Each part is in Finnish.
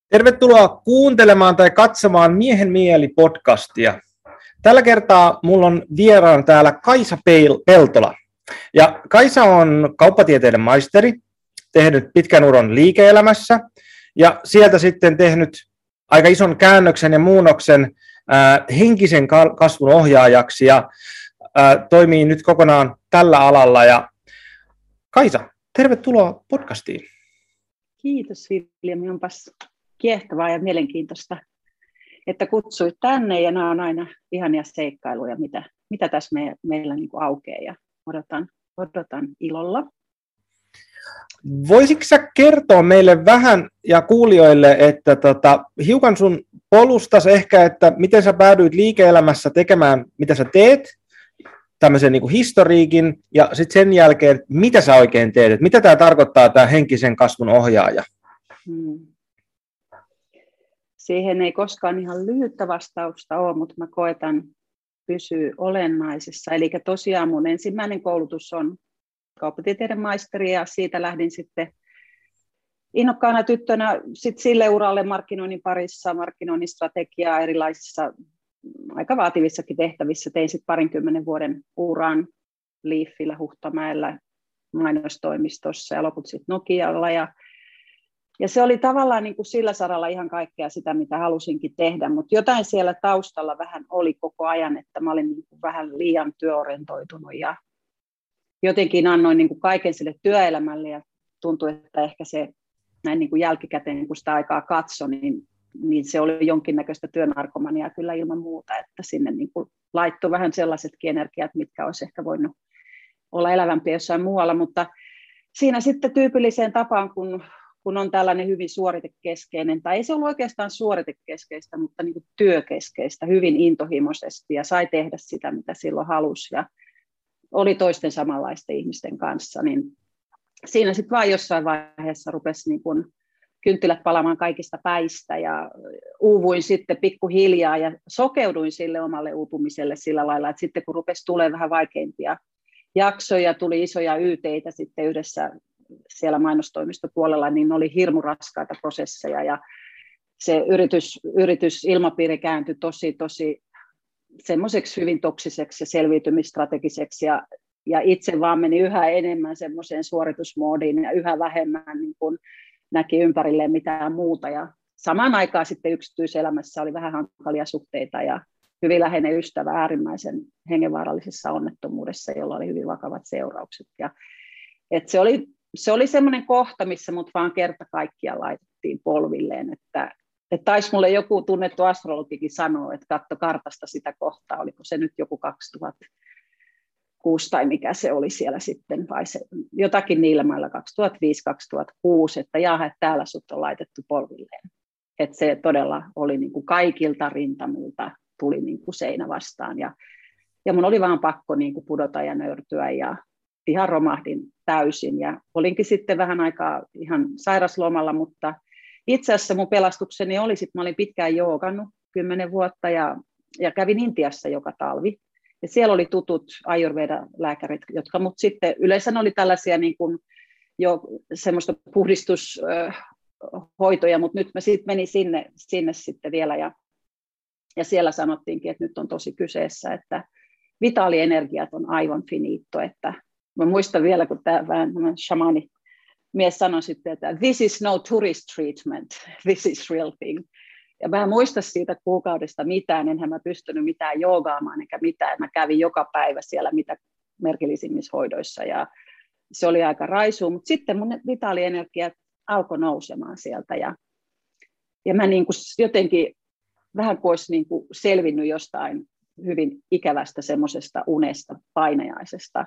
Tervetuloa kuuntelemaan tai katsomaan Miehen mieli podcastia. Tällä kertaa mulla on vieraan täällä Kaisa Peltola. Ja Kaisa on kauppatieteiden maisteri, tehnyt pitkän uron liike-elämässä ja sieltä sitten tehnyt aika ison käännöksen ja muunnoksen henkisen kasvun ohjaajaksi ja toimii nyt kokonaan tällä alalla. Ja Kaisa, tervetuloa podcastiin. Kiitos Viljami, onpas kiehtovaa ja mielenkiintoista, että kutsuit tänne, ja nämä on aina ihania seikkailuja, mitä tässä meillä niin kuin aukeaa, ja odotan ilolla. Voisitko sä kertoa meille vähän ja kuulijoille, että hiukan sun polustas ehkä, että miten sä päädyit liike-elämässä tekemään, mitä sä teet, tämmöisen niin kuin historiikin, ja sitten sen jälkeen, mitä sä oikein teet, että mitä tämä tarkoittaa, tämä henkisen kasvun ohjaaja? Siihen ei koskaan ihan lyhyttä vastausta ole, mutta mä koetan pysyä olennaisessa. Eli tosiaan mun ensimmäinen koulutus on kauppatieteiden maisteri, ja siitä lähdin sitten innokkaana tyttönä sille uralle markkinoinnin parissa, markkinoinnin strategiaa erilaisissa aika vaativissakin tehtävissä. Tein sitten 20 vuoden uran Leafillä, Huhtamäellä, mainostoimistossa ja loput sitten Nokialla. Ja se oli tavallaan niin kuin sillä saralla ihan kaikkea sitä, mitä halusinkin tehdä, mutta jotain siellä taustalla vähän oli koko ajan, että mä olin niin kuin vähän liian työorientoitunut ja jotenkin annoin niin kuin kaiken sille työelämälle, ja tuntui, että ehkä se näin niin kuin jälkikäteen, kun sitä aikaa katsoi, niin se oli jonkinnäköistä työnarkomaniaa kyllä ilman muuta, että sinne niin kuin laittoi vähän sellaisetkin energiat, mitkä olisi ehkä voinut olla elävämpiä jossain muualla, mutta siinä sitten tyypilliseen tapaan, kun on tällainen hyvin suoritekeskeinen, tai ei se ollut oikeastaan suoritekeskeistä, mutta niin kuin työkeskeistä, hyvin intohimoisesti, ja sai tehdä sitä, mitä silloin halusi, ja oli toisten samanlaisten ihmisten kanssa, niin siinä sitten vaan jossain vaiheessa rupesi niin kuin kynttilät palamaan kaikista päistä, ja uuvuin sitten pikkuhiljaa, ja sokeuduin sille omalle uupumiselle sillä lailla, että sitten kun rupesi tulemaan vähän vaikeimpia jaksoja, tuli isoja yteitä sitten yhdessä siellä mainostoimistopuolella, niin oli hirmu raskaita prosesseja, ja se yritysilmapiiri kääntyi tosi semmoiseksi hyvin toksiseksi ja selviytymistrategiseksi, ja itse vaan meni yhä enemmän semmoiseen suoritusmoodiin ja yhä vähemmän niin kuin näki ympärilleen mitään muuta, ja samaan aikaan sitten yksityiselämässä oli vähän hankalia suhteita ja hyvin läheinen ystävä äärimmäisen hengenvaarallisessa onnettomuudessa, jolla oli hyvin vakavat seuraukset, ja että se oli semmoinen kohta, missä mut vaan kerta kaikkiaan laitettiin polvilleen, että taisi mulle joku tunnettu astrologikin sanoa, että katso kartasta sitä kohtaa, oliko se nyt joku 2006 tai mikä se oli siellä sitten, vai se jotakin niillä mailla 2005-2006, että jaha, että täällä sut on laitettu polvilleen. Että se todella oli niin kuin kaikilta rintamilta tuli niin kuin seinä vastaan, ja mun oli vaan pakko niin kuin pudota ja nöyrtyä, ja ihan romahdin täysin, ja olinkin sitten vähän aikaa ihan sairaslomalla, mutta itse asiassa mun pelastukseni oli, mä olin pitkään joogannut 10 vuotta, ja kävin Intiassa joka talvi, ja siellä oli tutut Ayurveda-lääkärit, jotka mut sitten, yleensä oli tällaisia niin kuin jo semmoista puhdistushoitoja, mutta nyt mä sitten menin sinne sitten vielä, ja siellä sanottiinkin, että nyt on tosi kyseessä, että vitaalienergiat on aivan finito, että mä muistan vielä, kun tämä shamani mies sanoi sitten, että this is no tourist treatment, this is real thing. Ja mä en muista siitä kuukaudesta mitään, enhän mä pystynyt mitään joogaamaan eikä mitään. Mä kävin joka päivä siellä mitä merkillisimmissä hoidoissa, ja se oli aika raisua, mutta sitten mun vitaalienergiat alkoi nousemaan sieltä, ja mä niin kuin jotenkin vähän kuin olisi niin kuin selvinnyt jostain hyvin ikävästä semmoisesta unesta, painajaisesta.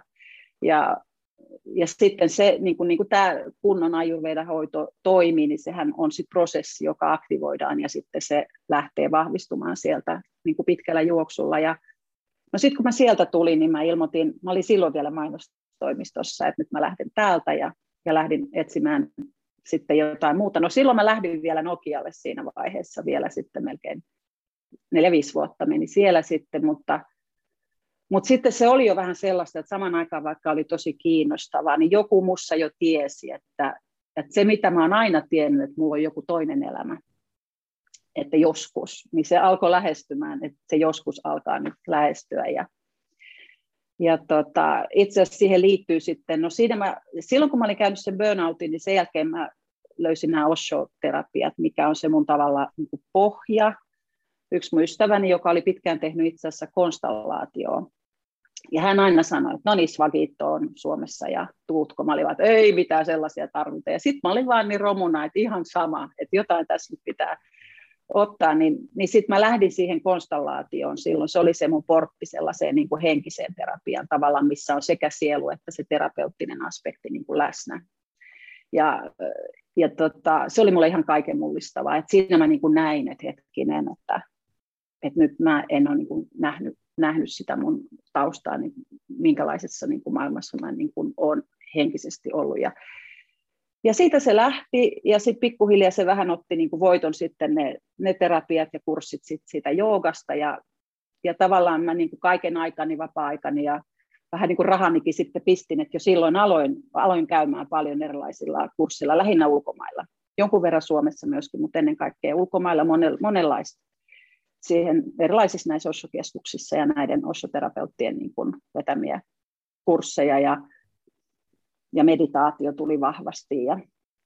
Ja sitten se, niin kuin tämä kunnon Ayurveda-hoito toimii, niin sehän on sitten prosessi, joka aktivoidaan, ja sitten se lähtee vahvistumaan sieltä niin kuin pitkällä juoksulla. Ja no sitten kun mä sieltä tulin, niin mä ilmoitin, mä olin silloin vielä mainostoimistossa, että nyt mä lähden täältä, ja lähdin etsimään sitten jotain muuta. No silloin mä lähdin vielä Nokialle siinä vaiheessa vielä sitten melkein 4-5 vuotta meni siellä sitten, mutta sitten se oli jo vähän sellaista, että saman aikaan vaikka oli tosi kiinnostavaa, niin joku mussa jo tiesi, että se mitä mä oon aina tiennyt, että mulla on joku toinen elämä. että joskus, niin se alkoi lähestymään, että se joskus alkaa nyt lähestyä. Ja itse asiassa siihen liittyy sitten, no silloin kun mä olin käynyt sen burnoutin, niin sen jälkeen mä löysin nämä Osho-terapiat, mikä on se mun tavalla niin kuin pohja. Yksi mun ystäväni, joka oli pitkään tehnyt itse asiassa konstellaatioon. Ja hän aina sanoi, että no niin, Svagitto on Suomessa ja tuutko. Mä olin vaan, että ei mitään sellaisia tarvita. Ja sitten mä olin vaan niin romuna, että ihan sama, että jotain tässä nyt pitää ottaa. Niin sitten mä lähdin siihen konstellaatioon silloin. Se oli se mun portti sellaiseen niin kuin henkiseen terapiaan tavallaan, missä on sekä sielu että se terapeuttinen aspekti niin kuin läsnä. Ja se oli mulle ihan kaiken mullistavaa. Et siinä mä niin kuin näin, että hetkinen, että nyt mä en ole niin kuin nähnyt sitä mun taustaa, niin minkälaisessa niin kuin maailmassa mä niin kuin olen henkisesti ollut. Ja siitä se lähti, ja sitten pikkuhiljaa se vähän otti niin kuin voiton sitten ne terapiat ja kurssit siitä joogasta, ja tavallaan mä niin kuin kaiken aikani, vapaa-aikani ja vähän niin kuin rahanikin sitten pistin, että jo silloin aloin käymään paljon erilaisilla kurssilla, lähinnä ulkomailla. Jonkun verran Suomessa myöskin, mutta ennen kaikkea ulkomailla monenlaista. Siihen erilaisissa näissä Osho-keskuksissa ja näiden Osho-terapeuttien niin kuin vetämiä kursseja ja meditaatio tuli vahvasti. Ja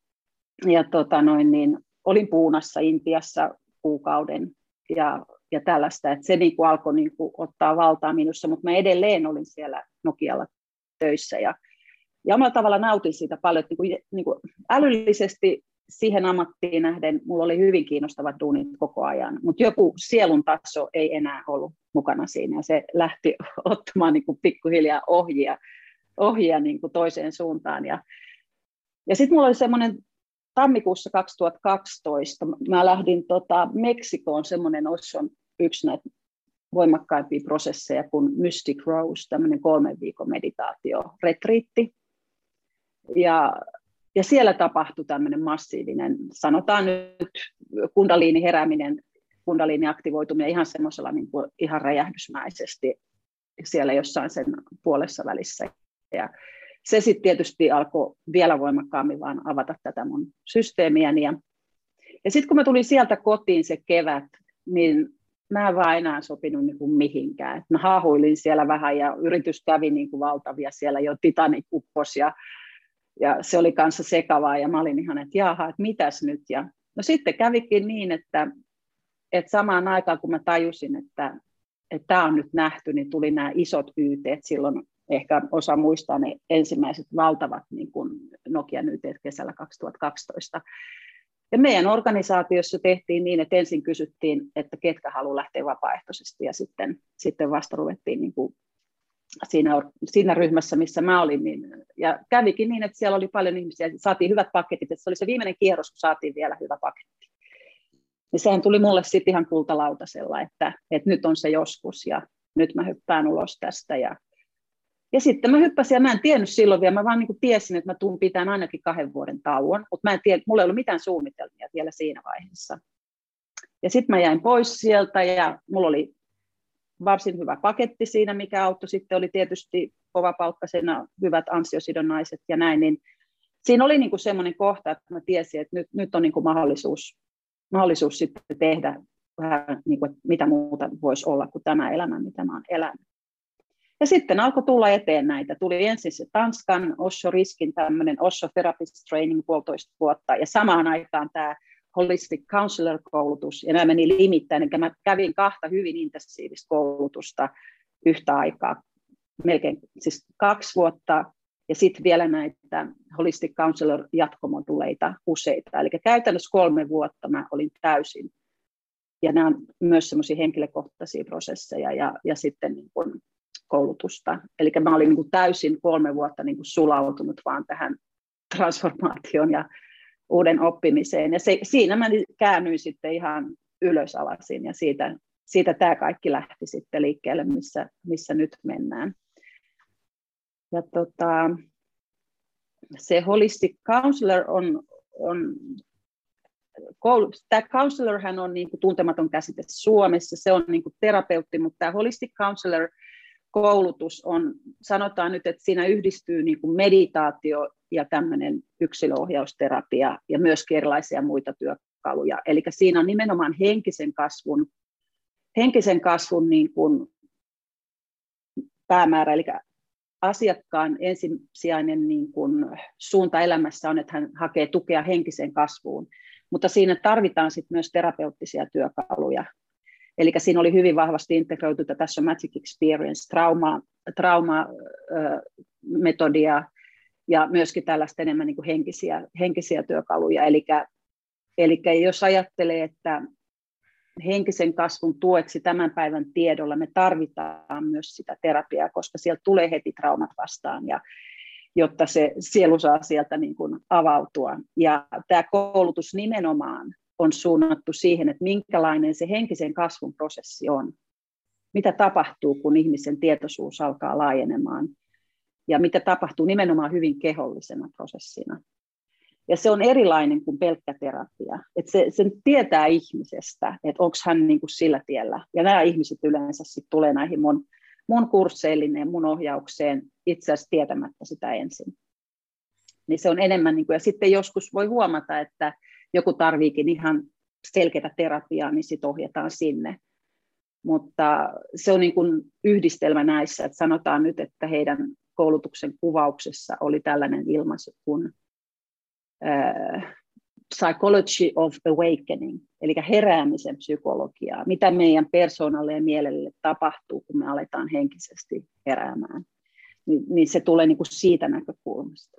olin Puunassa, Intiassa kuukauden ja tällaista, että se niin kuin alkoi niin kuin ottaa valtaa minussa, mutta mä edelleen olin siellä Nokialla töissä ja omalla tavalla nautin siitä paljon, että niin kuin älyllisesti siihen ammattiin nähden mulla oli hyvin kiinnostavat duunit koko ajan, mutta joku sielun taso ei enää ollut mukana siinä ja se lähti ottamaan niin kuin pikkuhiljaa ohjia niin kuin toiseen suuntaan. Ja sitten mulla oli semmoinen tammikuussa 2012, mä lähdin Meksikoon, semmoinen Oshon yksi näitä voimakkaimpia prosesseja kuin Mystic Rose, tämmöinen 3 viikon meditaatio-retriitti. Ja siellä tapahtui tämmöinen massiivinen, sanotaan nyt kundaliini-herääminen, kundaliini-aktivoituminen ihan semmoisella niin kuin ihan räjähdysmäisesti siellä jossain sen puolessa välissä. Ja se sitten tietysti alkoi vielä voimakkaammin vaan avata tätä mun systeemiäni. Ja sitten kun mä tulin sieltä kotiin se kevät, niin mä en vaan enää sopinut niin kuin mihinkään. Mä haahuilin siellä vähän ja yritys kävi niin kuin valtavia, siellä jo Titanic upposi ja se oli kanssa sekavaa ja mä olin ihan, että jaha, että mitäs nyt. Ja no sitten kävikin niin, että samaan aikaan kun mä tajusin, että tämä on nyt nähty, niin tuli nämä isot YT:t silloin. Ehkä osa muistaa ne ensimmäiset valtavat niin kuin Nokian YT:t kesällä 2012. Ja meidän organisaatiossa tehtiin niin, että ensin kysyttiin, että ketkä haluaa lähteä vapaaehtoisesti, ja sitten vasta ruvettiin niin kuin siinä ryhmässä, missä mä olin. Ja kävikin niin, että siellä oli paljon ihmisiä, saatiin hyvät paketit, että se oli se viimeinen kierros, kun saatiin vielä hyvä paketti. Ja sehän tuli mulle sitten ihan kultalautasella, että nyt on se joskus, ja nyt mä hyppään ulos tästä, ja sitten mä hyppäsin, ja mä en tiennyt silloin vielä, mä vaan niin kuin tiesin, että mä tuun pitämään ainakin 2 vuoden tauon, mutta mä en tiedä, mulla ei ollut mitään suunnitelmia vielä siinä vaiheessa. Ja sitten mä jäin pois sieltä, ja mulla oli varsin hyvä paketti siinä, mikä auttoi. Sitten oli tietysti kovapalkkaisena hyvät ansiosidonnaiset ja näin, niin siinä oli niin kuin semmoinen kohta, että mä tiesin, että nyt on niin kuin mahdollisuus sitten tehdä vähän niin kuin, mitä muuta voisi olla kuin tämä elämä, mitä mä oon elänyt. Ja sitten alkoi tulla eteen näitä. Tuli ensin se Tanskan Osho Riskin tämmöinen Osho Therapist Training 1,5 vuotta, ja samaan aikaan tämä Holistic Counselor-koulutus, ja nämä meni limittäin, eli mä kävin 2 hyvin intensiivistä koulutusta yhtä aikaa, melkein siis 2 vuotta, ja sitten vielä näitä Holistic Counselor-jatkomoduleita useita, eli käytännössä 3 vuotta mä olin täysin, ja nämä on myös semmoisia henkilökohtaisia prosesseja, ja sitten niin kuin koulutusta. Eli mä olin niin kuin täysin 3 vuotta niin kuin sulautunut vaan tähän transformaatioon ja uuden oppimiseen. Ja siinä mä käännyin sitten ihan ylösalasin, ja siitä tämä kaikki lähti sitten liikkeelle, missä nyt mennään. Ja se Holistic Counselor tämä counselorhän on niin kuin tuntematon käsite Suomessa, se on niin kuin terapeutti, mutta tämä Holistic Counselor koulutus on, sanotaan nyt, että siinä yhdistyy niin kuin meditaatio ja tämmöinen yksilöohjausterapia ja myöskin erilaisia muita työkaluja. Eli siinä on nimenomaan henkisen kasvun niin kuin päämäärä, eli asiakkaan ensisijainen niin kuin suunta elämässä on, että hän hakee tukea henkiseen kasvuun, mutta siinä tarvitaan sit myös terapeuttisia työkaluja. Eli siinä oli hyvin vahvasti integroitu tässä Magic Experience, trauma-metodia ja myöskin tällaista enemmän niin kuin henkisiä työkaluja. Eli jos ajattelee, että henkisen kasvun tueksi tämän päivän tiedolla me tarvitaan myös sitä terapiaa, koska sieltä tulee heti traumat vastaan, ja jotta se sielu saa sieltä niin kuin avautua. Ja tämä koulutus nimenomaan on suunnattu siihen, että minkälainen se henkisen kasvun prosessi on. Mitä tapahtuu, kun ihmisen tietoisuus alkaa laajenemaan, ja mitä tapahtuu nimenomaan hyvin kehollisena prosessina. Ja se on erilainen kuin pelkkä terapia. Että se tietää ihmisestä, että onko hän niin kuin sillä tiellä. Ja nämä ihmiset yleensä sitten tulee näihin mun kursseille ja mun ohjaukseen itse asiassa tietämättä sitä ensin. Niin se on enemmän, niin kuin, ja sitten joskus voi huomata, että joku tarviikin ihan selkeää terapiaa, niin sitten ohjataan sinne. Mutta se on niin kuin yhdistelmä näissä, että sanotaan nyt, että heidän koulutuksen kuvauksessa oli tällainen ilmaisu kuin psychology of awakening, eli heräämisen psykologiaa, mitä meidän persoonalle ja mielelle tapahtuu, kun me aletaan henkisesti heräämään. Niin se tulee niin kuin siitä näkökulmasta.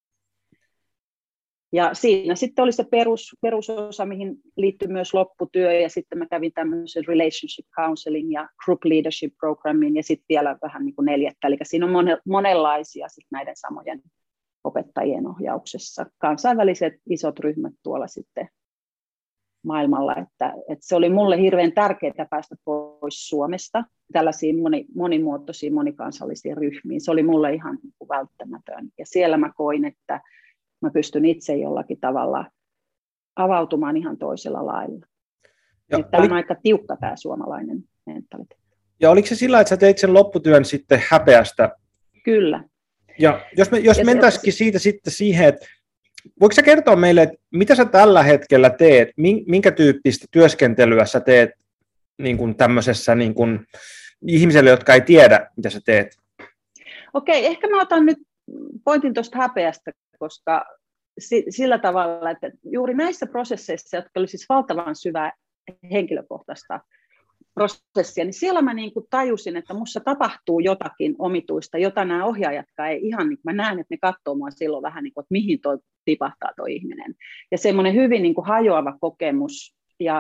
Ja siinä sitten oli se perusosa, mihin liittyy myös lopputyö, ja sitten mä kävin tämmöisen relationship counseling ja group leadership programmin, ja sitten vielä vähän niin kuin 4. Eli siinä on monenlaisia sitten näiden samojen opettajien ohjauksessa. Kansainväliset isot ryhmät tuolla sitten maailmalla, että se oli mulle hirveän tärkeää päästä pois Suomesta tällaisiin monimuotoisiin, monikansallisiin ryhmiin. Se oli mulle ihan niin kuin välttämätön. Ja siellä mä koin, että mä pystyn itse jollakin tavalla avautumaan ihan toisella lailla. Tämä on aika tiukka tämä suomalainen mentaliteetti. Ja oliko se sillä, että sä teit sen lopputyön sitten häpeästä? Kyllä. Ja jos mentäisikin siitä sitten siihen, että voiko sä kertoa meille, että mitä sä tällä hetkellä teet, minkä tyyppistä työskentelyä sä teet niin kuin tämmöisessä niin kuin ihmiselle, jotka ei tiedä, mitä sä teet? Okei, ehkä mä otan nyt pointin tuosta häpeästä, koska sillä tavalla, että juuri näissä prosesseissa, jotka oli siis valtavan syvää henkilökohtaista prosessia, niin siellä mä niin kuin tajusin, että musta tapahtuu jotakin omituista, jota nämä ohjaajatkaan ei ihan, niin mä näen, että ne katsoo mua silloin vähän niin kuin, että mihin toi tipahtaa toi ihminen. Ja semmoinen hyvin niin kuin hajoava kokemus.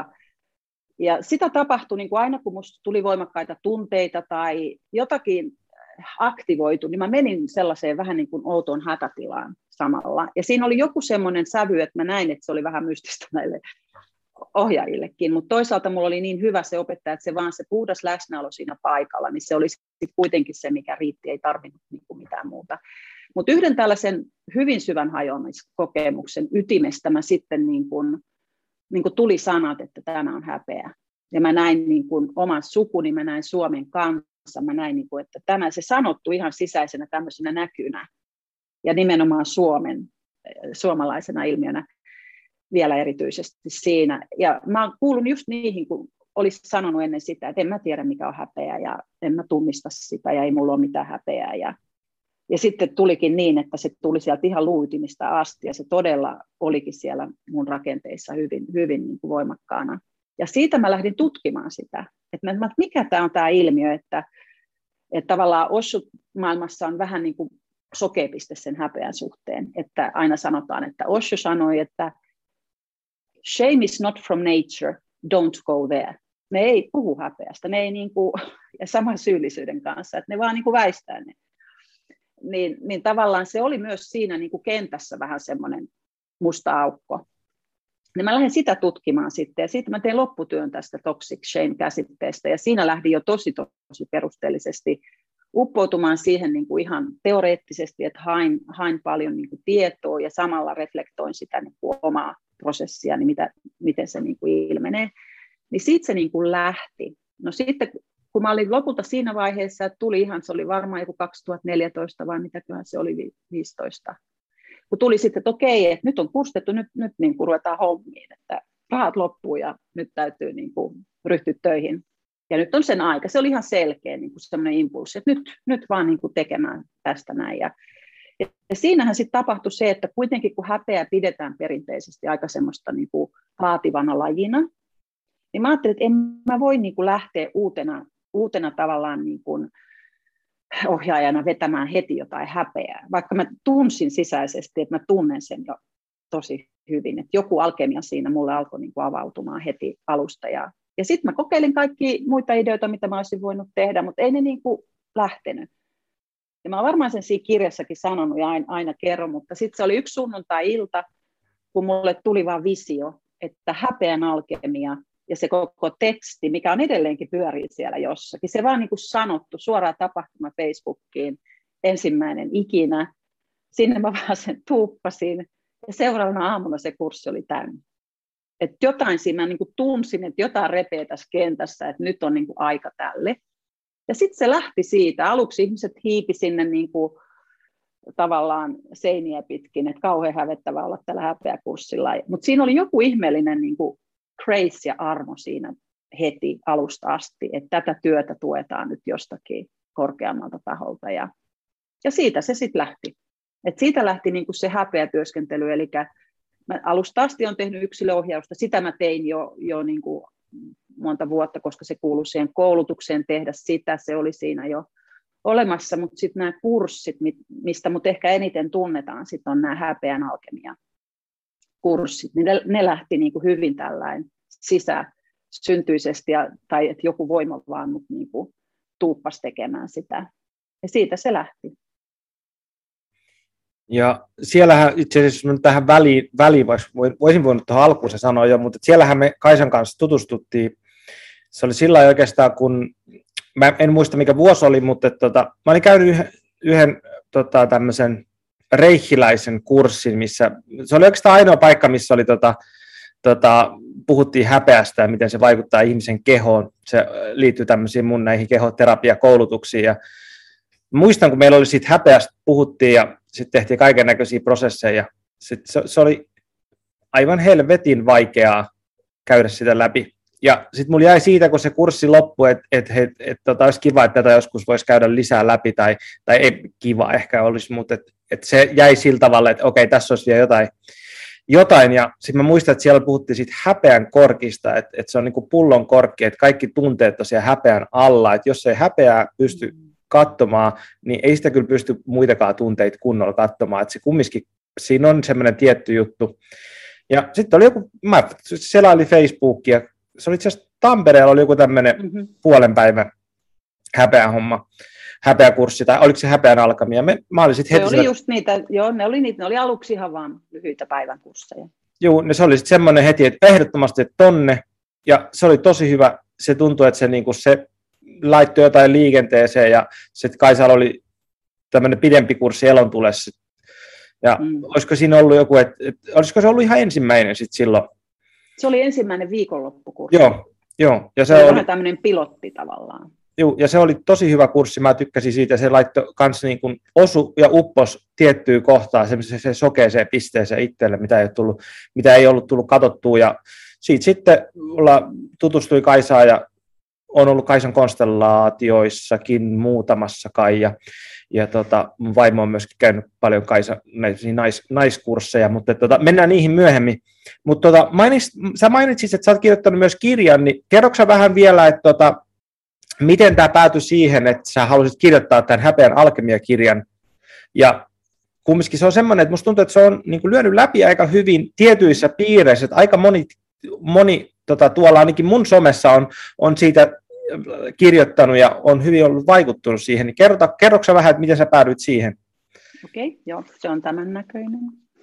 Ja sitä tapahtui niin kuin aina, kun musta tuli voimakkaita tunteita tai jotakin aktivoitu, niin mä menin sellaiseen vähän niin kuin outoon hätätilaan samalla. Ja siinä oli joku semmoinen sävy, että mä näin, että se oli vähän mystistä näille ohjaajillekin, mutta toisaalta mulla oli niin hyvä se opettaja, että se vaan se puhdas läsnäolo siinä paikalla, niin se oli kuitenkin se, mikä riitti, ei tarvinnut niin kuin mitään muuta. Mutta yhden tällaisen hyvin syvän hajoamiskokemuksen ytimestä mä sitten niin kuin tuli sanat, että tämä on häpeä. Ja mä näin niin kuin oman sukuni, mä näin Suomen kanssa, mä näin, niin kuin, että tämä se sanottu ihan sisäisenä tämmöisenä näkynä ja nimenomaan suomalaisena ilmiönä vielä erityisesti siinä. Ja mä kuulun just niihin, kun olisi sanonut ennen sitä, että en mä tiedä mikä on häpeä ja en mä tunnista sitä ja ei mulla ole mitään häpeää. Ja sitten tulikin niin, että se tuli sieltä ihan luuytimistä asti ja se todella olikin siellä mun rakenteissa hyvin, hyvin niin kuin voimakkaana. Ja siitä mä lähdin tutkimaan sitä, että mikä tämä on tämä ilmiö, että tavallaan Osho-maailmassa on vähän niin kuin sokeapiste sen häpeän suhteen, että aina sanotaan, että Osho sanoi, että shame is not from nature, don't go there. Ne ei puhu häpeästä, ne ei niin kuin, ja saman syyllisyyden kanssa, että ne vaan niin kuin väistää ne. Niin tavallaan se oli myös siinä niin kuin kentässä vähän semmoinen musta aukko. Niin mä lähdin sitä tutkimaan sitten, ja sitten mä tein lopputyön tästä toxic shame-käsitteestä, ja siinä lähdin jo tosi perusteellisesti uppoutumaan siihen niin kuin ihan teoreettisesti, että hain paljon niin kuin tietoa, ja samalla reflektoin sitä niin kuin omaa prosessia, niin miten se niin kuin ilmenee. Niin siitä se niin kuin lähti. No sitten kun mä olin lopulta siinä vaiheessa, että se oli varmaan joku 2014 vai mitäköhän se oli 15, kun tuli sitten, että okei, että nyt on kurstettu, nyt niin kuin ruvetaan hommiin, että rahat loppuu ja nyt täytyy niin kuin ryhtyä töihin. Ja nyt on sen aika. Se oli ihan selkeä niin kuin sellainen impulssi, että nyt vaan niin kuin tekemään tästä näin. Ja siinähän sitten tapahtui se, että kuitenkin kun häpeä pidetään perinteisesti aika semmoista niin kuin vaativana lajina, niin mä ajattelin, että en mä voi niin kuin lähteä uutena tavallaan niin kuin ohjaajana vetämään heti jotain häpeää, vaikka mä tunsin sisäisesti, että mä tunnen sen jo tosi hyvin, että joku alkemia siinä mulle alkoi niin kuin avautumaan heti alusta. Ja sitten mä kokeilin kaikkia muita ideoita, mitä mä olisin voinut tehdä, mutta ei ne niin kuin lähtenyt. Ja mä oon varmaan sen siinä kirjassakin sanonut ja aina kerron, mutta sitten se oli yksi sunnuntai-ilta, kun mulle tuli vaan visio, että häpeän alkemia ja se koko teksti, mikä on edelleenkin pyörii siellä jossakin, se vaan niin kuin sanottu suoraan tapahtuma Facebookiin, ensimmäinen ikinä. Sinne mä vaan sen tuuppasin ja seuraavana aamuna se kurssi oli täynnä. Että jotain siinä mä niin kuin tunsin, että jotain repeää tässä kentässä, että nyt on niin kuin aika tälle. Ja sitten se lähti siitä. Aluksi ihmiset hiipi sinne niin kuin tavallaan seiniä pitkin, että kauhean hävettävää olla tällä häpeäkurssilla. Mutta siinä oli joku ihmeellinen niin kuin grace ja armo siinä heti alusta asti, että tätä työtä tuetaan nyt jostakin korkeammalta taholta. Ja siitä se sitten lähti. Et siitä lähti niin kuin se häpeätyöskentely, eli mä alusta asti olen tehnyt yksilöohjausta. Sitä mä tein jo niin kuin monta vuotta, koska se kuului siihen koulutukseen tehdä sitä, se oli siinä jo olemassa, mutta sitten nämä kurssit, mistä mut ehkä eniten tunnetaan, sitten on nämä häpeän alkemia kurssit, niin ne lähti niin kuin hyvin tällainen sisäsyntyisesti, tai että joku voima vaan mut niin kuin tuuppasi tekemään sitä, ja siitä se lähti. Ja siellähän itse asiassa tähän väliin voisin voinut tuohon alkuun se sanoa jo, mutta siellähän me Kaisan kanssa tutustuttiin. Se oli sillä oikeastaan, kun mä en muista mikä vuosi oli, mutta mä olin käynyt yhden tämmöisen reikhiläisen kurssin, missä se oli oikeastaan ainoa paikka, missä oli puhuttiin häpeästä ja miten se vaikuttaa ihmisen kehoon. Se liittyy tämmöisiin mun näihin kehoterapiakoulutuksiin. Ja muistan, kun meillä oli siitä häpeästä puhuttiin ja sitten tehtiin kaiken näköisiä prosesseja. Se oli aivan helvetin vaikeaa käydä sitä läpi. Ja sitten mulla jäi siitä, kun se kurssi loppui, että olisi kiva, että tätä joskus voisi käydä lisää läpi, tai ei kiva ehkä olisi, mutta että se jäi sillä tavalla, että okei, tässä olisi vielä jotain. Ja sitten mä muistan, että siellä puhuttiin siitä häpeän korkista, että se on niin kuin pullon korkki, että kaikki tunteet on siellä häpeän alla, että jos ei häpeää pysty katsomaan, niin ei sitä kyllä pysty muitakaan tunteita kunnolla katsomaan, että se kumminkin, siinä on semmoinen tietty juttu. Ja sitten oli joku, mä selailin Facebookia, se oli itse asiassa Tampereella oli joku tämmöinen puolen päivän häpeäkurssi, tai oliko se häpeän alkamia? Mä olin sitten heti... oli just niitä, joo, ne oli aluksi ihan vaan lyhyitä päivän kursseja. Joo, se oli sitten semmoinen heti, että ehdottomasti tonne, ja se oli tosi hyvä, se tuntui, että se laittoi jotain liikenteeseen, ja sitten Kaisalla oli tämmöinen pidempi kurssi Elontulessa, ja olisiko siinä ollut joku, olisiko se ollut ihan ensimmäinen sitten silloin? Se oli ensimmäinen viikonloppukurssi. Joo. Ja se oli vähän tämmöinen pilotti tavallaan. Joo, ja se oli tosi hyvä kurssi, mä tykkäsin siitä, se laittoi kans niin kuin osu ja uppos tiettyyn kohtaan, se sokeeseen pisteeseen itselle, mitä ei ollut tullut katsottua, ja siitä sitten tutustui Kaisaan, ja on ollut Kaisan konstellaatioissakin muutamassa kai, ja mun vaimo on myöskin käynyt paljon Kaisan naiskursseja, mutta mennään niihin myöhemmin. Mutta sä mainitsit, että sä oot kirjoittanut myös kirjan, niin kerroksä sä vähän vielä, että miten tämä päätyi siihen, että sä halusit kirjoittaa tämän häpeän alkemia-kirjan, ja kumminkin se on semmoinen, että musta tuntuu, että se on niin kuin lyönyt läpi aika hyvin tietyissä piireissä, että aika moni tuolla ainakin mun somessa on siitä kirjoittanut ja on hyvin ollut vaikuttunut siihen, niin kerroksä vähän, että miten sä päädyit siihen? Okei, joo, se on tämän näköinen.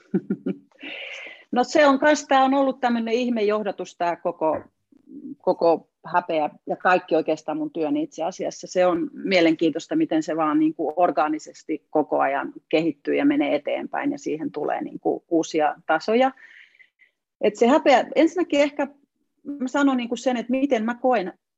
No tämä on ollut tämmöinen ihmejohdatus, tämä koko häpeä ja kaikki oikeastaan mun työni itse asiassa. Se on mielenkiintoista, miten se vaan niin kuin orgaanisesti koko ajan kehittyy ja menee eteenpäin ja siihen tulee niin kuin uusia tasoja. Et se häpeä, ensinnäkin ehkä mä sanon niin kuin sen, että miten mä koen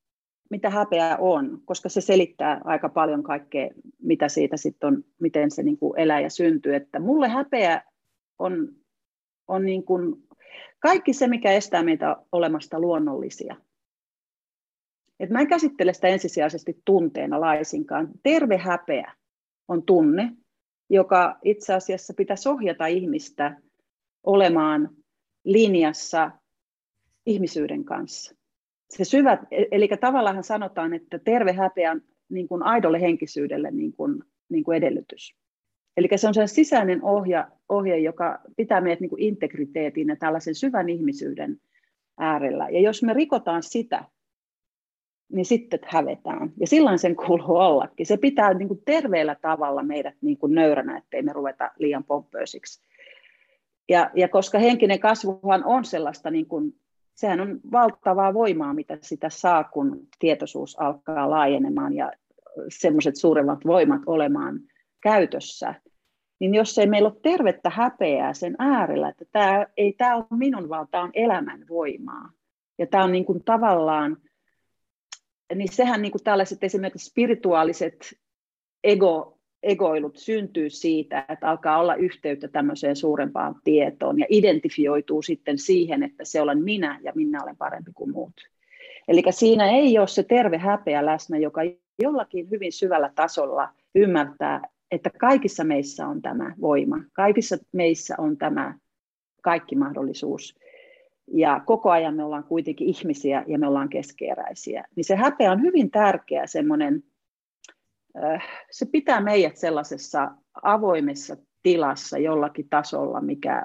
mitä häpeä on, koska se selittää aika paljon kaikkea, mitä siitä sitten on, miten se niin kuin elää ja syntyy. Että mulle häpeä on niin kuin kaikki se, mikä estää meitä olemasta luonnollisia. Et mä en käsittele sitä ensisijaisesti tunteena laisinkaan. Terve häpeä on tunne, joka itse asiassa pitäisi ohjata ihmistä olemaan linjassa ihmisyyden kanssa. Se syvä, eli tavallaan sanotaan, että terve häpeä on niin kuin aidolle henkisyydelle niin kuin edellytys. Eli se on sen sisäinen ohje, joka pitää meidät niin kuin integriteetin ja tällaisen syvän ihmisyyden äärellä. Ja jos me rikotaan sitä, niin sitten hävetään. Ja silloin sen kuuluu ollakin. Se pitää niin kuin terveellä tavalla meidät niin kuin nöyränä, ettei me ruveta liian pomppöisiksi. Ja koska henkinen kasvuhan on sellaista, niin kuin, sehän on valtavaa voimaa, mitä sitä saa, kun tietoisuus alkaa laajenemaan ja semmoiset suuremmat voimat olemaan käytössä. Niin jos ei meillä ole tervettä häpeää sen äärellä, että tämä ole minun, vaan tämä on elämän voimaa. Ja tämä on niin kuin tavallaan, niin sehän niin kuin tällaiset esimerkiksi spirituaaliset egoilut syntyy siitä, että alkaa olla yhteyttä tämmöiseen suurempaan tietoon ja identifioituu sitten siihen, että se olen minä ja minä olen parempi kuin muut. Eli siinä ei ole se terve häpeä läsnä, joka jollakin hyvin syvällä tasolla ymmärtää, että kaikissa meissä on tämä voima, kaikissa meissä on tämä kaikki mahdollisuus. Ja koko ajan me ollaan kuitenkin ihmisiä ja me ollaan keskeeräisiä. Niin se häpeä on hyvin tärkeä semmoinen, se pitää meidät sellaisessa avoimessa tilassa jollakin tasolla, mikä,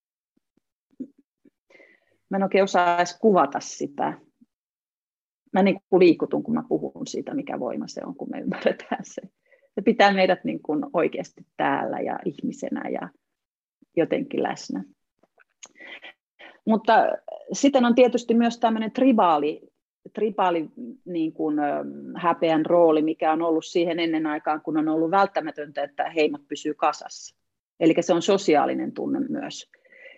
mä en oikein osaa edes kuvata sitä. Mä niin kuin liikutun, kun mä puhun siitä, mikä voima se on, kun me ymmärretään se. Se pitää meidät niin kuin oikeasti täällä ja ihmisenä ja jotenkin läsnä. Mutta sitten on tietysti myös tämmöinen tribaali niin kuin, häpeän rooli, mikä on ollut siihen ennen aikaan, kun on ollut välttämätöntä, että heimot pysyy kasassa. Eli se on sosiaalinen tunne myös.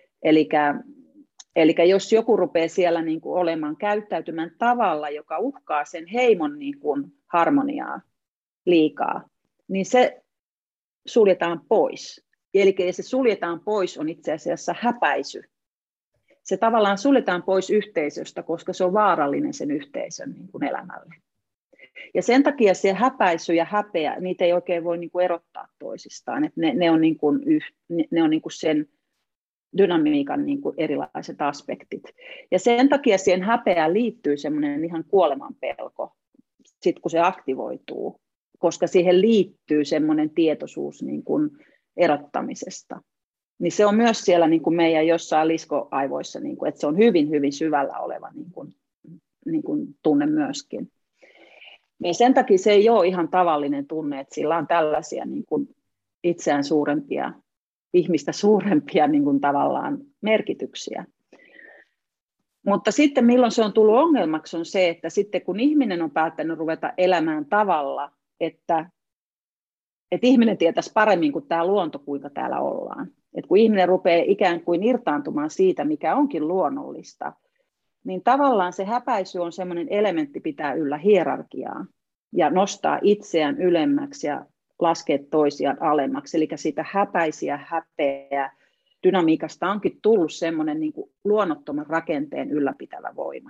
Eli jos joku rupeaa siellä niin kuin olemaan käyttäytymään tavalla, joka uhkaa sen heimon niin kuin harmoniaa liikaa, niin se suljetaan pois. Eli se suljetaan pois on itse asiassa häpäisy. Se tavallaan suljetaan pois yhteisöstä, koska se on vaarallinen sen yhteisön niin kuin elämälle. Ja sen takia se häpäisy ja häpeä, niitä ei oikein voi niin kuin erottaa toisistaan. Että ne on, niin kuin ne on niin kuin sen dynamiikan niin kuin erilaiset aspektit. Ja sen takia siihen häpeään liittyy semmoinen ihan kuoleman pelko, sit kun se aktivoituu, koska siihen liittyy semmoinen tietoisuus niin kuin erottamisesta. Niin se on myös siellä niin kuin meidän jossain liskoaivoissa, niin kuin, että se on hyvin, hyvin syvällä oleva niin kuin tunne myöskin. Niin sen takia se ei ole ihan tavallinen tunne, että sillä on tällaisia niin kuin itseään suurempia, ihmistä suurempia niin kuin tavallaan merkityksiä. Mutta sitten milloin se on tullut ongelmaksi on se, että sitten kun ihminen on päättänyt ruveta elämään tavalla, että ihminen tietäisi paremmin kuin tämä luonto, kuinka täällä ollaan. Että kun ihminen rupeaa ikään kuin irtaantumaan siitä, mikä onkin luonnollista, niin tavallaan se häpäisy on sellainen elementti pitää yllä hierarkiaa ja nostaa itseään ylemmäksi ja laskea toisiaan alemmaksi. Eli siitä häpäisiä häpeä dynamiikasta onkin tullut sellainen niin kuin luonnottoman rakenteen ylläpitävä voima.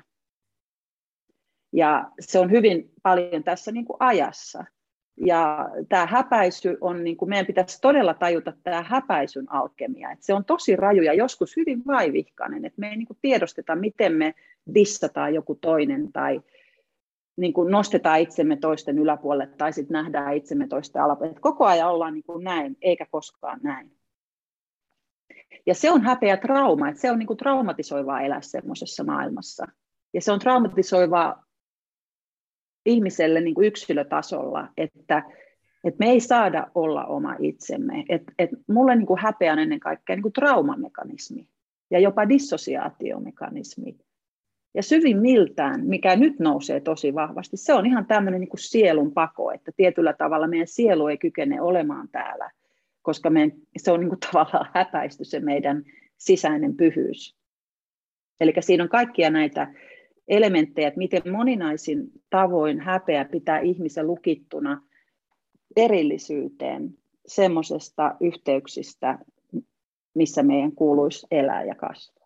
Ja se on hyvin paljon tässä niin kuin ajassa. Ja tämä häpäisy on, niin kuin meidän pitäisi todella tajuta tämä häpäisyn alkemia. Että se on tosi raju ja joskus hyvin vaivihkainen, että me ei niin kuin tiedosteta, miten me dissataan joku toinen tai niin kuin nostetaan itsemme toisten yläpuolelle tai sitten nähdään itsemme toisten alapuolelle. Koko ajan ollaan niin kuin näin, eikä koskaan näin. Ja se on häpeä trauma, että se on niin kuin traumatisoivaa elää semmoisessa maailmassa. Ja se on traumatisoivaa ihmiselle niin kuin yksilötasolla, että me ei saada olla oma itsemme. Mulle niin kuin häpeä on ennen kaikkea niin kuin traumamekanismi ja jopa dissosiaatiomekanismi. Ja syvimmiltään, mikä nyt nousee tosi vahvasti, se on ihan tämmöinen niin kuin sielun pako, että tietyllä tavalla meidän sielu ei kykene olemaan täällä, koska se on niin kuin tavallaan häpäisty se meidän sisäinen pyhyys. Eli siinä on kaikkia näitä elementtejä, että miten moninaisin tavoin häpeä pitää ihmisen lukittuna erillisyyteen semmoisesta yhteyksistä, missä meidän kuuluisi elää ja kasvaa.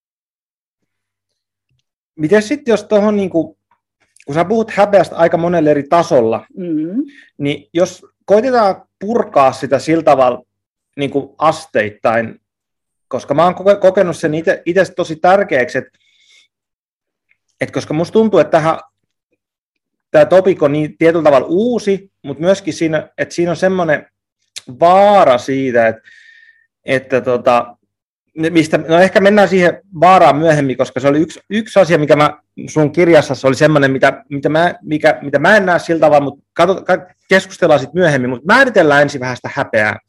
Miten sitten, jos tuohon, niin kun sä puhut häpeästä aika monella eri tasolla, niin jos koitetaan purkaa sitä sillä tavalla niin kuin asteittain, koska mä oon kokenut sen itse tosi tärkeäksi, että koska musta tuntuu, että tämä topic on niin tietyllä tavalla uusi, mutta myöskin siinä on semmoinen vaara siitä, että mistä, no ehkä mennään siihen vaaraan myöhemmin, koska se oli yksi asia, mikä sun kirjassa oli semmoinen, mitä mä en näe sillä tavalla, mutta keskustellaan sitten myöhemmin, mutta määritellään ensin vähän sitä häpeää.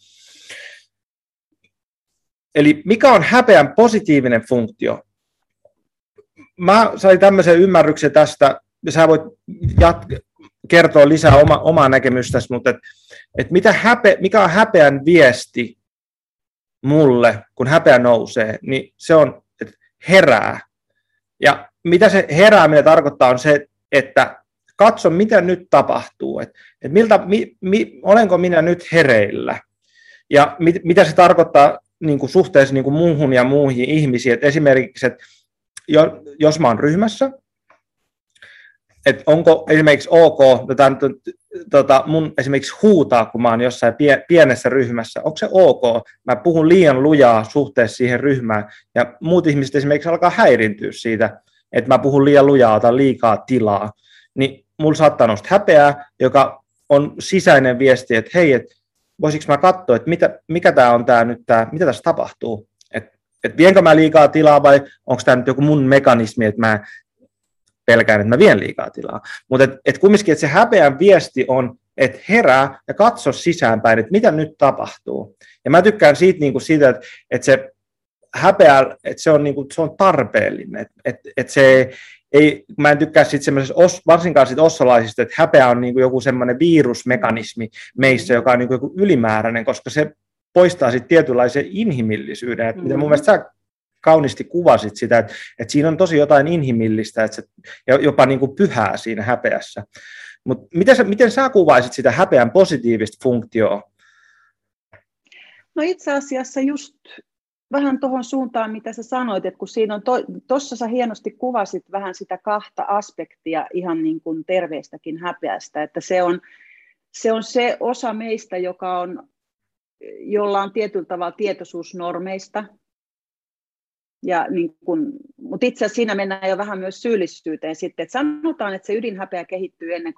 Eli mikä on häpeän positiivinen funktio? Mä sain tämmöisen ymmärryksen tästä, ja sä voit kertoa lisää omaa näkemystäsi, mutta mikä on häpeän viesti mulle, kun häpeä nousee, niin se on, että herää. Ja mitä se herääminen tarkoittaa on se, että katso, mitä nyt tapahtuu, että olenko minä nyt hereillä. Ja mitä se tarkoittaa niin kuin suhteessa niin kuin muuhun ja muihin ihmisiin. Että esimerkiksi, että jos mä oon ryhmässä, että onko esimerkiksi ok mun esimerkiksi huutaa, kun mä oon jossain pienessä ryhmässä, onko se ok? Mä puhun liian lujaa suhteessa siihen ryhmään, ja muut ihmiset esimerkiksi alkaa häirintyä siitä, että mä puhun liian lujaa, otan liikaa tilaa, niin mulla saattaa nousta häpeää, joka on sisäinen viesti, että hei, voisinko mä katsoa, että mikä tämä on mitä tässä tapahtuu, että vienkö mä liikaa tilaa vai onko tämä nyt joku mun mekanismi, että mä pelkään, että mä vien liikaa tilaa. Mutta kumminkin, että se häpeän viesti on, että herää ja katso sisäänpäin, että mitä nyt tapahtuu. Ja mä tykkään siitä, että se häpeä, että se on tarpeellinen. Että se ei, mä en tykkää varsinkaan siitä ossolaisista, että häpeä on niin kuin joku semmoinen virusmekanismi meissä, joka on niin kuin joku ylimääräinen, koska se poistaa sitten tietynlaisen inhimillisyyden. Mitä mun mielestä sä kauniisti kuvasit sitä, että siinä on tosi jotain inhimillistä ja jopa niin kuin pyhää siinä häpeässä. Mutta miten sä kuvaisit sitä häpeän positiivista funktioa? No itse asiassa just vähän tuohon suuntaan, mitä sä sanoit, että kun siinä on tuossa sä hienosti kuvasit vähän sitä kahta aspektia ihan niin kuin terveestäkin häpeästä, että se on se osa meistä, jolla on tietyllä tavalla tietoisuus normeista. Ja niin kun, mutta itse asiassa siinä mennään jo vähän myös syyllisyyteen sitten, että sanotaan, että se ydinhäpeä kehittyy ennen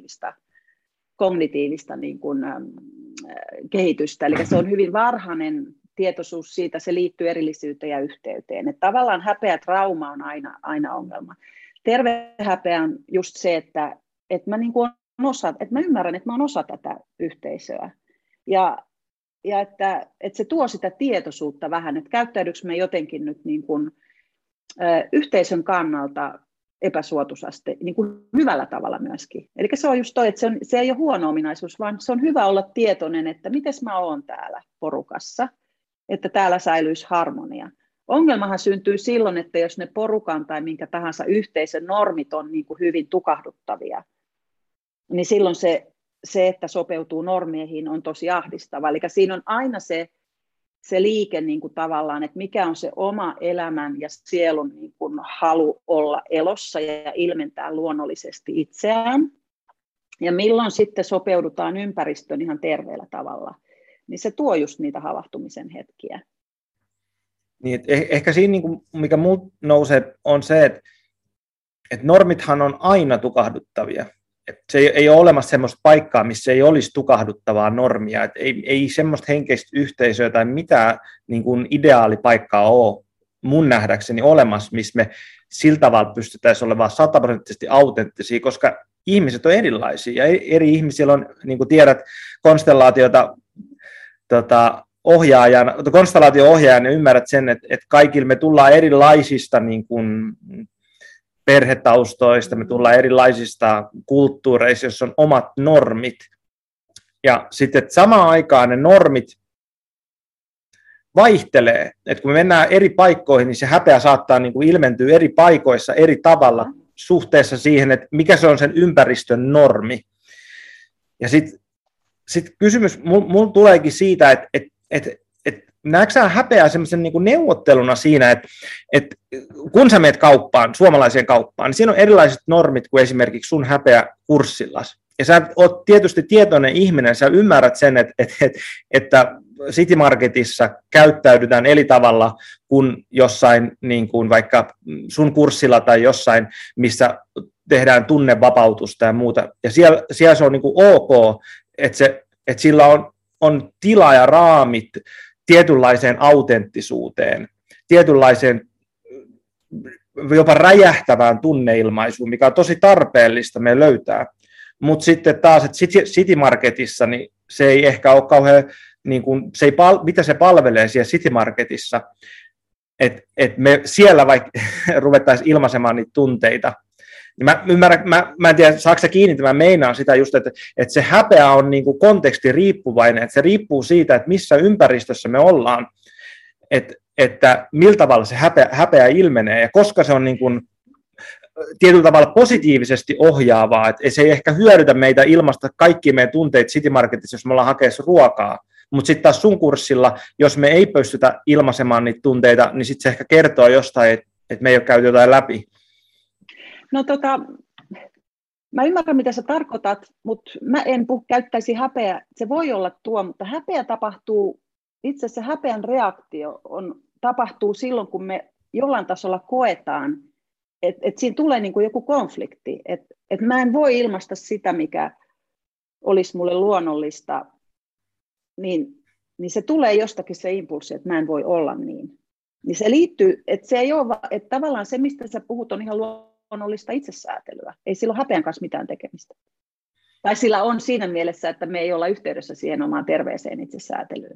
kognitiivista niin kun, kehitystä, eli se on hyvin varhainen tietoisuus siitä, se liittyy erillisyyteen ja yhteyteen, että tavallaan häpeätrauma on aina ongelma. Terve häpeä on just se, että mä, niin kun että mä ymmärrän, että mä oon osa tätä yhteisöä, ja että se tuo sitä tietoisuutta vähän, että käyttäydyykö me jotenkin nyt niin kuin, yhteisön kannalta epäsuotuisasti, niin kuin hyvällä tavalla myöskin. Eli se on just toi, että se ei ole huono ominaisuus, vaan se on hyvä olla tietoinen, että miten mä oon täällä porukassa, että täällä säilyisi harmonia. Ongelmahan syntyy silloin, että jos ne porukan tai minkä tahansa yhteisön normit on niin kuin hyvin tukahduttavia, niin silloin se, että sopeutuu normeihin, on tosi ahdistava. Eli siinä on aina se liike niin kuin tavallaan, että mikä on se oma elämän ja sielun niin kuin halu olla elossa ja ilmentää luonnollisesti itseään. Ja milloin sitten sopeudutaan ympäristöön ihan terveellä tavalla, niin se tuo just niitä havahtumisen hetkiä. Niin, ehkä siinä, niin kuin, mikä minulle nousee, on se, että normithan on aina tukahduttavia. Että se ei ole olemassa semmoista paikkaa, missä ei olisi tukahduttavaa normia. Että ei semmoista henkeistä yhteisöä tai mitään niin kuin ideaalipaikkaa ole mun nähdäkseni olemassa, missä me sillä tavalla pystyttäisiin olemaan 100% autenttisia, koska ihmiset on erilaisia. Ja eri ihmisillä on, niin kuin tiedät, konstellaatio-ohjaajana ymmärrät sen, että kaikille me tullaan erilaisista niin kuin perhetaustoista, me tullaan erilaisista kulttuureista, joissa on omat normit. Ja sitten samaan aikaan ne normit vaihtelee. Et kun me mennään eri paikkoihin, niin se häpeä saattaa niin kuin ilmentyä eri paikoissa eri tavalla suhteessa siihen, että mikä se on sen ympäristön normi. Ja sitten kysymys mulla tuleekin siitä, että näetkö sä häpeää semmoisen niin kuin neuvotteluna siinä, että kun sä meet kauppaan, suomalaiseen kauppaan, niin siinä on erilaiset normit kuin esimerkiksi sun häpeä kurssillas. Ja sä oot tietysti tietoinen ihminen, sä ymmärrät sen, että City Marketissa käyttäydytään eri tavalla kuin jossain niin kuin vaikka sun kurssilla tai jossain, missä tehdään tunnevapautusta ja muuta. Ja siellä se on niin kuin ok, että sillä on tila ja raamit tietynlaiseen autenttisuuteen, tietynlaiseen jopa räjähtävään tunneilmaisuun, mikä on tosi tarpeellista me löytää. Mutta sitten taas, että City Marketissa, niin se ei ehkä ole kauhean, niin kuin, mitä se palvelee siellä City Marketissa, että me siellä vaikka ruvettaisiin ilmaisemaan niitä tunteita. Mä en tiedä, saako sä kiinni, mä meinaan sitä just, että se häpeä on niin kuin kontekstiriippuvainen, että se riippuu siitä, että missä ympäristössä me ollaan, että millä tavalla se häpeä ilmenee, ja koska se on niin kuin tietyllä tavalla positiivisesti ohjaavaa, että se ei ehkä hyödytä meitä ilmaista kaikki meidän tunteita City Marketissa, jos me ollaan hakeessa ruokaa, mutta sitten taas sun kurssilla, jos me ei pystytä ilmaisemaan niitä tunteita, niin sitten se ehkä kertoo jostain, että me ei ole käyty jotain läpi. No mä ymmärrän, mitä sä tarkoitat, mutta mä en käyttäisi häpeä. Se voi olla tuo, mutta häpeä tapahtuu, itse asiassa häpeän reaktio tapahtuu silloin, kun me jollain tasolla koetaan, että siinä tulee niin kuin joku konflikti. Että mä en voi ilmaista sitä, mikä olisi mulle luonnollista, niin se tulee jostakin se impulssi, että mä en voi olla niin. Niin se liittyy, että se ei ole, että tavallaan se, mistä sä puhut, on ihan luonnollista itsesäätelyä. Ei sillä ole häpeän kanssa mitään tekemistä. Tai sillä on siinä mielessä, että me ei olla yhteydessä siihen omaan terveeseen itsesäätelyyn.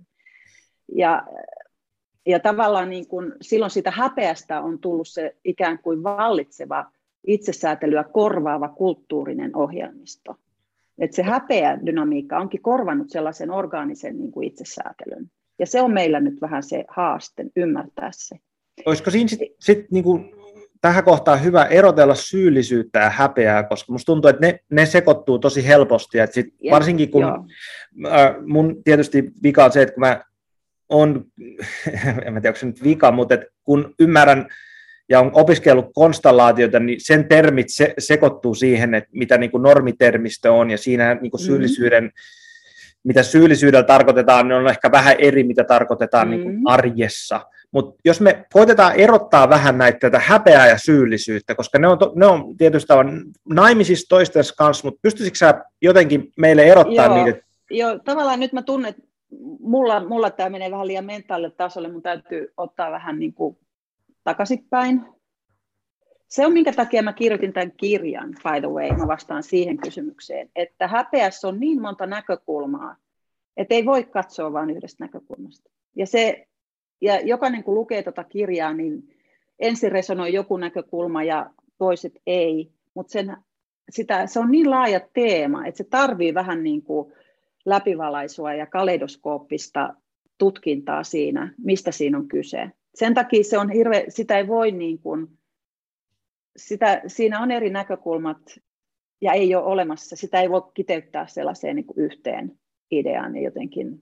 Ja tavallaan niin kun silloin siitä häpeästä on tullut se ikään kuin vallitseva itsesäätelyä korvaava kulttuurinen ohjelmisto. Että se häpeädynamiikka onkin korvannut sellaisen orgaanisen niin kuin itsesäätelyn. Ja se on meillä nyt vähän se haaste ymmärtää se. Olisiko siinä sitten niin kuin tähän kohtaan hyvä erotella syyllisyyttä ja häpeää, koska musta tuntuu, että ne sekoittuu tosi helposti. Että varsinkin kun mun tietysti vika on se, että kun mä on, en tiedä, onko se nyt vika, mutta kun ymmärrän ja on opiskellut konstellaatioita, niin sen termit sekoittuu siihen, että mitä niin kuin normitermistö on, ja siinä niin kuin mitä syyllisyydellä tarkoitetaan, niin on ehkä vähän eri, mitä tarkoitetaan niin kuin arjessa. Mutta jos me koitetaan erottaa vähän näitä tätä häpeää ja syyllisyyttä, koska ne on tietysti naimisissa toistensa kanssa, mutta pystyisikö sä jotenkin meille erottaa niitä? Joo, tavallaan nyt mä tunnen, että mulla tämä menee vähän liian mentaalille tasolle, mun täytyy ottaa vähän niin kuin takaisinpäin. Se on minkä takia mä kirjoitin tämän kirjan, by the way, mä vastaan siihen kysymykseen, että häpeässä on niin monta näkökulmaa, että ei voi katsoa vain yhdestä näkökulmasta. Ja jokainen kun lukee tuota kirjaa, niin ensin resonoi joku näkökulma ja toiset ei, mutta se on niin laaja teema, että se tarvii vähän niin kuin läpivalaisua ja kaleidoskooppista tutkintaa siinä, mistä siinä on kyse. Sen takia se on sitä ei voi niin kuin, siinä on eri näkökulmat ja ei ole olemassa, sitä ei voi kiteyttää sellaiseen niin kuin yhteen ideaan ja jotenkin.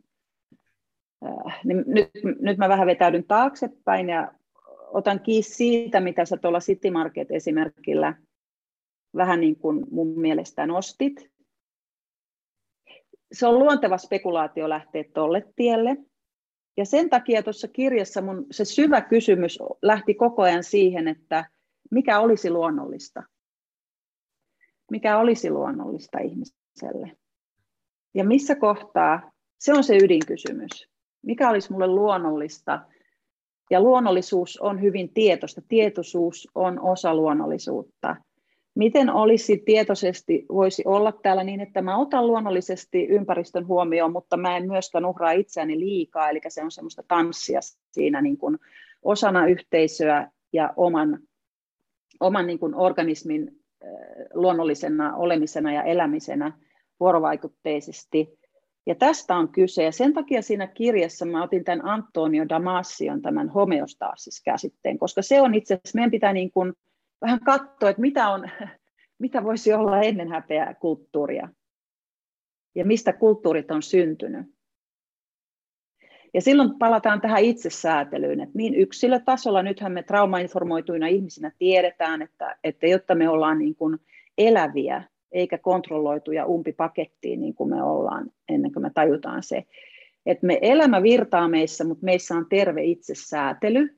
Nyt mä vähän vetäydyn taaksepäin ja otan kiinni siitä, mitä sä tuolla City Market-esimerkillä vähän niin kuin mun mielestä nostit. Se on luonteva spekulaatio lähteä tuolle tielle. Ja sen takia tuossa kirjassa se syvä kysymys lähti koko ajan siihen, että mikä olisi luonnollista? Mikä olisi luonnollista ihmiselle? Ja missä kohtaa, se on se ydinkysymys. Mikä olisi mulle luonnollista? Ja luonnollisuus on hyvin tietoista. Tietoisuus on osa luonnollisuutta. Miten olisi tietoisesti, voisi olla täällä niin, että mä otan luonnollisesti ympäristön huomioon, mutta mä en myöskään uhraa itseäni liikaa, eli se on semmoista tanssia siinä niin kuin osana yhteisöä ja oman niin kuin organismin luonnollisena olemisena ja elämisenä vuorovaikutteisesti. Ja tästä on kyse, ja sen takia siinä kirjassa mä otin tämän Antonio Damassion, tämän homeostaasiskäsitteen, koska se on itse asiassa, meidän pitää niin kuin vähän katsoa, että mitä voisi olla ennen häpeää kulttuuria, ja mistä kulttuurit on syntynyt. Ja silloin palataan tähän itsesäätelyyn, että niin yksilötasolla, nythän me traumainformoituina ihmisinä tiedetään, että jotta me ollaan niin kuin eläviä, eikä kontrolloituja umpipakettiin niin kuin me ollaan ennen kuin me tajutaan se. Että me elämä virtaa meissä, mutta meissä on terve itsesäätely,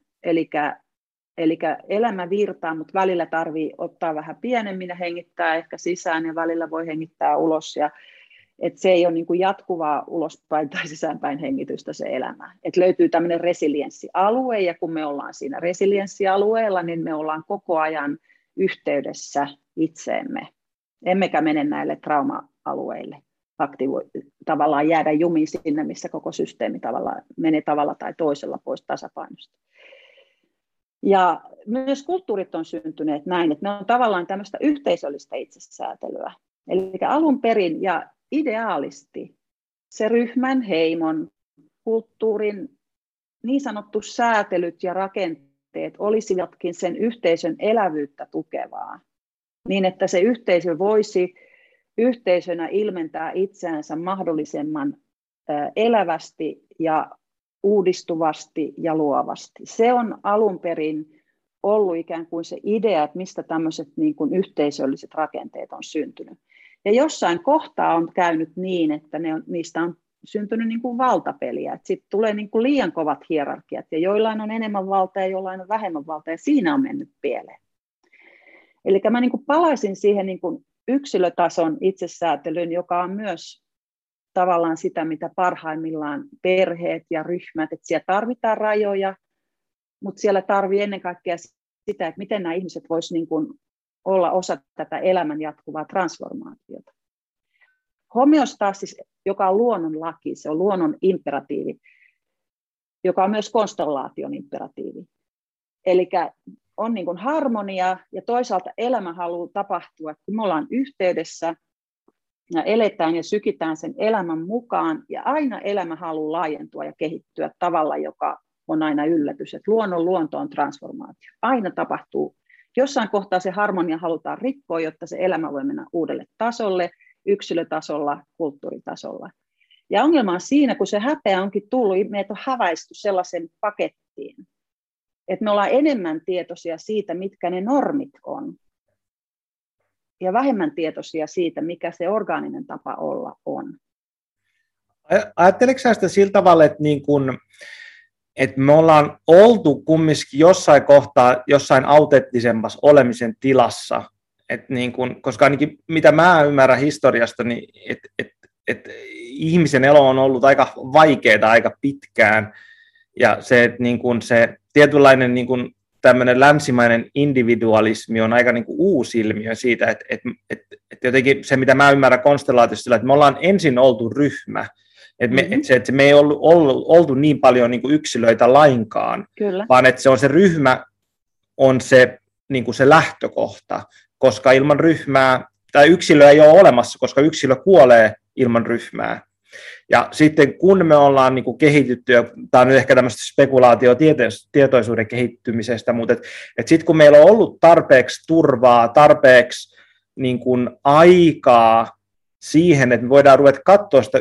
eli elämä virtaa, mutta välillä tarvii ottaa vähän pienemmin ja hengittää ehkä sisään ja välillä voi hengittää ulos. Että se ei ole niin kuin jatkuvaa ulospäin tai sisäänpäin hengitystä se elämä. Että löytyy tämmöinen resilienssialue ja kun me ollaan siinä resilienssialueella, niin me ollaan koko ajan yhteydessä itseemme. Emmekä mene näille trauma-alueille, tavallaan jäädä jumiin sinne, missä koko systeemi menee tavalla tai toisella pois tasapainosta. Ja myös kulttuurit on syntyneet näin, että ne on tavallaan tämmöistä yhteisöllistä itsesäätelyä. Eli alun perin ja ideaalisti se ryhmän, heimon, kulttuurin niin sanottu säätelyt ja rakenteet olisivatkin sen yhteisön elävyyttä tukevaa. Niin, että se yhteisö voisi yhteisönä ilmentää itseänsä mahdollisimman elävästi ja uudistuvasti ja luovasti. Se on alun perin ollut ikään kuin se idea, että mistä tämmöiset niin kuin yhteisölliset rakenteet on syntynyt. Ja jossain kohtaa on käynyt niin, että niistä on syntynyt niin kuin valtapeliä. Sitten tulee niin kuin liian kovat hierarkiat, ja joillain on enemmän valtaa ja joillain on vähemmän valtaa, ja siinä on mennyt pieleen. Eli mä niin kuin palaisin siihen niin kuin yksilötason itsesäätelyyn, joka on myös tavallaan sitä, mitä parhaimmillaan perheet ja ryhmät, että siellä tarvitaan rajoja, mutta siellä tarvii ennen kaikkea sitä, että miten nämä ihmiset voisivat niin kuin olla osa tätä elämän jatkuvaa transformaatiota. Homeostaasis, joka on luonnon laki, se on luonnon imperatiivi, joka on myös konstellaation imperatiivi. Eli on niin kuin harmonia ja toisaalta elämä haluaa tapahtua, kun me ollaan yhteydessä ja eletään ja sykitään sen elämän mukaan ja aina elämä haluaa laajentua ja kehittyä tavalla, joka on aina yllätys. Että luonto on transformaatio. Aina tapahtuu. Jossain kohtaa se harmonia halutaan rikkoa, jotta se elämä voi mennä uudelle tasolle, yksilötasolla, kulttuuritasolla. Ja ongelma on siinä, kun se häpeä onkin tullut, meitä on havaistu sellaisen pakettiin, että me ollaan enemmän tietoisia siitä, mitkä ne normit on, ja vähemmän tietoisia siitä, mikä se orgaaninen tapa olla on. Ajatteletko sitä sillä tavalla, että me ollaan oltu kumminkin jossain kohtaa, jossain autenttisemmassa olemisen tilassa, koska ainakin mitä mä ymmärrän historiasta, niin että ihmisen elo on ollut aika vaikeaa aika pitkään, ja se tietynlainen tämmöinen länsimainen individualismi on aika uusi ilmiö siitä, että jotenkin se, mitä mä ymmärrän konstellaatiosta, että me ollaan ensin oltu ryhmä, että me ei oltu niin paljon yksilöitä lainkaan, Kyllä. vaan että se ryhmä on se lähtökohta, koska ilman ryhmää, tai yksilöä ei ole olemassa, koska yksilö kuolee ilman ryhmää. Ja sitten kun me ollaan kehitytty, ja tämä on nyt ehkä tämmöistä spekulaatio tietoisuuden kehittymisestä, mutta sitten kun meillä on ollut tarpeeksi turvaa, tarpeeksi aikaa siihen, että me voidaan ruveta katsoa sitä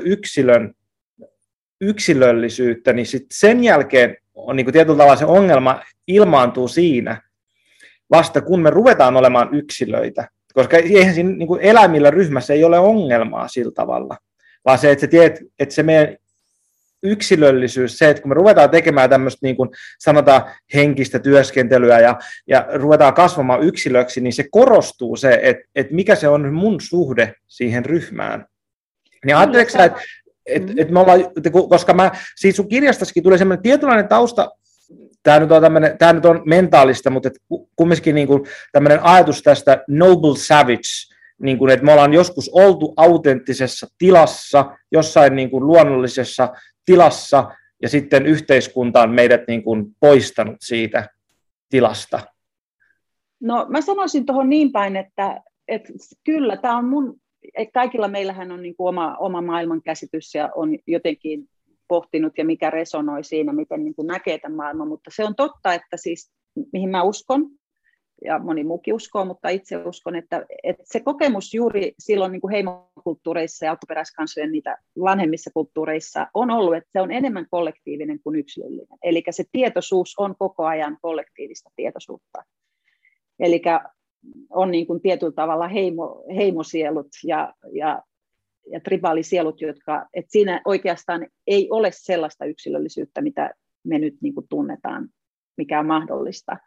yksilöllisyyttä, niin sitten sen jälkeen on tietyllä tavalla se ongelma ilmaantuu siinä, vasta kun me ruvetaan olemaan yksilöitä, koska eihän siinä eläimillä ryhmässä ei ole ongelmaa sillä tavalla, vaan se, että sä tiedät, että se meidän yksilöllisyys, se, että kun me ruvetaan tekemään tämmöistä sanotaan henkistä työskentelyä ja ruvetaan kasvamaan yksilöksi, niin se korostuu se, että mikä se on mun suhde siihen ryhmään. Niin ajatteletko sä, että me ollaan, koska siitä sun kirjastassakin tulee semmoinen tietynlainen tausta, tämä nyt on mentaalista, mutta kumminkin tämmöinen ajatus tästä noble savage, että me ollaan joskus oltu autenttisessa tilassa, jossain luonnollisessa tilassa, ja sitten yhteiskunta on meidät poistanut siitä tilasta. No mä sanoisin tuohon niin päin, että kyllä tämä on mun kaikilla meillähän on niin kuin oma maailmankäsitys ja on jotenkin pohtinut ja mikä resonoi siinä, miten niin kuin näkee tämän maailman, mutta se on totta, että siis mihin mä uskon, ja moni muukin uskoo, mutta itse uskon, että se kokemus juuri silloin niin kuin heimokulttuureissa ja alkuperäiskansojen niitä vanhemmissa kulttuureissa on ollut, että se on enemmän kollektiivinen kuin yksilöllinen. Eli se tietoisuus on koko ajan kollektiivista tietoisuutta. Eli on niin kuin tietyllä tavalla heimosielut ja tribalisielut, että siinä oikeastaan ei ole sellaista yksilöllisyyttä, mitä me nyt niin kuin tunnetaan, mikä on mahdollista.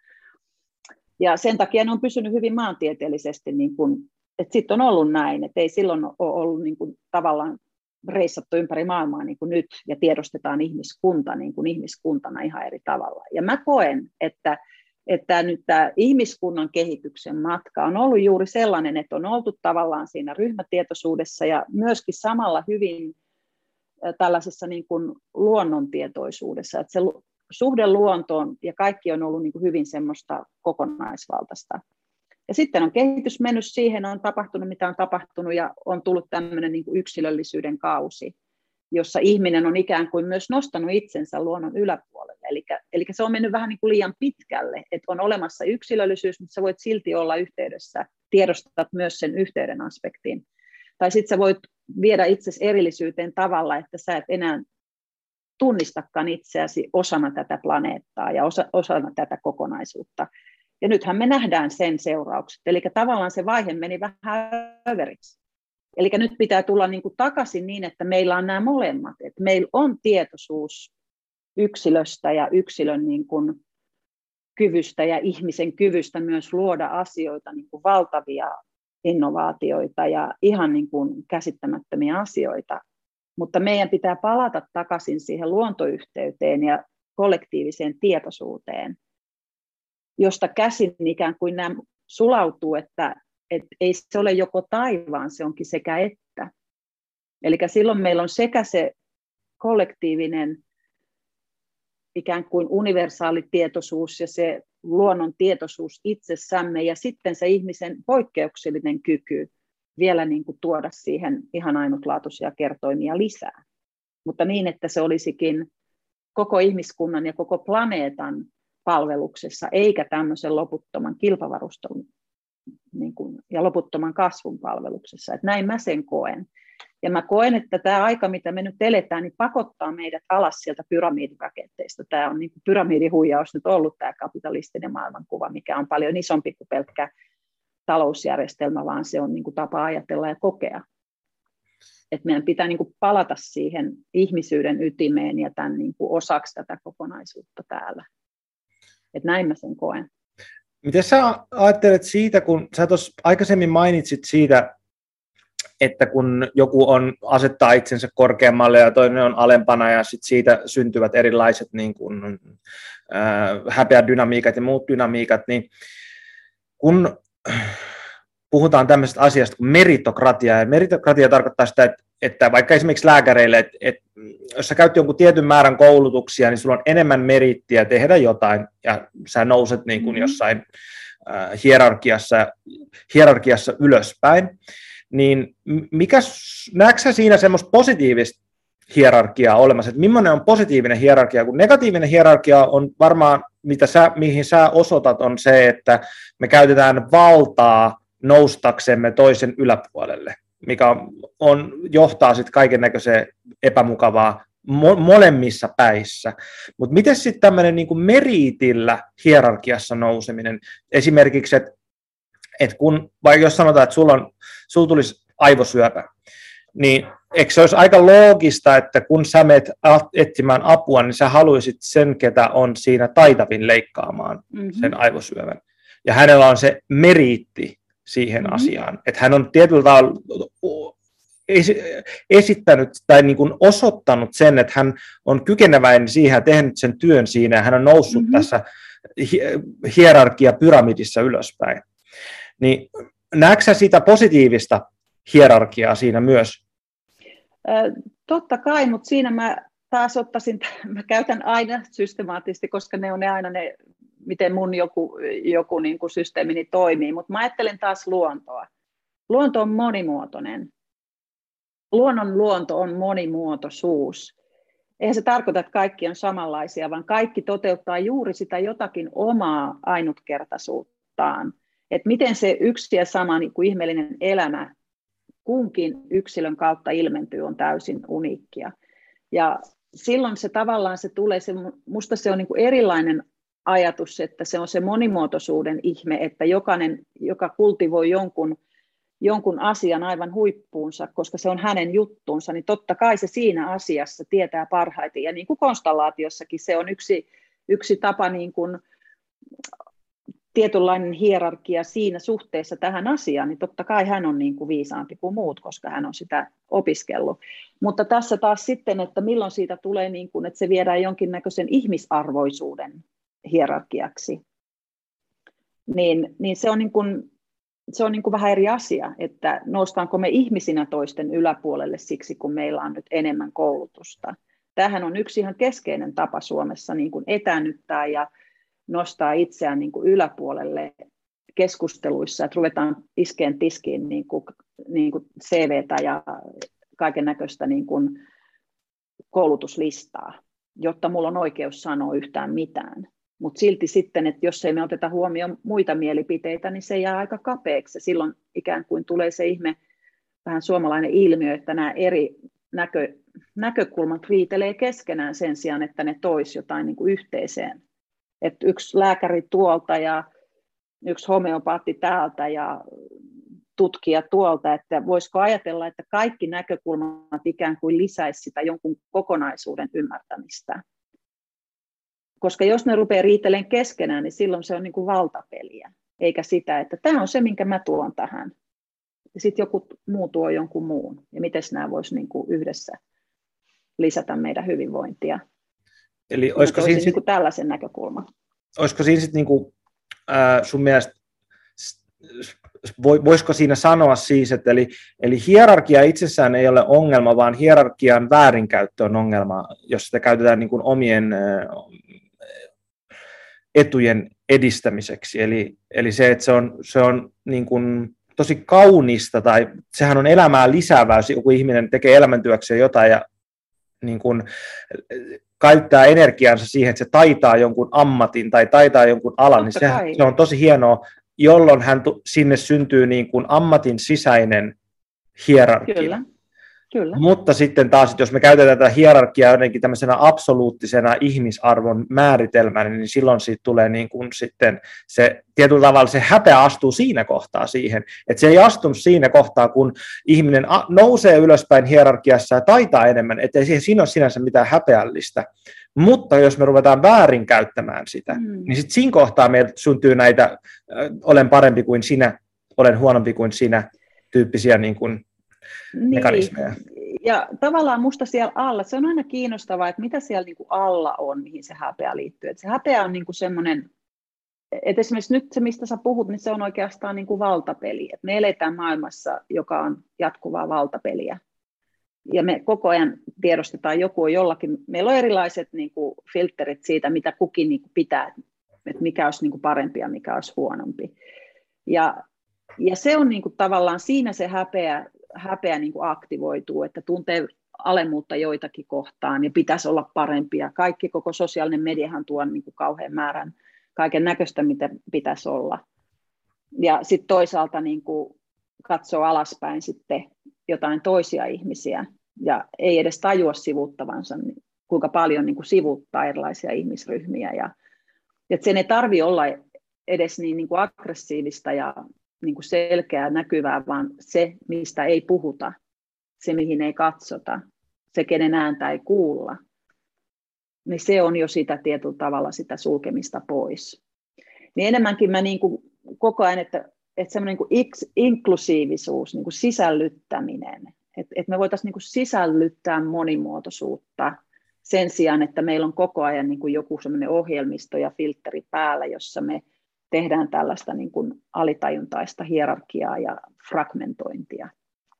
Ja sen takia ne on pysynyt hyvin maantieteellisesti, niin kuin, että sitten on ollut näin, että ei silloin ole ollut niin kuin, tavallaan reissattu ympäri maailmaa niin kuin nyt, ja tiedostetaan ihmiskunta niin kuin ihmiskuntana ihan eri tavalla. Ja mä koen, että nyt tämä ihmiskunnan kehityksen matka on ollut juuri sellainen, että on oltu tavallaan siinä ryhmätietoisuudessa ja myöskin samalla hyvin tällaisessa niin kuin luonnontietoisuudessa, että se suhde luontoon ja kaikki on ollut niin kuin hyvin semmoista kokonaisvaltaista. Ja sitten on kehitys mennyt siihen, on tapahtunut mitä on tapahtunut ja on tullut tämmöinen niin kuin yksilöllisyyden kausi, jossa ihminen on ikään kuin myös nostanut itsensä luonnon yläpuolelle. Eli se on mennyt vähän niin kuin liian pitkälle, että on olemassa yksilöllisyys, mutta sä voit silti olla yhteydessä, tiedostat myös sen yhteyden aspektiin. Tai sitten sä voit viedä itsesi erillisyyteen tavalla, että sä et enää tunnistakaan itseäsi osana tätä planeettaa ja osana tätä kokonaisuutta. Ja nythän me nähdään sen seuraukset. Eli tavallaan se vaihe meni vähän överiksi. Eli nyt pitää tulla niin kuin takaisin niin, että meillä on nämä molemmat. Että meillä on tietoisuus yksilöstä ja yksilön niin kuin kyvystä ja ihmisen kyvystä myös luoda asioita, niin kuin valtavia innovaatioita ja ihan niin kuin käsittämättömiä asioita. Mutta meidän pitää palata takaisin siihen luontoyhteyteen ja kollektiiviseen tietoisuuteen, josta käsin ikään kuin nämä sulautuu, että ei se ole joko tai, vaan se onkin sekä että. Eli silloin meillä on sekä se kollektiivinen ikään kuin universaali tietoisuus ja se luonnon tietoisuus itsessämme ja sitten se ihmisen poikkeuksellinen kyky vielä niin kuin tuoda siihen ihan ainutlaatuisia kertoimia lisää. Mutta niin, että se olisikin koko ihmiskunnan ja koko planeetan palveluksessa, eikä tämmöisen loputtoman kilpavarustelun niin kuin, ja loputtoman kasvun palveluksessa. Että näin mä sen koen. Ja mä koen, että tämä aika, mitä me nyt eletään, niin pakottaa meidät alas sieltä pyramidirakenteista. Tämä on niin kuin pyramidihuijaus nyt ollut tämä kapitalistinen maailmankuva, mikä on paljon isompi kuin pelkkä talousjärjestelmä, vaan se on niin kuin tapa ajatella ja kokea. Että meidän pitää niin kuin palata siihen ihmisyyden ytimeen ja tämän niin kuin osaksi tätä kokonaisuutta täällä. Että näin mä sen koen. Miten sä ajattelet siitä, kun sä tuossa aikaisemmin mainitsit siitä, että kun joku asettaa itsensä korkeammalle ja toinen on alempana ja sit siitä syntyvät erilaiset niin kuin, häpeädynamiikat ja muut dynamiikat, niin kun puhutaan tämmöisestä asiasta kuin meritokratia, ja meritokratia tarkoittaa sitä, että vaikka esimerkiksi lääkäreille, että jos sä käyt jonkun tietyn määrän koulutuksia, niin sulla on enemmän merittiä tehdä jotain, ja sä nouset niin kuin jossain hierarkiassa ylöspäin, niin näetkö sä siinä semmoista positiivista hierarkiaa olemassa, että millainen on positiivinen hierarkia, kun negatiivinen hierarkia on varmaan, mihin sä osoitat, on se, että me käytetään valtaa noustaksemme toisen yläpuolelle, mikä johtaa sitten kaikennäköiseen epämukavaa molemmissa päissä. Mutta miten sitten tämmöinen niinku meritillä hierarkiassa nouseminen, esimerkiksi, että kun, vai jos sanotaan, että sulla tulisi aivosyöpä, niin eikö se olisi aika loogista, että kun sä menet etsimään apua, niin sä haluaisit sen, ketä on siinä taitavin leikkaamaan sen aivosyövän. Ja hänellä on se meriitti siihen asiaan, että hän on tietyllä tavalla esittänyt tai niin kuin osoittanut sen, että hän on kykeneväinen siihen ja tehnyt sen työn siinä, ja hän on noussut tässä hierarkia-pyramidissa ylöspäin. Niin näetkö sä sitä positiivista hierarkiaa siinä myös? Totta kai, mutta siinä mä taas mä käytän aina systemaattisesti, koska ne on aina ne, miten mun joku niin kuin systeemini toimii, mutta mä ajattelen taas luontoa. Luonto on monimuotoinen. Luonnon luonto on monimuotoisuus. Eihän se tarkoita, että kaikki on samanlaisia, vaan kaikki toteuttaa juuri sitä jotakin omaa ainutkertaisuuttaan. Että miten se yksi ja sama niin kuin ihmeellinen elämä kunkin yksilön kautta ilmentyy, on täysin uniikkia. Ja silloin se tavallaan se tulee, musta se on niin kuin erilainen ajatus, että se on se monimuotoisuuden ihme, että jokainen, joka kultivoi jonkun asian aivan huippuunsa, koska se on hänen juttuunsa, niin totta kai se siinä asiassa tietää parhaiten. Ja niin kuin konstellaatiossakin se on yksi tapa, niin kuin tietynlainen hierarkia siinä suhteessa tähän asiaan, niin totta kai hän on niin kuin viisaampi kuin muut, koska hän on sitä opiskellut. Mutta tässä taas sitten, että milloin siitä tulee, niin kuin, että se viedään jonkinnäköisen ihmisarvoisuuden hierarkiaksi, niin se on niin kuin vähän eri asia, että noustaanko me ihmisinä toisten yläpuolelle siksi, kun meillä on nyt enemmän koulutusta. Tämähän on yksi ihan keskeinen tapa Suomessa niin kuin etäännyttää ja nostaa itseään niin kuin yläpuolelle keskusteluissa, että ruvetaan iskeen tiskiin niin kuin CVtä ja kaiken näköistä niin kuin koulutuslistaa, jotta mulla on oikeus sanoa yhtään mitään. Mutta silti sitten, että jos ei me oteta huomioon muita mielipiteitä, niin se jää aika kapeaksi. Ja silloin ikään kuin tulee se ihme, vähän suomalainen ilmiö, että nämä eri näkökulmat riitelee keskenään sen sijaan, että ne tois jotain niin kuin yhteiseen. Että yksi lääkäri tuolta ja yksi homeopaatti täältä ja tutkija tuolta, että voisiko ajatella, että kaikki näkökulmat ikään kuin lisäisi sitä jonkun kokonaisuuden ymmärtämistä. Koska jos ne rupeaa riitelemään keskenään, niin silloin se on niin kuin valtapeliä, eikä sitä, että tämä on se, minkä mä tuon tähän. Ja sitten joku muu tuo jonkun muun. Ja miten nämä voisi niin kuin yhdessä lisätä meidän hyvinvointia. Eli olisiko siinä niin kuin tällaisen näkökulman. Olisiko siinä sitten niin sun mielestä, voisiko siinä sanoa siis, että eli hierarkia itsessään ei ole ongelma, vaan hierarkian väärinkäyttö on ongelma, jos sitä käytetään niin kuin omien etujen edistämiseksi. Eli se, että se on niin kuin tosi kaunista, tai sehän on elämää lisäävää, jos joku ihminen tekee elämäntyökseen jotain ja niin kuin käyttää energiansa siihen, että se taitaa jonkun ammatin tai taitaa jonkun alan, niin se on tosi hienoa, jolloin sinne syntyy niin kuin ammatin sisäinen hierarkia. Kyllä. Mutta sitten taas, jos me käytetään tätä hierarkiaa jotenkin tämmöisenä absoluuttisena ihmisarvon määritelmänä, niin silloin siitä tulee niin kuin sitten se tietyllä tavalla se häpeä astuu siinä kohtaa siihen, että se ei astunut siinä kohtaa, kun ihminen nousee ylöspäin hierarkiassa ja taitaa enemmän, ettei siinä ole sinänsä mitään häpeällistä. Mutta jos me ruvetaan väärin käyttämään sitä, niin sitten siinä kohtaa meillä syntyy näitä olen parempi kuin sinä, olen huonompi kuin sinä tyyppisiä niin kuin mekanismeja. Ja tavallaan musta siellä alla, se on aina kiinnostavaa, että mitä siellä niin kuin alla on, mihin se häpeä liittyy. Että se häpeä on niin kuin semmoinen, että esimerkiksi nyt se, mistä sä puhut, niin se on oikeastaan niin kuin valtapeli. Että me eletään maailmassa, joka on jatkuvaa valtapeliä. Ja me koko ajan tiedostetaan, joku on jollakin, meillä on erilaiset niin kuin filterit siitä, mitä kukin niin kuin pitää, että mikä olisi niin kuin parempi ja mikä olisi huonompi. Ja se on niin kuin tavallaan siinä se häpeä niin kuin aktivoituu, että tuntee alemmuutta joitakin kohtaan ja pitäisi olla parempia. Kaikki koko sosiaalinen mediahan tuo niin kuin kauhean määrän kaiken näköistä, mitä pitäisi olla. Ja sitten toisaalta niin kuin katsoo alaspäin sitten jotain toisia ihmisiä ja ei edes tajua sivuuttavansa, niin kuinka paljon niin kuin sivuuttaa erilaisia ihmisryhmiä. Ja että sen ei tarvitse olla edes niin kuin aggressiivista ja niin kuin selkeää näkyvää, vaan se, mistä ei puhuta, se, mihin ei katsota, se, kenen ääntä ei kuulla, niin se on jo sitä tietyllä tavalla sitä sulkemista pois. Niin enemmänkin mä niin kuin koko ajan, että semmoinen niin kuin inklusiivisuus, niin kuin sisällyttäminen, että me voitaisiin niin kuin sisällyttää monimuotoisuutta sen sijaan, että meillä on koko ajan niin kuin joku semmoinen ohjelmisto ja filtteri päällä, jossa me tehdään tällaista niin kuin alitajuntaista hierarkiaa ja fragmentointia.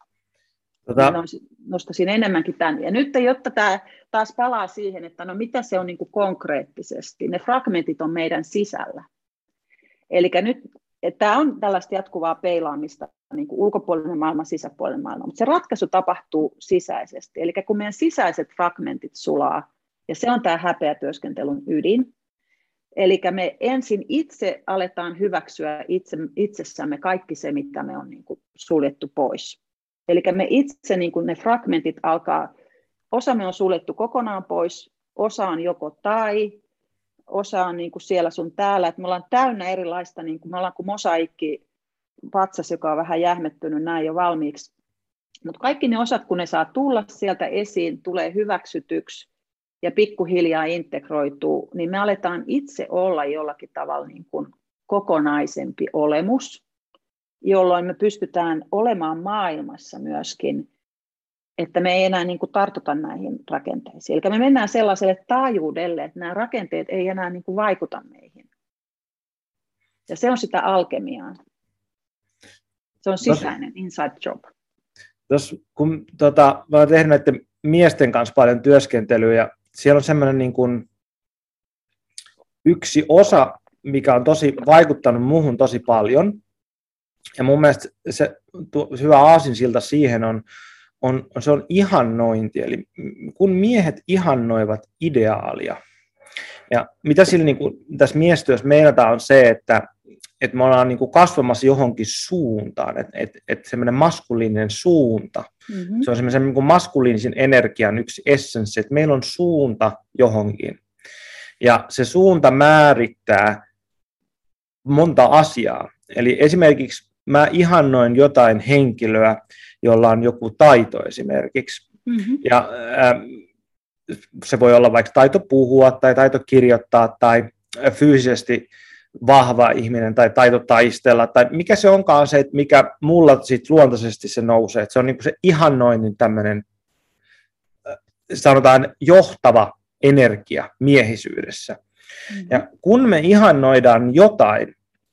Nostaisin enemmänkin tämän. Ja nyt, jotta tämä taas palaa siihen, että no mitä se on niin kuin konkreettisesti, ne fragmentit on meidän sisällä. Eli nyt tämä on tällaista jatkuvaa peilaamista, niin kuin ulkopuolinen maailma, sisäpuolinen maailma, mutta se ratkaisu tapahtuu sisäisesti. Eli kun meidän sisäiset fragmentit sulaa, ja se on tämä häpeätyöskentelyn ydin, eli me ensin itse aletaan hyväksyä itsessämme kaikki se, mitä me on niin kuin suljettu pois. Eli me itse, niin kuin ne fragmentit alkaa, osa me on suljettu kokonaan pois, osa on joko tai, osa on niin kuin siellä sun täällä, että me ollaan täynnä erilaista, niin kuin me ollaan kuin mosaikki patsas, joka on vähän jähmettynyt näin jo valmiiksi. Mutta kaikki ne osat, kun ne saa tulla sieltä esiin, tulee hyväksytyksi ja pikkuhiljaa integroituu, niin me aletaan itse olla jollakin tavalla niin kuin kokonaisempi olemus, jolloin me pystytään olemaan maailmassa myöskin, että me ei enää niin kuin tartuta näihin rakenteisiin. Eli me mennään sellaiselle taajuudelle, että nämä rakenteet ei enää niin kuin vaikuta meihin. Ja se on sitä alkemiaa. Se on sisäinen inside job. Kun mä olen tehnyt näiden miesten kanssa paljon työskentelyä, ja siellä on semmoinen niin kuin yksi osa, mikä on tosi vaikuttanut muuhun tosi paljon. Ja mun mielestä se hyvä aasinsilta siihen se on ihannointi. Eli kun miehet ihannoivat ideaalia, ja mitä sillä niin kuin tässä miestyössä meinataan on se, että me ollaan niin kuin kasvamassa johonkin suuntaan, että semmoinen maskuliininen suunta, se on semmoisen niin kuin maskuliinisen energian yksi essenssi, että meillä on suunta johonkin. Ja se suunta määrittää monta asiaa. Eli esimerkiksi mä ihannoin jotain henkilöä, jolla on joku taito esimerkiksi. Ja se voi olla vaikka taito puhua tai taito kirjoittaa tai fyysisesti vahva ihminen tai taito taistella, tai mikä se onkaan se, että mikä mulla sit luontaisesti se nousee, että se on niinku se ihannoinnin tämmöinen, sanotaan, johtava energia miehisyydessä. Ja kun me ihannoidaan jotain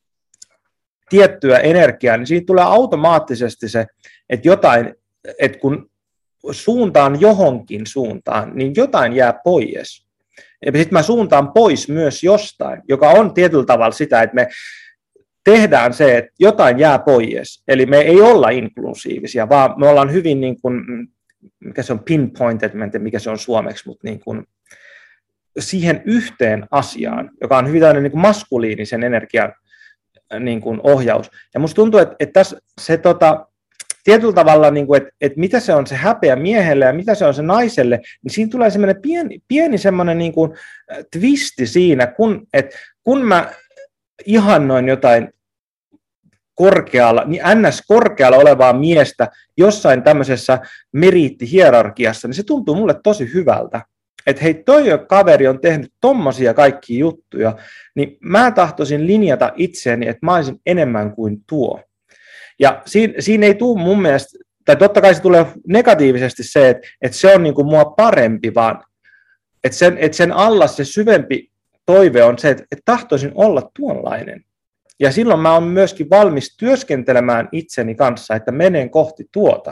tiettyä energiaa, niin siitä tulee automaattisesti se, että jotain, että kun suuntaan johonkin suuntaan, niin jotain jää pois. Ja sitten mä suuntaan pois myös jostain, joka on tietyllä tavalla sitä, että me tehdään se, että jotain jää pois. Eli me ei olla inklusiivisia, vaan me ollaan hyvin niin kuin, mikä se on pinpointed, mä en tiedä mikä se on suomeksi, mutta niin kuin siihen yhteen asiaan, joka on hyvin tämmöinen niin kuin maskuliinisen energian niin kuin ohjaus. Ja musta tuntuu, että tässä se tietyllä tavalla, niin kuin, että mitä se on se häpeä miehelle ja mitä se on se naiselle, niin siinä tulee semmoinen pieni semmoinen niin kuin twisti siinä, kun mä ihannoin jotain korkealla, niin NS-korkealla olevaa miestä jossain tämmöisessä meriittihierarkiassa, niin se tuntuu mulle tosi hyvältä. Että hei, toi kaveri on tehnyt tommosia kaikkia juttuja, niin mä tahtoisin linjata itseäni, että mä olisin enemmän kuin tuo. Ja siinä ei tule mun mielestä, tai totta kai se tulee negatiivisesti se, että se on niin kuin mua parempi, vaan että sen alla se syvempi toive on se, että tahtoisin olla tuonlainen. Ja silloin mä oon myöskin valmis työskentelemään itseni kanssa, että menen kohti tuota.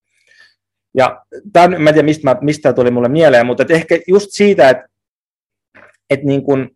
Ja tämän, mä en tiedä, mistä tuli mulle mieleen, mutta ehkä just siitä, että niin kun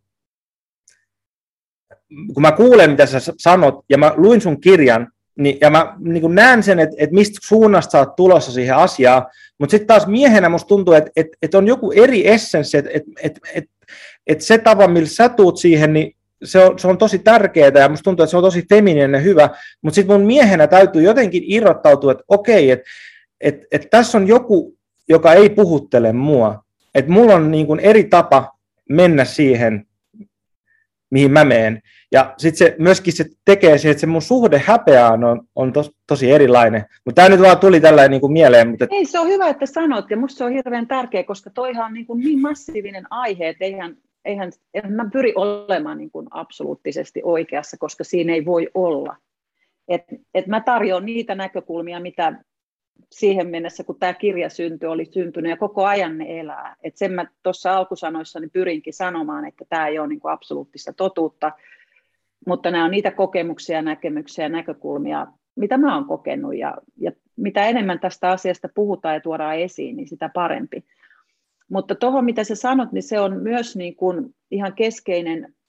mä kuulen, mitä sä sanot, ja mä luin sun kirjan, niin, ja mä niin kun näen sen, että mistä suunnasta sä oot tulossa siihen asiaan, mutta sitten taas miehenä musta tuntuu, että on joku eri essenssi, että se tapa, millä sä tuut siihen, niin se on tosi tärkeää, ja musta tuntuu, että se on tosi femininen ja hyvä, mutta sitten mun miehenä täytyy jotenkin irrottautua, että okei, että tässä on joku, joka ei puhuttele mua. Että mulla on niin kuin eri tapa mennä siihen, mihin mä menen. Ja sitten se myöskin se tekee se, että se mun suhde häpeään on tosi erilainen. Mutta tämä nyt vaan tuli tällainen niin kuin mieleen. Mutta ei, se on hyvä, että sanot, ja musta se on hirveän tärkeä, koska toihan on niin massiivinen aihe, että eihän mä pyri olemaan niin kuin absoluuttisesti oikeassa, koska siinä ei voi olla. Et mä tarjoan niitä näkökulmia, mitä siihen mennessä, kun tämä kirja syntyi, oli syntynyt ja koko ajan ne elää. Et sen mä tuossa alkusanoissani pyrinkin sanomaan, että tämä ei ole niin kuin absoluuttista totuutta, mutta nämä on niitä kokemuksia, näkemyksiä ja näkökulmia, mitä mä oon kokenut. Ja mitä enemmän tästä asiasta puhutaan ja tuodaan esiin, niin sitä parempi. Mutta tuohon, mitä sä sanot, niin se on myös niin kuin ihan keskeinen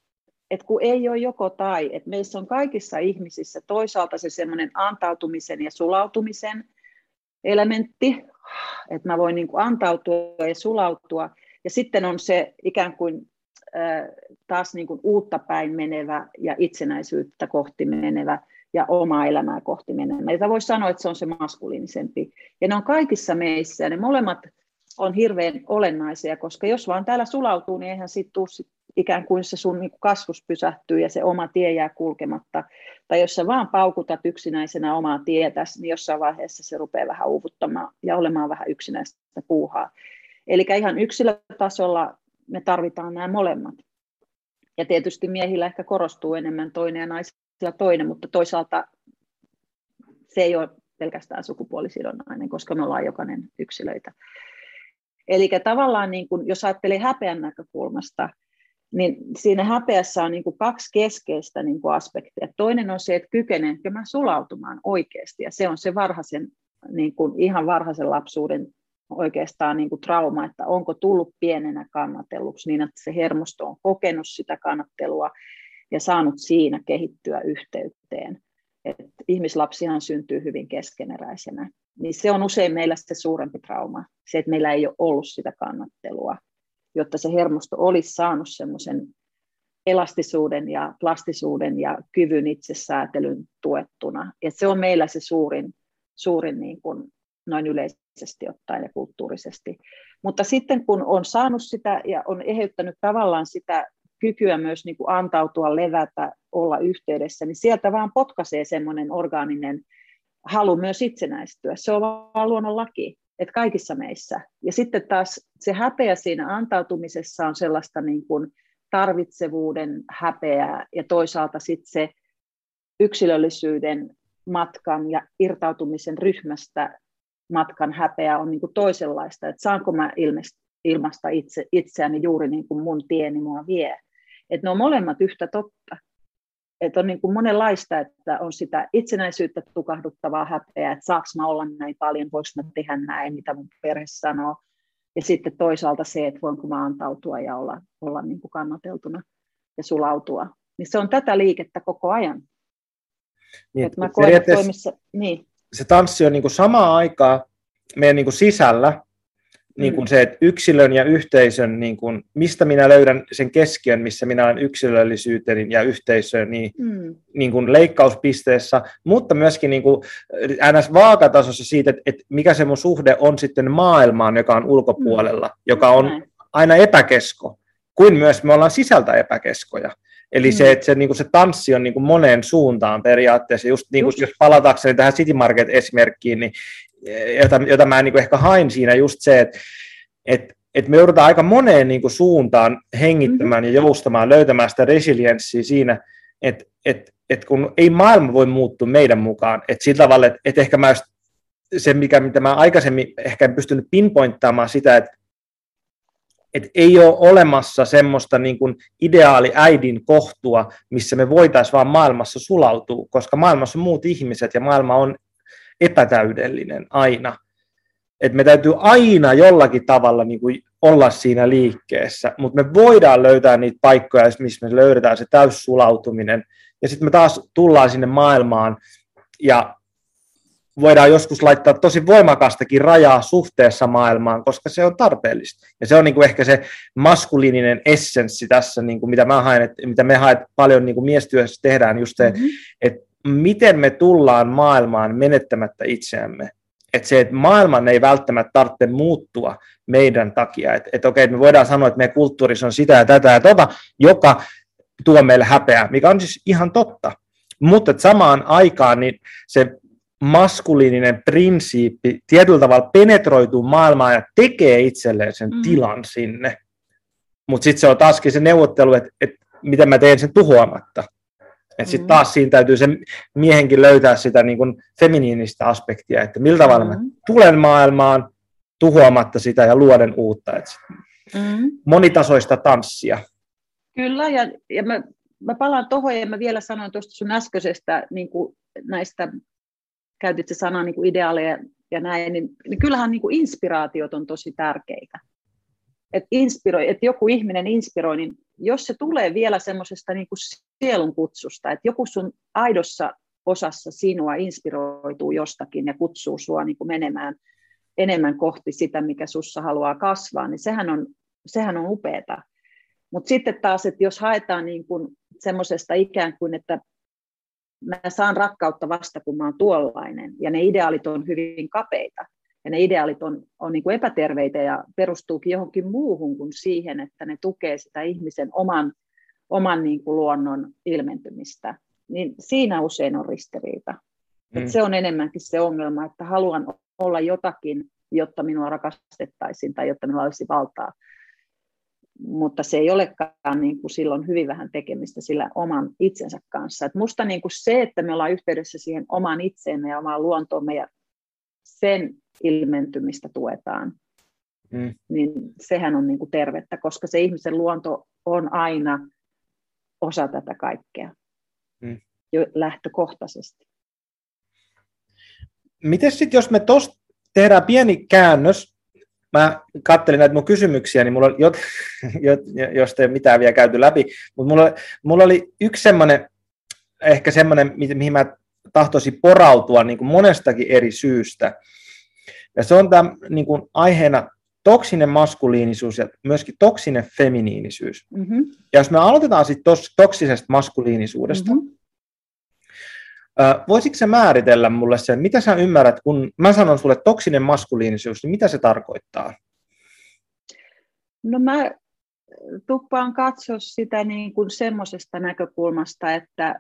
että kun ei ole joko tai, että meissä on kaikissa ihmisissä toisaalta se semmoinen antautumisen ja sulautumisen elementti, että mä voin niin kuin antautua ja sulautua, ja sitten on se ikään kuin taas niin kuin uutta päin menevä ja itsenäisyyttä kohti menevä ja omaa elämää kohti menevä. Ja voisi sanoa, että se on se maskuliinisempi. Ja ne on kaikissa meissä, ja ne molemmat on hirveän olennaisia, koska jos vaan täällä sulautuu, niin eihän siitä tule ikään kuin se sun kasvus pysähtyy ja se oma tie jää kulkematta. Tai jos sä vaan paukutat yksinäisenä omaa tietäsi, niin jossain vaiheessa se rupeaa vähän uuvuttamaan ja olemaan vähän yksinäistä puuhaa. Eli ihan yksilötasolla me tarvitaan nämä molemmat. Ja tietysti miehillä ehkä korostuu enemmän toinen ja naisilla toinen, mutta toisaalta se ei ole pelkästään sukupuolisidonnainen, koska me ollaan jokainen yksilöitä. Eli tavallaan niin kun, jos ajattelee häpeän näkökulmasta, niin siinä häpeässä on niin kuin kaksi keskeistä niin kuin aspektia. Toinen on se, että kykenenkö mä sulautumaan oikeasti, ja se on se varhaisen, niin kuin ihan varhaisen lapsuuden oikeastaan niin kuin trauma, että onko tullut pienenä kannatelluksi niin, että se hermosto on kokenut sitä kannattelua ja saanut siinä kehittyä yhteyteen. Et ihmislapsihan syntyy hyvin keskeneräisenä, niin se on usein meillä se suurempi trauma, se, että meillä ei ole ollut sitä kannattelua, jotta se hermosto olisi saanut semmoisen elastisuuden ja plastisuuden ja kyvyn itsesäätelyn tuettuna. Ja se on meillä se suurin niin kuin noin yleisesti ottaen ja kulttuurisesti. Mutta sitten kun on saanut sitä ja on eheyttänyt tavallaan sitä kykyä myös niin kuin antautua, levätä, olla yhteydessä, niin sieltä vaan potkaisee semmoinen orgaaninen halu myös itsenäistyä. Se on vaan luonnonlaki, että kaikissa meissä. Ja sitten taas se häpeä siinä antautumisessa on sellaista niin kuin tarvitsevuuden häpeää ja toisaalta sitten se yksilöllisyyden matkan ja irtautumisen ryhmästä matkan häpeä on niin kuin toisenlaista, että saanko mä ilmaista itseäni juuri niin kuin mun tieni mua vie. Että ne on molemmat yhtä totta. Että on niin kuin monenlaista, että on sitä itsenäisyyttä tukahduttavaa häpeää, että saanko mä olla näin paljon, voiko mä tehdä näin, mitä mun perhe sanoo. Ja sitten toisaalta se, että voinko mä antautua ja olla niin kuin kannateltuna ja sulautua. Niin se on tätä liikettä koko ajan. Niin, että mä koen, että niin. Se tanssi on niin kuin samaan aikaan meidän niin kuin sisällä, niin kuin se, että yksilön ja yhteisön, niin kuin, mistä minä löydän sen keskiön, missä minä olen yksilöllisyyteni ja yhteisön niin kuin leikkauspisteessä, mutta myöskin niin kuin NS-vaakatasossa siitä, että mikä se mun suhde on sitten maailmaan, joka on ulkopuolella, joka on aina epäkesko, kuin myös me ollaan sisältä epäkeskoja. Eli se, että se, niin kuin se tanssi on niin kuin moneen suuntaan periaatteessa, just, niin kuin, jos palatakseni tähän City Market-esimerkkiin, niin, jota mä niin kuin ehkä hain siinä just se, että me joudutaan aika moneen niin kuin suuntaan hengittämään ja joustamaan, löytämään sitä resilienssiä siinä, että kun ei maailma voi muuttua meidän mukaan, että sillä tavalla, että ehkä mä se, mitä mä aikaisemmin ehkä en pystynyt pinpointtaamaan sitä, että ei ole olemassa semmoista niin kuin ideaali äidin kohtua, missä me voitaisiin vaan maailmassa sulautua, koska maailmassa on muut ihmiset ja maailma on epätäydellinen aina. Et me täytyy aina jollakin tavalla niin kuin olla siinä liikkeessä, mutta me voidaan löytää niitä paikkoja, missä me löydetään se täyssulautuminen, ja sitten me taas tullaan sinne maailmaan, ja voidaan joskus laittaa tosi voimakastakin rajaa suhteessa maailmaan, koska se on tarpeellista. Ja se on niin kuin ehkä se maskuliininen essenssi tässä, niin kuin mitä mä haen, mitä me haet paljon niin kuin miestyössä tehdään, just se, että miten me tullaan maailmaan menettämättä itseämme. Että se, että maailman ei välttämättä tarvitse muuttua meidän takia. Että okei, me voidaan sanoa, että meidän kulttuurissa on sitä ja tätä ja tota, joka tuo meille häpeää, mikä on siis ihan totta. Mutta samaan aikaan niin se maskuliininen prinsiippi tietyllä tavalla penetroituu maailmaan ja tekee itselleen sen tilan sinne. Mutta sitten se on taaskin se neuvottelu, että miten mä teen sen tuhoamatta. Että sitten taas siinä täytyy sen miehenkin löytää sitä niin kuin feminiinistä aspektia, että millä tavalla mä tulen maailmaan tuhoamatta sitä ja luoden uutta. Monitasoista tanssia. Kyllä, ja mä palaan tuohon ja mä vielä sanoin tuosta sun äskeisestä niin kuin näistä, käytit se sanaa niin kuin ideaaleja ja näin, niin kyllähän niin kuin inspiraatiot on tosi tärkeitä. Että joku ihminen inspiroi, niin jos se tulee vielä semmoisesta niin kuin sielun kutsusta, että joku sun aidossa osassa sinua inspiroituu jostakin ja kutsuu sua niin kuin menemään enemmän kohti sitä, mikä sussa haluaa kasvaa, niin sehän on upeata. Mutta sitten taas, että jos haetaan niin kuin semmoisesta ikään kuin, että mä saan rakkautta vasta, kun mä oon tuollainen, ja ne ideaalit on hyvin kapeita, ja ne ideaalit on niin kuin epäterveitä ja perustuukin johonkin muuhun kuin siihen, että ne tukee sitä ihmisen oman niin kuin luonnon ilmentymistä, niin siinä usein on ristiriita. Et se on enemmänkin se ongelma, että haluan olla jotakin, jotta minua rakastettaisiin tai jotta minulla olisi valtaa. Mutta se ei olekaan niin kuin silloin hyvin vähän tekemistä sillä oman itsensä kanssa. Et musta niin kuin se, että me ollaan yhteydessä siihen omaan itseemme ja omaan luontoomme ja sen ilmentymistä tuetaan, niin sehän on niin kuin tervettä, koska se ihmisen luonto on aina osa tätä kaikkea jo lähtökohtaisesti. Miten sitten, jos me tuosta tehdään pieni käännös, mä katselin näitä mun kysymyksiä, niin mulla oli, jos ei mitään vielä käyty läpi, mutta mulla oli yksi semmoinen, ehkä semmoinen, mihin mä tahtoisin porautua niin kuin monestakin eri syystä. Ja se on tämä niin kuin aiheena toksinen maskuliinisuus ja myöskin toksinen feminiinisyys. Mm-hmm. Ja jos me aloitetaan sitten toksisesta maskuliinisuudesta, voisitko sä määritellä mulle sen, mitä sä ymmärrät, kun mä sanon sulle toksinen maskuliinisuus, niin mitä se tarkoittaa? No mä tuppaan katsoa sitä niin kuin semmoisesta näkökulmasta, että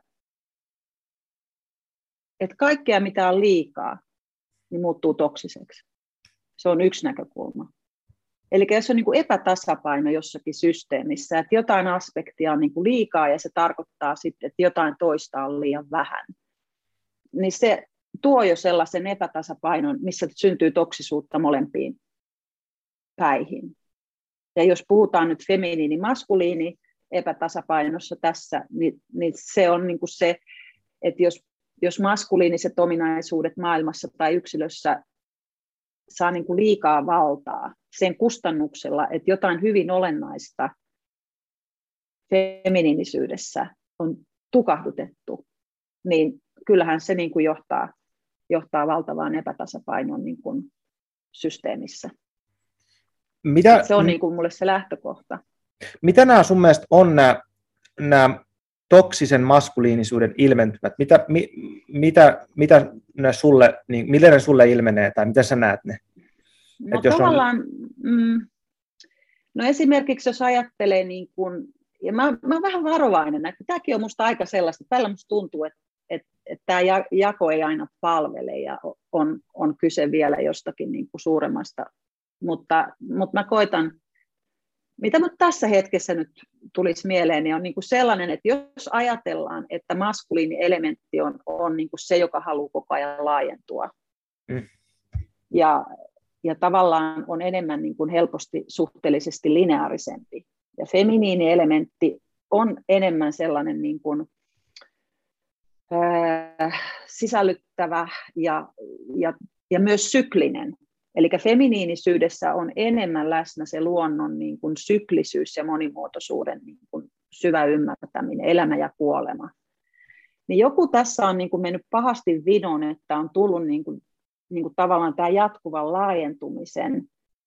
kaikkea mitä on liikaa, niin muuttuu toksiseksi. Se on yksi näkökulma. Eli jos on niin kuin epätasapaino jossakin systeemissä, että jotain aspektia on niin kuin liikaa ja se tarkoittaa sitten, että jotain toista on liian vähän, niin se tuo jo sellaisen epätasapainon, missä syntyy toksisuutta molempiin päihin. Ja jos puhutaan nyt feminiini-maskuliini epätasapainossa tässä, niin se on niin kuin se, että jos maskuliiniset ominaisuudet maailmassa tai yksilössä saa niin kuin liikaa valtaa sen kustannuksella, että jotain hyvin olennaista feminiinisyydessä on tukahdutettu, niin kyllähän se niin kuin johtaa valtavaan epätasapainoon niin kuin systeemissä. Se on niin kuin mulle se lähtökohta. Mitä nämä sun mielestä on nämä toksisen maskuliinisuuden ilmentymät? Mitä ne sulle, niin miten ne sulle ilmenee tai mitä sä näet ne? No tavallaan, no esimerkiksi jos ajattelee, niin kuin, ja mä oon vähän varovainen, että tämäkin on musta aika sellaista, että välillä musta tuntuu, että tämä jako ei aina palvele ja on kyse vielä jostakin niin kuin suuremmasta, mutta mä koitan, mitä mut tässä hetkessä nyt tulisi mieleen, niin on niin kuin sellainen, että jos ajatellaan, että maskuliini-elementti on niin kuin se, joka haluaa koko ajan laajentua, ja tavallaan on enemmän niin kuin helposti suhteellisesti lineaarisempi, ja feminiini-elementti on enemmän sellainen niin kuin sisällyttävä ja myös syklinen. Eli feminiinisyydessä on enemmän läsnä se luonnon niin kuin syklisyys ja monimuotoisuuden niin kuin syvä ymmärtäminen, elämä ja kuolema. Niin joku tässä on niin kuin mennyt pahasti vinoon, että on tullut niin kuin tavallaan tämä jatkuvan laajentumisen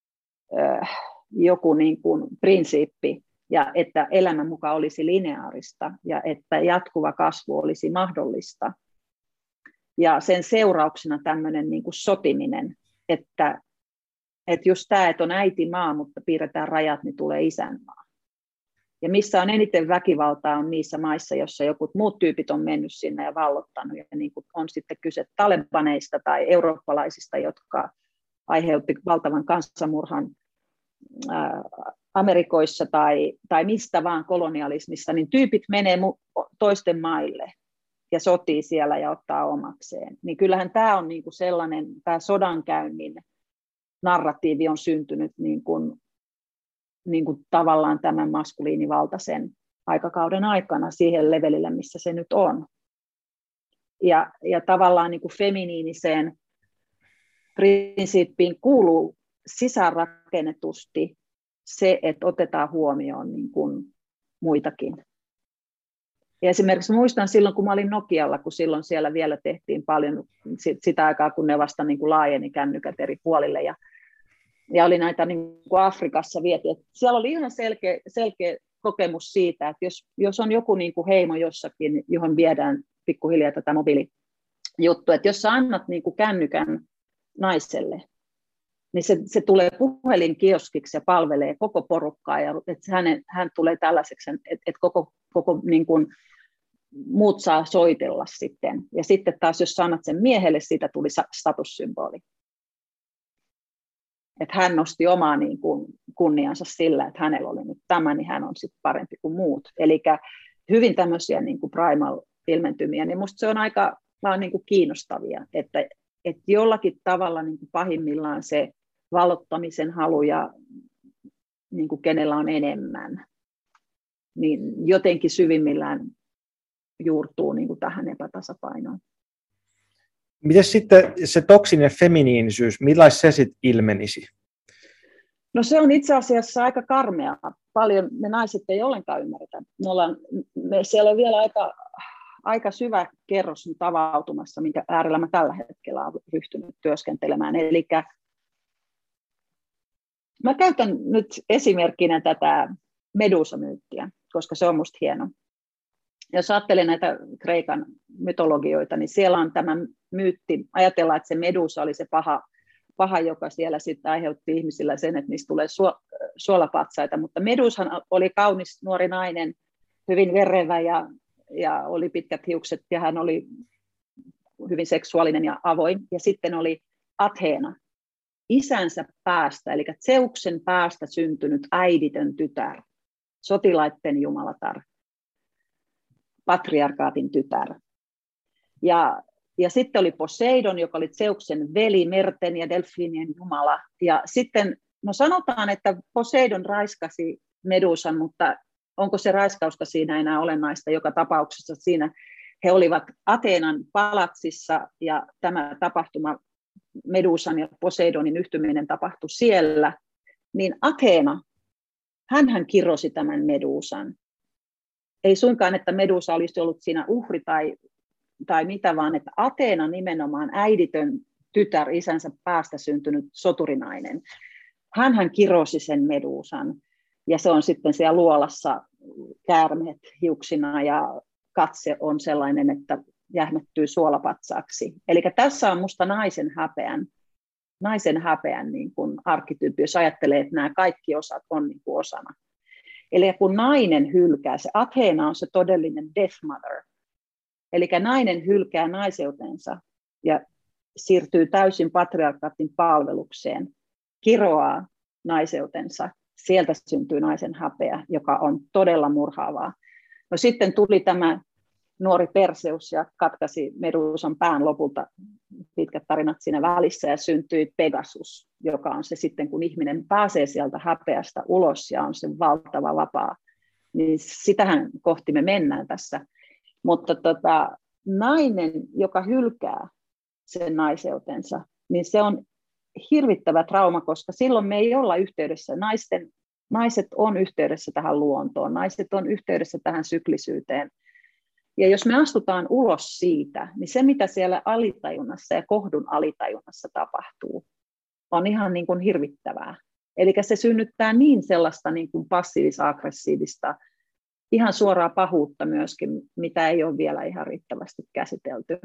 joku niin kuin prinsiippi, ja että elämän mukaan olisi lineaarista ja että jatkuva kasvu olisi mahdollista. Ja sen seurauksena tämmöinen niin kuin sotiminen, että just tämä, että on äitimaa, mutta piirretään rajat, niin tulee isänmaa. Ja missä on eniten väkivaltaa on niissä maissa, joissa jotkut muut tyypit on mennyt sinne ja vallottanut. Ja niin kuin on sitten kyse talebaneista tai eurooppalaisista, jotka aiheutti valtavan kansanmurhan Amerikoissa tai mistä vaan kolonialismissa, niin tyypit menee toisten maille ja sotii siellä ja ottaa omakseen. Niin kyllähän tämä on niin kuin sellainen, tämä sodankäynnin narratiivi on syntynyt niin kuin tavallaan tämän maskuliinivaltaisen aikakauden aikana siihen levelille, missä se nyt on. Ja tavallaan niin kuin feminiiniseen prinsiippiin kuuluu sisäänrakennetusti se, että otetaan huomioon niin kuin muitakin. Ja esimerkiksi muistan silloin, kun mä olin Nokialla, kun silloin siellä vielä tehtiin paljon sitä aikaa, kun ne vasta niin kuin laajeni kännykät eri puolille. Ja oli näitä niin kuin Afrikassa viety. Siellä oli ihan selkeä kokemus siitä, että jos on joku niin kuin heimo jossakin, johon viedään pikkuhiljaa tätä mobiilijuttua, että jos sä annat niin kuin kännykän naiselle, niin se tulee puhelinkioskiksi ja palvelee koko porukkaa, ja että hän tulee tällaiseksi, että koko niin kuin muut saa soitella sitten. Ja sitten taas, jos sanat sen miehelle, siitä tuli statussymboli. Että hän nosti omaa niin kuin kunniansa sillä, että hänellä oli nyt tämä, niin hän on sitten parempi kuin muut. Eli hyvin tämmöisiä niin kuin primal-ilmentymiä, niin musta se on aika vaan niin kuin kiinnostavia, että jollakin tavalla niin kuin pahimmillaan se valottamisen halu ja niin kuin kenellä on enemmän, niin jotenkin syvimmillään juurtuu niin kuin tähän epätasapainoon. Miten sitten se toksinen feminiinisyys, millaista se sitten ilmenisi? No se on itse asiassa aika karmeaa. Paljon me naiset ei ollenkaan ymmärretä. Siellä on vielä aika syvä kerros nyt avautumassa, minkä äärellä mä tällä hetkellä olen ryhtynyt työskentelemään. Eli mä käytän nyt esimerkkinä tätä Medusa-myyttiä, koska se on musta hieno. Jos ajattelee näitä Kreikan mytologioita, niin siellä on tämä myytti. Ajatellaan, että se Medusa oli se paha, joka siellä sitten aiheutti ihmisillä sen, että niistä tulee suolapatsaita. Mutta Medusa oli kaunis nuori nainen, hyvin verevä ja oli pitkät hiukset ja hän oli hyvin seksuaalinen ja avoin. Ja sitten oli Athena, isänsä päästä, eli Zeuksen päästä syntynyt äiditön tytär, sotilaiden jumalatar, patriarkaatin tytär. Ja sitten oli Poseidon, joka oli Zeuksen veli, merten ja delfiinien jumala. Ja sitten, no sanotaan, että Poseidon raiskasi Medusan, mutta onko se raiskausta siinä enää olennaista? Joka tapauksessa siinä he olivat Ateenan palatsissa ja tämä tapahtuma, Medusan ja Poseidonin yhtyminen tapahtui siellä. Niin Ateena, hänhän kirosi tämän Medusan. Ei suinkaan, että Medusa olisi ollut siinä uhri tai mitä, vaan että Ateena nimenomaan äiditön tytär, isänsä päästä syntynyt soturinainen. Hänhän kirosi sen Medusan ja se on sitten siellä luolassa käärmeet hiuksina ja katse on sellainen, että jähmettyy suolapatsaaksi. Eli tässä on musta naisen häpeän niin kuin arkkityyppi, jos ajattelee, että nämä kaikki osat on niin kuin osana. Eli kun nainen hylkää, se Athena on se todellinen death mother. Eli nainen hylkää naiseutensa ja siirtyy täysin patriarkaatin palvelukseen, kiroaa naiseutensa. Sieltä syntyy naisen häpeä, joka on todella murhaavaa. No sitten tuli tämä nuori Perseus ja katkaisi Medusan pään lopulta, pitkät tarinat siinä välissä, ja syntyi Pegasus, joka on se sitten, kun ihminen pääsee sieltä häpeästä ulos ja on se valtava vapaa. Niin sitähän kohti me mennään tässä. Mutta nainen, joka hylkää sen naiseutensa, niin se on hirvittävä trauma, koska silloin me ei olla yhteydessä. Naiset on yhteydessä tähän luontoon, naiset on yhteydessä tähän syklisyyteen. Ja jos me astutaan ulos siitä, niin se mitä siellä alitajunnassa ja kohdun alitajunnassa tapahtuu, on ihan niin kuin hirvittävää. Eli se synnyttää niin sellaista niin kuin passiivis-aggressiivista, ihan suoraa pahuutta myöskin, mitä ei ole vielä ihan riittävästi käsitelty.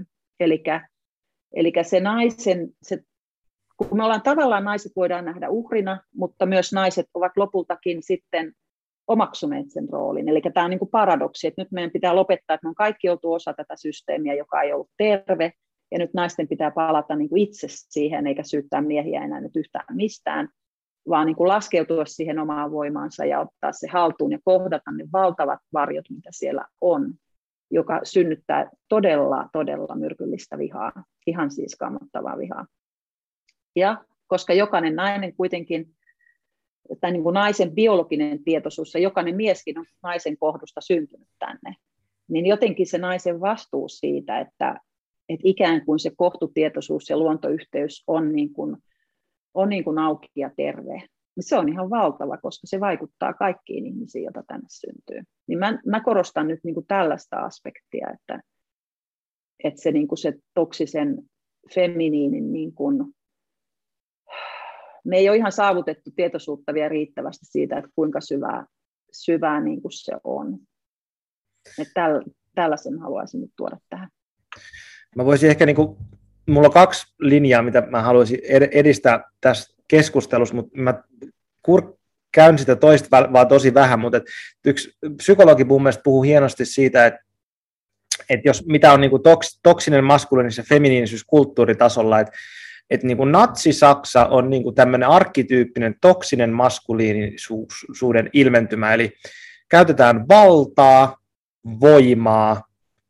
Eli se naisen, kun me ollaan tavallaan, naiset voidaan nähdä uhrina, mutta myös naiset ovat lopultakin sitten omaksuneet sen roolin. Eli tämä on niin kuin paradoksi, että nyt meidän pitää lopettaa, että me on kaikki oltu osa tätä systeemiä, joka ei ollut terve, ja nyt naisten pitää palata niin kuin itse siihen, eikä syyttää miehiä enää nyt yhtään mistään, vaan niin kuin laskeutua siihen omaan voimaansa ja ottaa se haltuun ja kohdata ne valtavat varjot, mitä siellä on, joka synnyttää todella, todella myrkyllistä vihaa, ihan siis kammottavaa vihaa. Ja koska jokainen nainen kuitenkin, tai niin kuin naisen biologinen tietoisuus, ja jokainen mieskin on naisen kohdusta syntynyt tänne, niin jotenkin se naisen vastuu siitä, että ikään kuin se kohtutietoisuus ja luontoyhteys on niin kuin auki ja terve, niin se on ihan valtava, koska se vaikuttaa kaikkiin ihmisiin, joita tänne syntyy. Niin mä korostan nyt niin kuin tällaista aspektia, että se, niin kuin se toksisen feminiinin, niin kuin, me ei ole ihan saavutettu tietoisuutta vielä riittävästi siitä, että kuinka syvää niin kuin se on. Tällaisen haluaisin nyt tuoda tähän. Mä voisin ehkä, mulla on 2 linjaa, mitä mä haluaisin edistää tässä keskustelussa, mutta mä käyn sitä toista vaan tosi vähän, mutta yksi psykologi mun mielestä puhuu hienosti siitä, että jos mitä on niin kuin toksinen maskuliinisuus ja feminiinisyys kulttuuritasolla, että niin kuin natsi-Saksa on niin kuin tämmöinen arkkityyppinen toksinen maskuliinisuuden ilmentymä, eli käytetään valtaa, voimaa,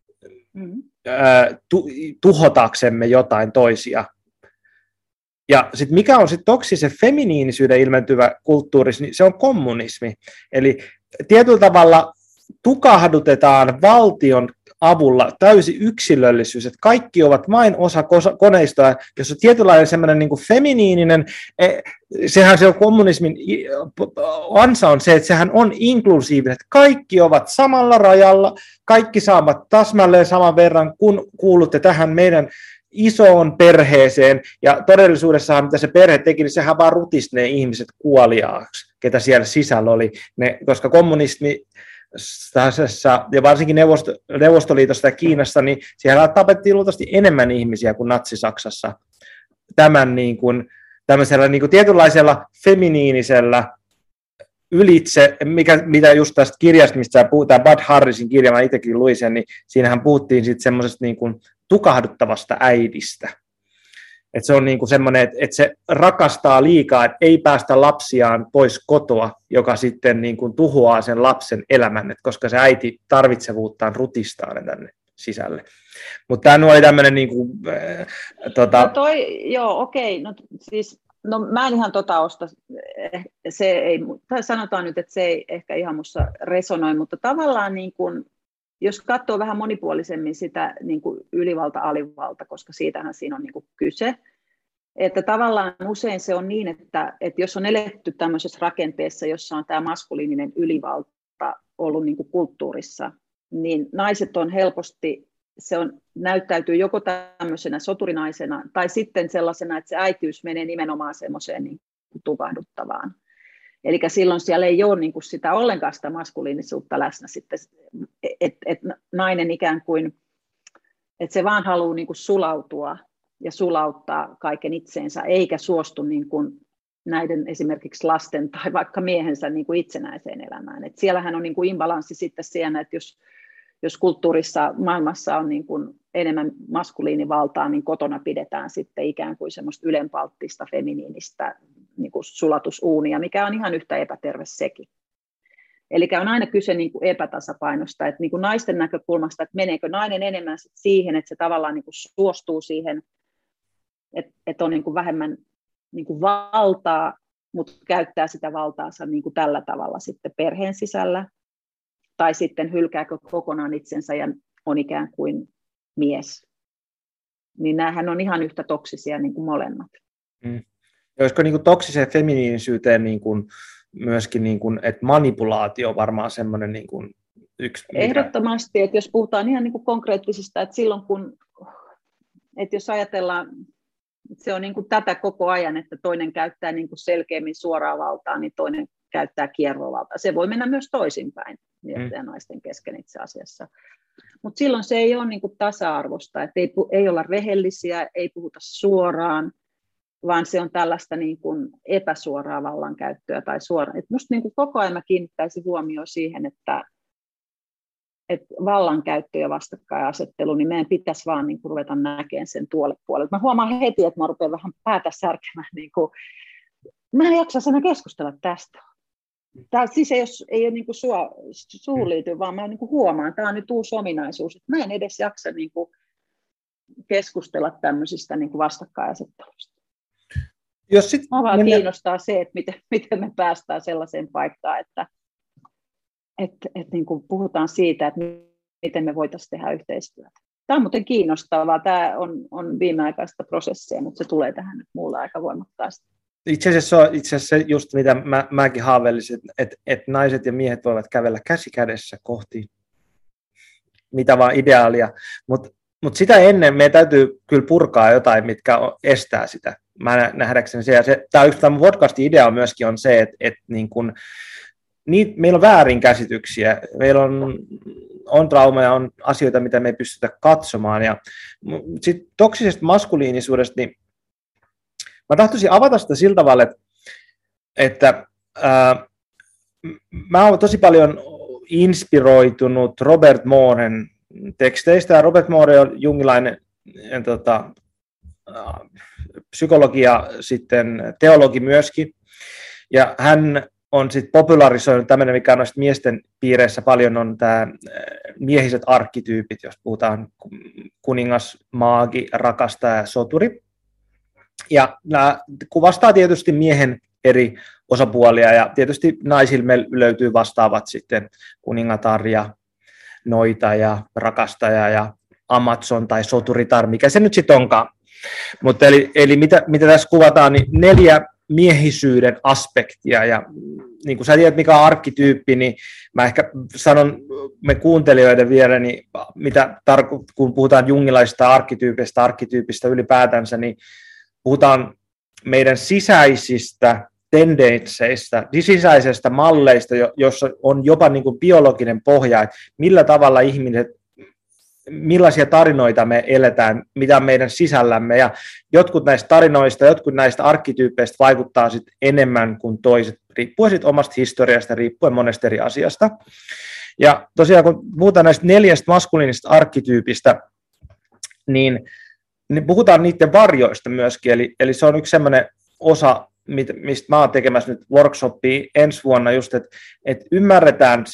tuhotaksemme jotain toisia. Ja sitten mikä on sitten toksisen feminiinisyyden ilmentyvä kulttuuri, niin se on kommunismi. Eli tietyllä tavalla tukahdutetaan valtion avulla täysi yksilöllisyys, että kaikki ovat vain osa koneistoa, jos on tietynlainen semmoinen niin kuin feminiininen, sehän se on kommunismin ansa on se, että sehän on inklusiivinen, että kaikki ovat samalla rajalla, kaikki saavat täsmälleen saman verran, kun kuulutte tähän meidän isoon perheeseen, ja todellisuudessahan mitä se perhe teki, niin sehän vaan rutisi ne ihmiset kuoliaaksi, ketä siellä sisällä oli, koska kommunismi ja varsinkin Neuvostoliitossa ja Kiinassa, niin siellä tapettiin luultavasti enemmän ihmisiä kuin Natsi-Saksassa tämmöisellä niin kuin tietynlaisella feminiinisellä ylitse, mitä just tästä kirjasta, mistä puhutaan, Bud Harrisin kirja, mä itsekin luin sen, niin siinähän puhuttiin sitten semmoisesta niin kuin tukahduttavasta äidistä. Että se on niin kuin semmoinen, että se rakastaa liikaa, että ei päästä lapsiaan pois kotoa, joka sitten niin kuin tuhoaa sen lapsen elämän, että koska se äiti tarvitsevuuttaan rutistaa ne tänne sisälle. Mutta tämä oli tämmöinen niin kuin, No mä en ihan osta, sanotaan nyt, että se ei ehkä ihan musta resonoi, mutta tavallaan niin kuin, jos katsoo vähän monipuolisemmin sitä niin kuin ylivalta-alivalta, koska siitähän siinä on niin kuin kyse, että tavallaan usein se on niin, että jos on eletty tämmöisessä rakenteessa, jossa on tämä maskuliininen ylivalta ollut niin kuin kulttuurissa, niin naiset on helposti, näyttäytyy joko tämmöisenä soturinaisena tai sitten sellaisena, että se äitiys menee nimenomaan semmoiseen niin kuin tukahduttavaan. Eli silloin siellä ei ole niin kuin sitä ollenkaan sitä maskuliinisuutta läsnä sitten, että nainen ikään kuin, että se vaan haluaa niin kuin sulautua ja sulauttaa kaiken itseensä, eikä suostu niin kuin näiden esimerkiksi lasten tai vaikka miehensä niin kuin itsenäiseen elämään. Et siellähän on niin kuin imbalanssi sitten siinä, että jos kulttuurissa maailmassa on niin kuin enemmän maskuliinivaltaa, niin kotona pidetään sitten ikään kuin semmoista ylenpalttista, feminiinistä niin kuin sulatusuunia, mikä on ihan yhtä epäterve sekin. Eli on aina kyse niin kuin epätasapainosta, että niin kuin naisten näkökulmasta, että meneekö nainen enemmän siihen, että se tavallaan niin kuin suostuu siihen, että on niin kuin vähemmän niin kuin valtaa, mutta käyttää sitä valtaansa niin kuin tällä tavalla sitten perheen sisällä, tai sitten hylkääkö kokonaan itsensä ja on ikään kuin mies. Niin näähän on ihan yhtä toksisia niin kuin molemmat. Olisiko niin kuin toksiseen feminiinisyyteen niin kuin myöskin, niin kuin, että manipulaatio on varmaan semmoinen niin kuin yksi... Ehdottomasti, että jos puhutaan ihan niin kuin konkreettisista, että silloin kun, että jos ajatellaan, että se on niin kuin tätä koko ajan, että toinen käyttää niin kuin selkeämmin suoraa valtaa, niin toinen käyttää kierrovaltaa. Se voi mennä myös toisinpäin miesten ja naisten kesken itse asiassa. Mutta silloin se ei ole niin kuin tasa-arvosta, että ei olla rehellisiä, ei puhuta suoraan, vaan se on tällaista niin kuin epäsuoraa vallankäyttöä tai suoraan. Minusta niin kuin koko ajan mä kiinnittäisin huomioon siihen, että vallankäyttö ja vastakkainasettelu, niin meidän pitäisi vaan niin kuin ruveta näkemään sen tuolle puolelle. Mä huomaan heti, että mä rupean vähän päätä särkemään. Niin kuin, mä en jaksa enää keskustella tästä. Tämä siis ei ole niin kuin suun liity, vaan mä niin kuin huomaan, tämä on nyt uusi ominaisuus. Että mä en edes jaksa niin kuin keskustella tämmöisistä niin kuin vastakkainasettelusta. Mä vaan kiinnostaa se, että miten me päästään sellaiseen paikkaan, että niin kuin puhutaan siitä, että miten me voitaisiin tehdä yhteistyötä. Tämä on muuten kiinnostavaa. Tämä on viimeaikaista prosessia, mutta se tulee tähän nyt muulla aika voimakkaasti. itse asiassa se just mitä mäkin haaveilisin, että naiset ja miehet voivat kävellä käsi kädessä kohti mitä vaan ideaalia, mutta sitä ennen meidän täytyy kyllä purkaa jotain, mitkä estää sitä. Mä nähdäkseni se. Tämä yksi tämän podcastin idea myöskin on se, että niin kun, meillä on väärinkäsityksiä, meillä on traumaja, on asioita, mitä me ei pystytä katsomaan. Ja sitten toksisesta maskuliinisuudesta, niin mä tahtoisin avata sitä sillä tavalla, että mä oon tosi paljon inspiroitunut Robert Mooren teksteistä, ja Robert Moore on jungilainen psykologi ja sitten teologi myöskin, ja hän on sitten popularisoinut tämmöinen, mikä on noista miesten piireissä paljon, on tämä miehiset arkkityypit, jos puhutaan kuningas, maagi, rakastaja, soturi. Ja nämä kuvastaa tietysti miehen eri osapuolia, ja tietysti naisille löytyy vastaavat sitten kuningatar ja noita ja rakastaja ja Amazon tai soturitar, mikä se nyt sitten onkaan. Mutta eli mitä tässä kuvataan, niin 4 miehisyyden aspektia, ja niin kuin sä tiedät, mikä on arkkityyppi, niin mä ehkä sanon me kuuntelijoiden vielä, niin kun puhutaan jungilaisista arkkityypistä ylipäätänsä, niin puhutaan meidän sisäisistä tendensseistä, sisäisestä malleista, jossa on jopa niin kuin biologinen pohja, että millä tavalla ihmiset, millaisia tarinoita me eletään, mitä on meidän sisällämme, ja jotkut näistä tarinoista, jotkut näistä arkkityypeistä vaikuttaa sitten enemmän kuin toiset, riippuen sitten omasta historiasta, riippuen monesta eri asiasta. Ja tosiaan, kun puhutaan näistä 4 maskuliinisesta arkkityypistä, niin puhutaan niiden varjoista myöskin, eli se on yksi sellainen osa, mistä mä oon tekemässä nyt workshoppia ensi vuonna, just, että ymmärretään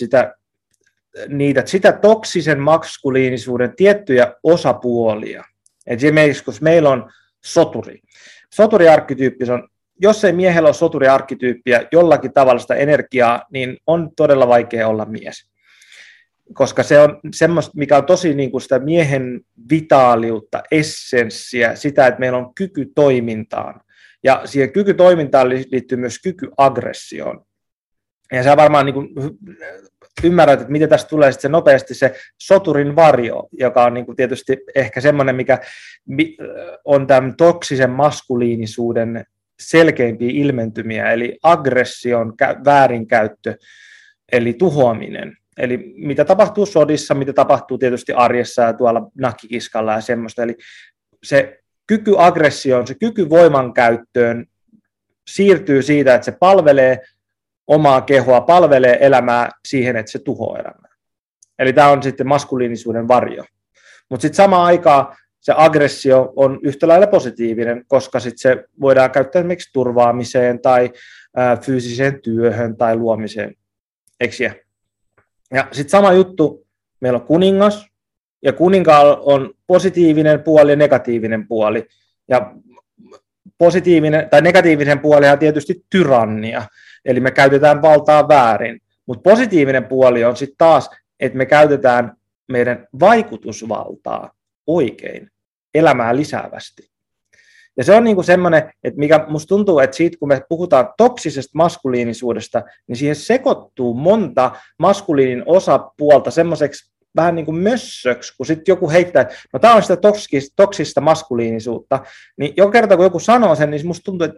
sitä toksisen maskuliinisuuden tiettyjä osapuolia. Esimerkiksi, kun meillä on soturiarkkityyppi on, jos ei miehellä ole soturiarkkityyppiä jollakin tavalla sitä energiaa, niin on todella vaikea olla mies. Koska se on semmoista, mikä on tosi niin kuin sitä miehen vitaaliutta, essenssiä, sitä, että meillä on kyky toimintaan. Ja siihen kykytoimintaan liittyy myös kyky aggressioon. Ja sä varmaan niin kuin ymmärrät, että miten tästä tulee se nopeasti se soturin varjo, joka on niin kuin tietysti ehkä semmoinen, mikä on tämän toksisen maskuliinisuuden selkeimpiä ilmentymiä, eli aggression väärinkäyttö, eli tuhoaminen. Eli mitä tapahtuu sodissa, mitä tapahtuu tietysti arjessa ja tuolla nakkikiskalla ja semmoista. Eli se kyky aggressioon, se kyky voimankäyttöön siirtyy siitä, että se palvelee omaa kehoa, palvelee elämää siihen, että se tuhoaa elämää. Eli tämä on sitten maskuliinisuuden varjo. Mutta sitten samaan aikaan se aggressio on yhtä lailla positiivinen, koska sitten se voidaan käyttää esimerkiksi turvaamiseen tai fyysiseen työhön tai luomiseen. Eksiä. Ja sitten sama juttu, meillä on kuningas, ja kuninkaalla on positiivinen puoli ja negatiivinen puoli. Ja positiivinen tai negatiivinen puoli on tietysti tyrannia, eli me käytetään valtaa väärin. Mutta positiivinen puoli on sitten taas, että me käytetään meidän vaikutusvaltaa oikein, elämää lisäävästi. Ja se on niinku semmoinen, että mikä musta tuntuu, että siitä kun me puhutaan toksisesta maskuliinisuudesta, niin siihen sekoittuu monta maskuliinin osapuolta semmoiseksi vähän niin kuin mössöksi, kun sitten joku heittää, että no tämä on sitä toksista maskuliinisuutta, niin joka kerta kun joku sanoo sen, niin musta tuntuu,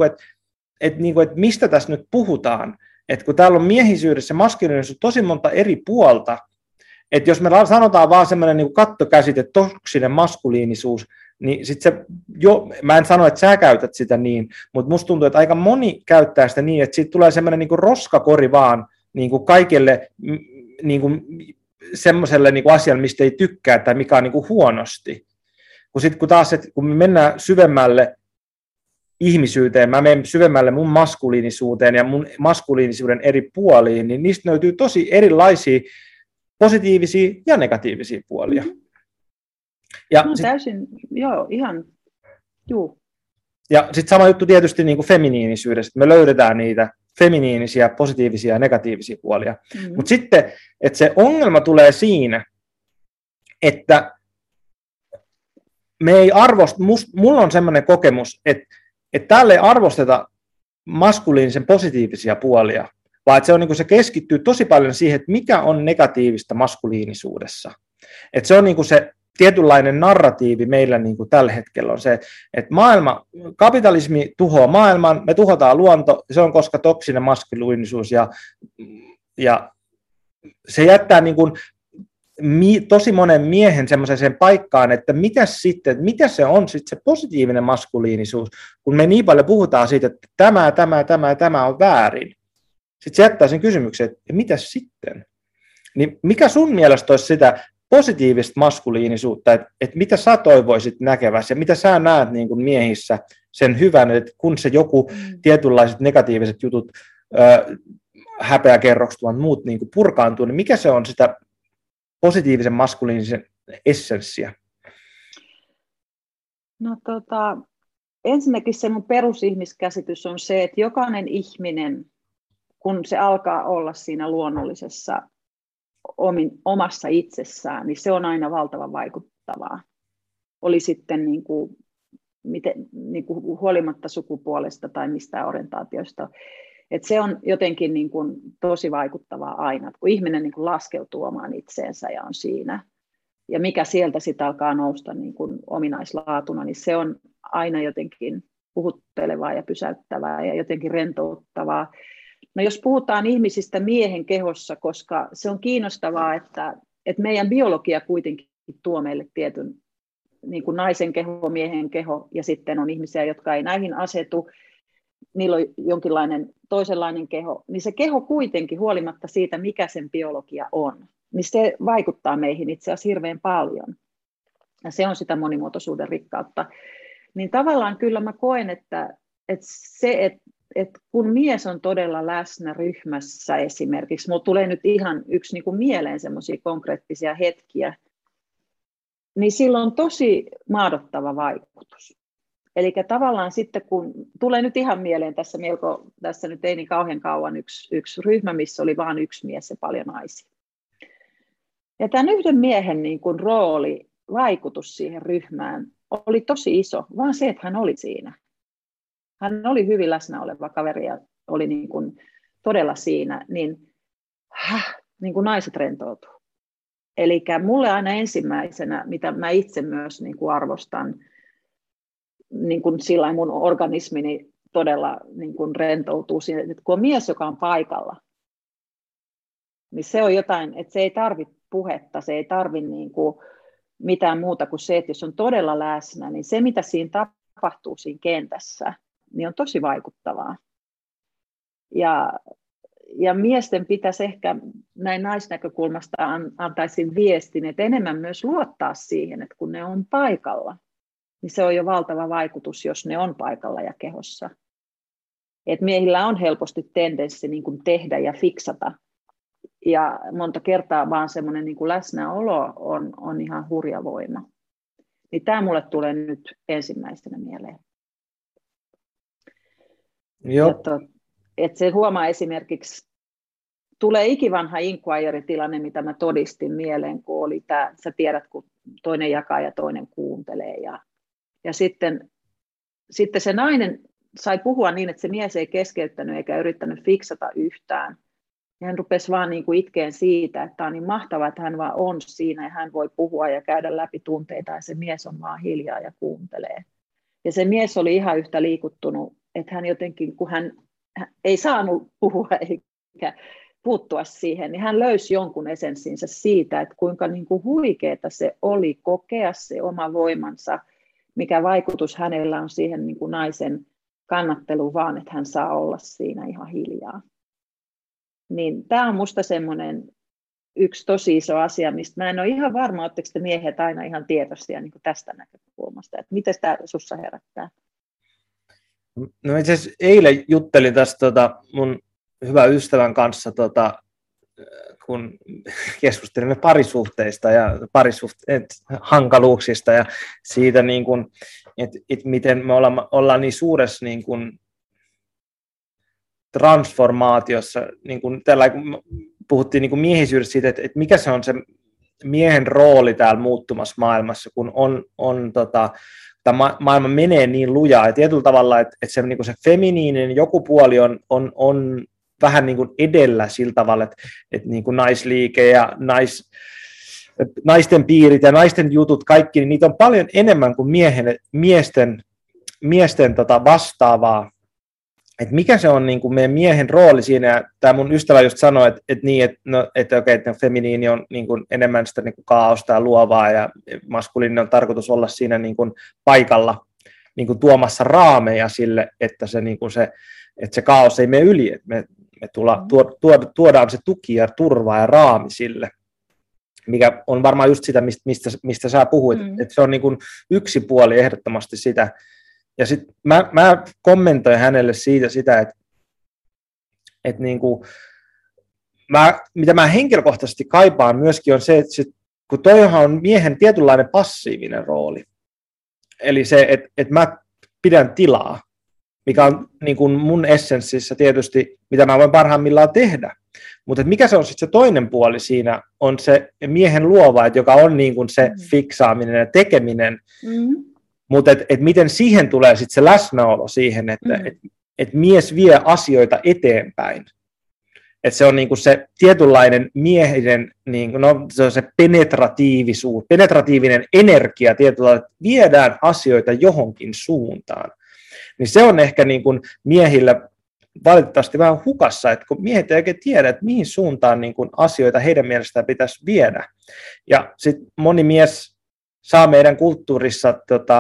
että mistä tässä nyt puhutaan, että kun täällä on miehisyydessä maskuliinisuus tosi monta eri puolta, että jos me sanotaan vaan semmoinen niin kuin kattokäsite, toksinen maskuliinisuus, niin sitten se, mä en sano, että sä käytät sitä niin, mutta musta tuntuu, että aika moni käyttää sitä niin, että siitä tulee semmoinen niin kuin roskakori vaan niin kuin kaikelle niin kuin semmoiselle niin kuin asialle, mistä ei tykkää tai mikä on niin kuin huonosti. Kun me mennään syvemmälle ihmisyyteen, mä menen syvemmälle mun maskuliinisuuteen ja mun maskuliinisuuden eri puoliin, niin niistä löytyy tosi erilaisia positiivisia ja negatiivisia puolia. Ja täysin, joo, ihan, juu. Ja sitten sama juttu tietysti niin kuin feminiinisyydestä. Me löydetään niitä feminiinisiä, positiivisia ja negatiivisia puolia. Mm-hmm. Mutta sitten, että se ongelma tulee siinä, että me ei mulla on semmoinen kokemus, että täällä ei arvosteta maskuliinisen positiivisia puolia, vaan että se, on, niin kuin se keskittyy tosi paljon siihen, että mikä on negatiivista maskuliinisuudessa. Että se on niin kuin se tietynlainen narratiivi meillä niin kuin tällä hetkellä on se, että kapitalismi tuhoaa maailman, me tuhotaan luonto, se on koska toksinen maskuliinisuus ja se jättää niin kuin tosi monen miehen semmoiseen paikkaan, että mitä se on sitten se positiivinen maskuliinisuus, kun me niin paljon puhutaan siitä, että tämä on väärin. Sitten se jättää sen kysymyksen, että mitä sitten? Niin mikä sun mielestä olisi sitä positiivista maskuliinisuutta, että mitä sä toivoisit näkeväsi ja mitä sä näet niin kuin miehissä sen hyvän, että kun se joku tietynlaiset negatiiviset jutut, häpeäkerrokset ja muut niin kuin purkaantuu, niin mikä se on sitä positiivisen maskuliinisen essenssiä? No ensinnäkin se mun perusihmiskäsitys on se, että jokainen ihminen, kun se alkaa olla siinä luonnollisessa omassa itsessään, niin se on aina valtavan vaikuttavaa. Oli sitten niin kuin huolimatta sukupuolesta tai mistään orientaatiosta. Et se on jotenkin niin kuin tosi vaikuttavaa aina, kun ihminen niin kuin laskeutuu omaan itseensä ja on siinä. Ja mikä sieltä sitten alkaa nousta niin kuin ominaislaatuna, niin se on aina jotenkin puhuttelevaa ja pysäyttävää ja jotenkin rentouttavaa. No jos puhutaan ihmisistä miehen kehossa, koska se on kiinnostavaa, että meidän biologia kuitenkin tuo meille tietyn niin kuin naisen keho, miehen keho, ja sitten on ihmisiä, jotka ei näihin asetu, niillä on jonkinlainen toisenlainen keho, niin se keho kuitenkin, huolimatta siitä, mikä sen biologia on, niin se vaikuttaa meihin itse asiassa hirveän paljon. Ja se on sitä monimuotoisuuden rikkautta. Niin tavallaan kyllä mä koen, että kun mies on todella läsnä ryhmässä esimerkiksi, mulla tulee nyt ihan yksi niin kuin mieleen semmoisia konkreettisia hetkiä, niin sillä on tosi maadottava vaikutus. Eli tavallaan sitten, kun tulee nyt ihan mieleen tässä nyt ei niin kauhean kauan yksi ryhmä, missä oli vain yksi mies ja paljon naisia. Ja tämän yhden miehen niin kuin rooli, vaikutus siihen ryhmään oli tosi iso, vaan se, että hän oli siinä. Hän oli hyvin läsnä oleva kaveri ja oli niin kuin todella siinä, niin kuin naiset rentoutuu. Eli mulle aina ensimmäisenä, mitä mä itse myös niin kuin arvostan, niin kuin sillain mun organismini todella niin kuin rentoutuu siinä, että kun on mies, joka on paikalla, niin se on jotain, että se ei tarvitse puhetta, se ei tarvitse niin kuin mitään muuta kuin se, että jos on todella läsnä, niin se, mitä siinä tapahtuu siinä kentässä, niin on tosi vaikuttavaa. Ja miesten pitäisi ehkä näin naisnäkökulmasta antaisin viestin, että enemmän myös luottaa siihen, että kun ne on paikalla, niin se on jo valtava vaikutus, jos ne on paikalla ja kehossa. Et miehillä on helposti tendenssi niin kuin tehdä ja fiksata. Ja monta kertaa vaan semmoinen niin kuin läsnäolo on ihan hurja voima. Niin tämä mulle tulee nyt ensimmäisenä mieleen. Että se huomaa esimerkiksi, tulee ikivanha inquiry-tilanne, mitä mä todistin mieleen, kun oli tämä, sä tiedät, kun toinen jakaa ja toinen kuuntelee. Ja sitten se nainen sai puhua niin, että se mies ei keskeyttänyt eikä yrittänyt fiksata yhtään. Ja hän rupesi vaan niin kuin itkeen siitä, että on niin mahtavaa, että hän vaan on siinä ja hän voi puhua ja käydä läpi tunteita ja se mies on vaan hiljaa ja kuuntelee. Ja se mies oli ihan yhtä liikuttunut, että hän jotenkin, kun hän ei saanut puhua eikä puuttua siihen, niin hän löysi jonkun esenssinsä siitä, että kuinka niin kuin huikeeta se oli kokea se oma voimansa, mikä vaikutus hänellä on siihen niin kuin naisen kannatteluun, vaan että hän saa olla siinä ihan hiljaa. Niin tämä on musta semmoinen yksi tosi iso asia, mistä mä en ole ihan varma, oletteko te miehet aina ihan tietoisia niin kuin tästä näkökulmasta, että miten tämä sussa herättää? No itse asiassa eilen juttelin tästä mun hyvän ystävän kanssa, kun keskustelimme parisuhteista ja hankaluuksista ja siitä, niin kuin, että miten me ollaan niin suuressa niin kuin transformaatiossa, niin kuin tällä, kun puhuttiin niin kuin miehisyydestä siitä, että mikä se on se miehen rooli täällä muuttumassa maailmassa, kun on tämä maailma menee niin lujaa, ja tietyllä tavalla, että se, niin kuin se feminiininen joku puoli on vähän niin kuin edellä sillä tavalla, että niin kuin naisliike ja naisten piirit ja naisten jutut, kaikki, niin niitä on paljon enemmän kuin miesten vastaavaa. Että mikä se on niin kuin meidän miehen rooli siinä, ja tämä mun ystävä just sanoi, että feminiini on niin kuin enemmän sitä niin kuin kaaosta ja luovaa, ja maskuliini on tarkoitus olla siinä niin kuin paikalla niin kuin tuomassa raameja sille, että se kaos ei mene yli, että me tuodaan se tuki ja turva ja raami sille, mikä on varmaan just sitä, mistä sä puhuit, että se on niin kuin yksi puoli ehdottomasti sitä. Ja sitten mä kommentoin hänelle sitä, että niin kuin mitä mä henkilökohtaisesti kaipaan myöskin on se, että kun toihan on miehen tietynlainen passiivinen rooli. Eli se, että mä pidän tilaa, mikä on niin kuin mun essenssissä tietysti, mitä mä voin parhaimmillaan tehdä. Mutta mikä se on sitten se toinen puoli siinä, on se miehen luova, joka on niin kuin se fiksaaminen ja tekeminen. Mutta miten siihen tulee sitten se läsnäolo siihen, että et mies vie asioita eteenpäin. Että se on niinku se tietynlainen miehinen, niinku, se on se penetratiivinen energia tietyllä, että viedään asioita johonkin suuntaan. Niin se on ehkä niinku miehillä valitettavasti vähän hukassa, että kun miehet ei oikein tiedä, että mihin suuntaan niinku asioita heidän mielestään pitäisi viedä. Ja sitten moni mies saa meidän kulttuurissa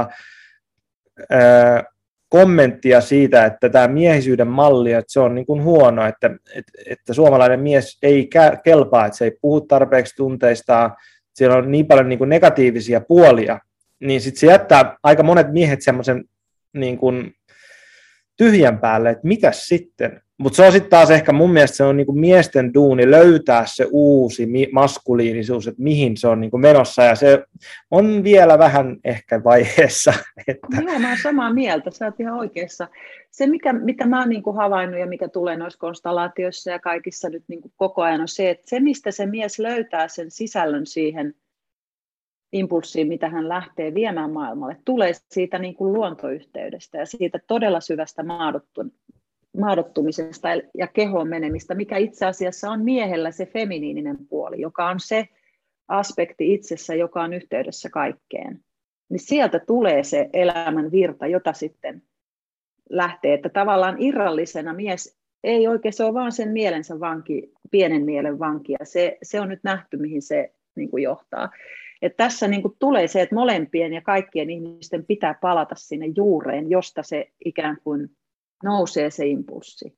kommenttia siitä, että tämä miehisyyden malli, että se on niin kuin huono, että suomalainen mies ei kelpaa, että se ei puhu tarpeeksi tunteistaan, siellä on niin paljon niin kuin negatiivisia puolia, niin sitten se jättää aika monet miehet semmoisen niin kuin tyhjän päälle, että mitäs sitten? Mutta se on sitten taas ehkä mun mielestä se on niinku miesten duuni löytää se uusi maskuliinisuus, että mihin se on niinku menossa, ja se on vielä vähän ehkä vaiheessa. Että... Joo, mä oon samaa mieltä, sä oot ihan oikeassa. Se, mitä mä oon niinku havainnut ja mikä tulee noissa konstellaatioissa ja kaikissa nyt niinku koko ajan on se, että se, mistä se mies löytää sen sisällön siihen impulssiin, mitä hän lähtee viemään maailmalle, tulee siitä niinku luontoyhteydestä ja siitä todella syvästä maadottumisesta ja kehoon menemistä, mikä itse asiassa on miehellä se feminiininen puoli, joka on se aspekti itsessä, joka on yhteydessä kaikkeen. Niin sieltä tulee se elämän virta, jota sitten lähtee, että tavallaan irrallisena mies ei oikein, se on vaan sen mielensä vanki, pienen mielen vanki, ja se on nyt nähty, mihin se niin kuin johtaa. Et tässä niin kuin tulee se, että molempien ja kaikkien ihmisten pitää palata sinne juureen, josta se ikään kuin nousee se impulssi,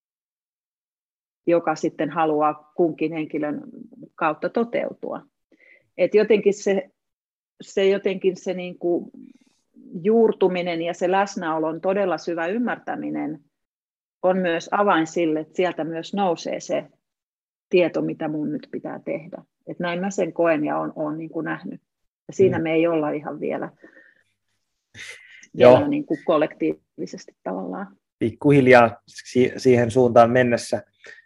joka sitten haluaa kunkin henkilön kautta toteutua. Et jotenkin se niin kuin juurtuminen ja se läsnäolon todella syvä ymmärtäminen on myös avain sille, että sieltä myös nousee se tieto, mitä mun nyt pitää tehdä. Et näin mä sen koen ja olen niin kuin nähnyt. Ja siinä me ei olla ihan vielä niin kuin kollektiivisesti tavallaan. Pikkuhiljaa siihen suuntaan mennessä.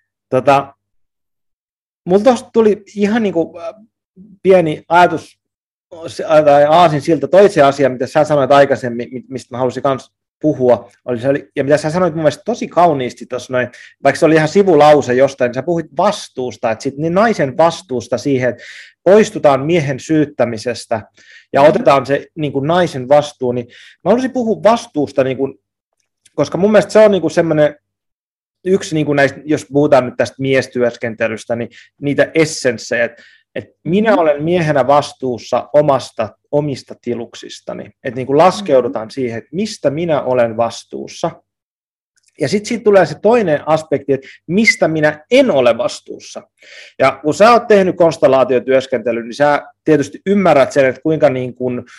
Mulla tuosta tuli ihan niin kuin pieni ajatus tai aasinsilta toiseen asiaan, mitä sä sanoit aikaisemmin, mistä mä halusin myös puhua, ja mitä sä sanoit mun mielestä tosi kauniisti tuossa noin, vaikka se oli ihan sivulause jostain, niin sä puhuit vastuusta, että sitten naisen vastuusta siihen, että poistutaan miehen syyttämisestä ja otetaan se niin kuin naisen vastuu, niin mä haluaisin puhua vastuusta, niin kuin, koska mun mielestä se on niin kuin semmoinen yksi, niin kuin näistä, jos puhutaan nyt tästä miestyöskentelystä, niin niitä essenssejä, että minä olen miehenä vastuussa omista tiluksistani, että niin kuin laskeudutaan siihen, että mistä minä olen vastuussa. Ja sitten siitä tulee se toinen aspekti, että mistä minä en ole vastuussa. Ja kun sä oot tehnyt konstellaatiotyöskentelyä, niin sä tietysti ymmärrät sen, että kuinka niin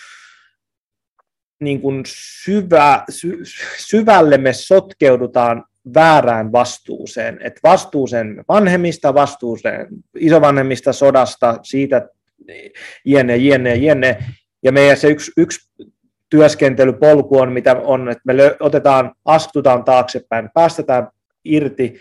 kuin syvälle me sotkeudutaan väärään vastuuseen, että vastuuseen vanhemmista, vastuuseen isovanhemmista, sodasta, siitä jenne. Ja meidän se yksi työskentelypolku on, mitä on, että me astutaan taaksepäin, päästetään irti,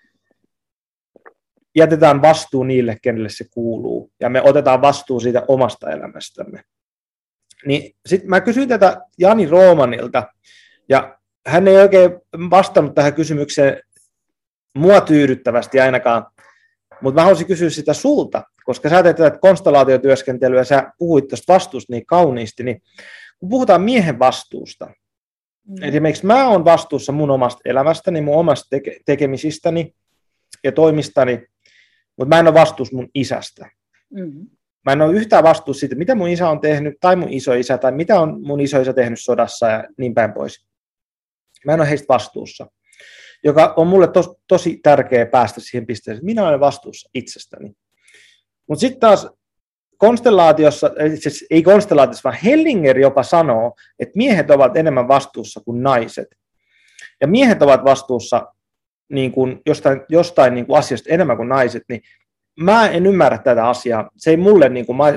jätetään vastuu niille, kenelle se kuuluu, ja me otetaan vastuu siitä omasta elämästämme. Niin sitten mä kysyin tätä Jani Roomanilta, ja hän ei oikein vastannut tähän kysymykseen mua tyydyttävästi ainakaan, mutta mä haluaisin kysyä sitä sulta, koska sä teet tätä konstellaatiotyöskentelyä, ja sä puhuit tuosta vastuusta niin kauniisti, niin kun puhutaan miehen vastuusta, esimerkiksi mä oon vastuussa mun omasta elämästäni, mun omasta tekemisistäni ja toimistani, mutta mä en ole vastuussa mun isästä. Mä en ole yhtään vastuussa siitä, mitä mun isä on tehnyt, tai mun isoisä, tai mitä on mun isoisä tehnyt sodassa ja niin päin pois. Mä en ole heistä vastuussa, joka on mulle tosi tärkeää päästä siihen pisteeseen, että minä olen vastuussa itsestäni. Mutta sitten taas konstellaatiossa, ei konstellaatiossa, vaan Hellinger jopa sanoo, että miehet ovat enemmän vastuussa kuin naiset. Ja miehet ovat vastuussa niin kuin jostain niin kuin asiasta enemmän kuin naiset, niin mä en ymmärrä tätä asiaa. Se ei mulle, niin kuin,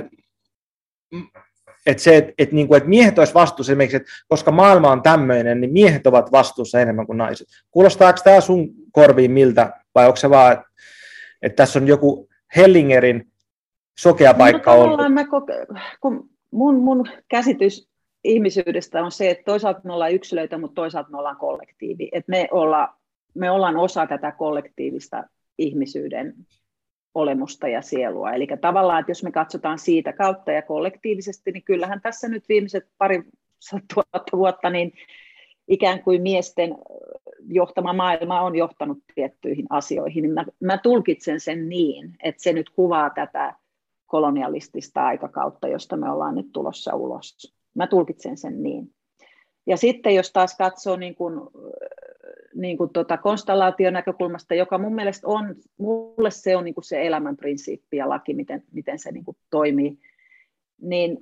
että miehet olisi vastuussa esimerkiksi, että koska maailma on tämmöinen, niin miehet ovat vastuussa enemmän kuin naiset. Kuulostaako tämä sun korviin miltä, vai onko se vaan, että tässä on joku Hellingerin sokea paikka ollut? Kun mun käsitys ihmisyydestä on se, että toisaalta me ollaan yksilöitä, mutta toisaalta me ollaan kollektiivi. Että me ollaan osa tätä kollektiivista ihmisyyden olemusta ja sielua. Eli tavallaan, että jos me katsotaan siitä kautta ja kollektiivisesti, niin kyllähän tässä nyt viimeiset 200 vuotta niin ikään kuin miesten johtama maailma on johtanut tiettyihin asioihin. Mä tulkitsen sen niin, että se nyt kuvaa tätä kolonialistista aikakautta, josta me ollaan nyt tulossa ulos. Mä tulkitsen sen niin. Ja sitten jos taas katsoo niin kuin konstellaation näkökulmasta, joka mun mielestä on, mulle se on niin kuin se elämän prinsiippi ja laki, miten se niin kuin toimii, niin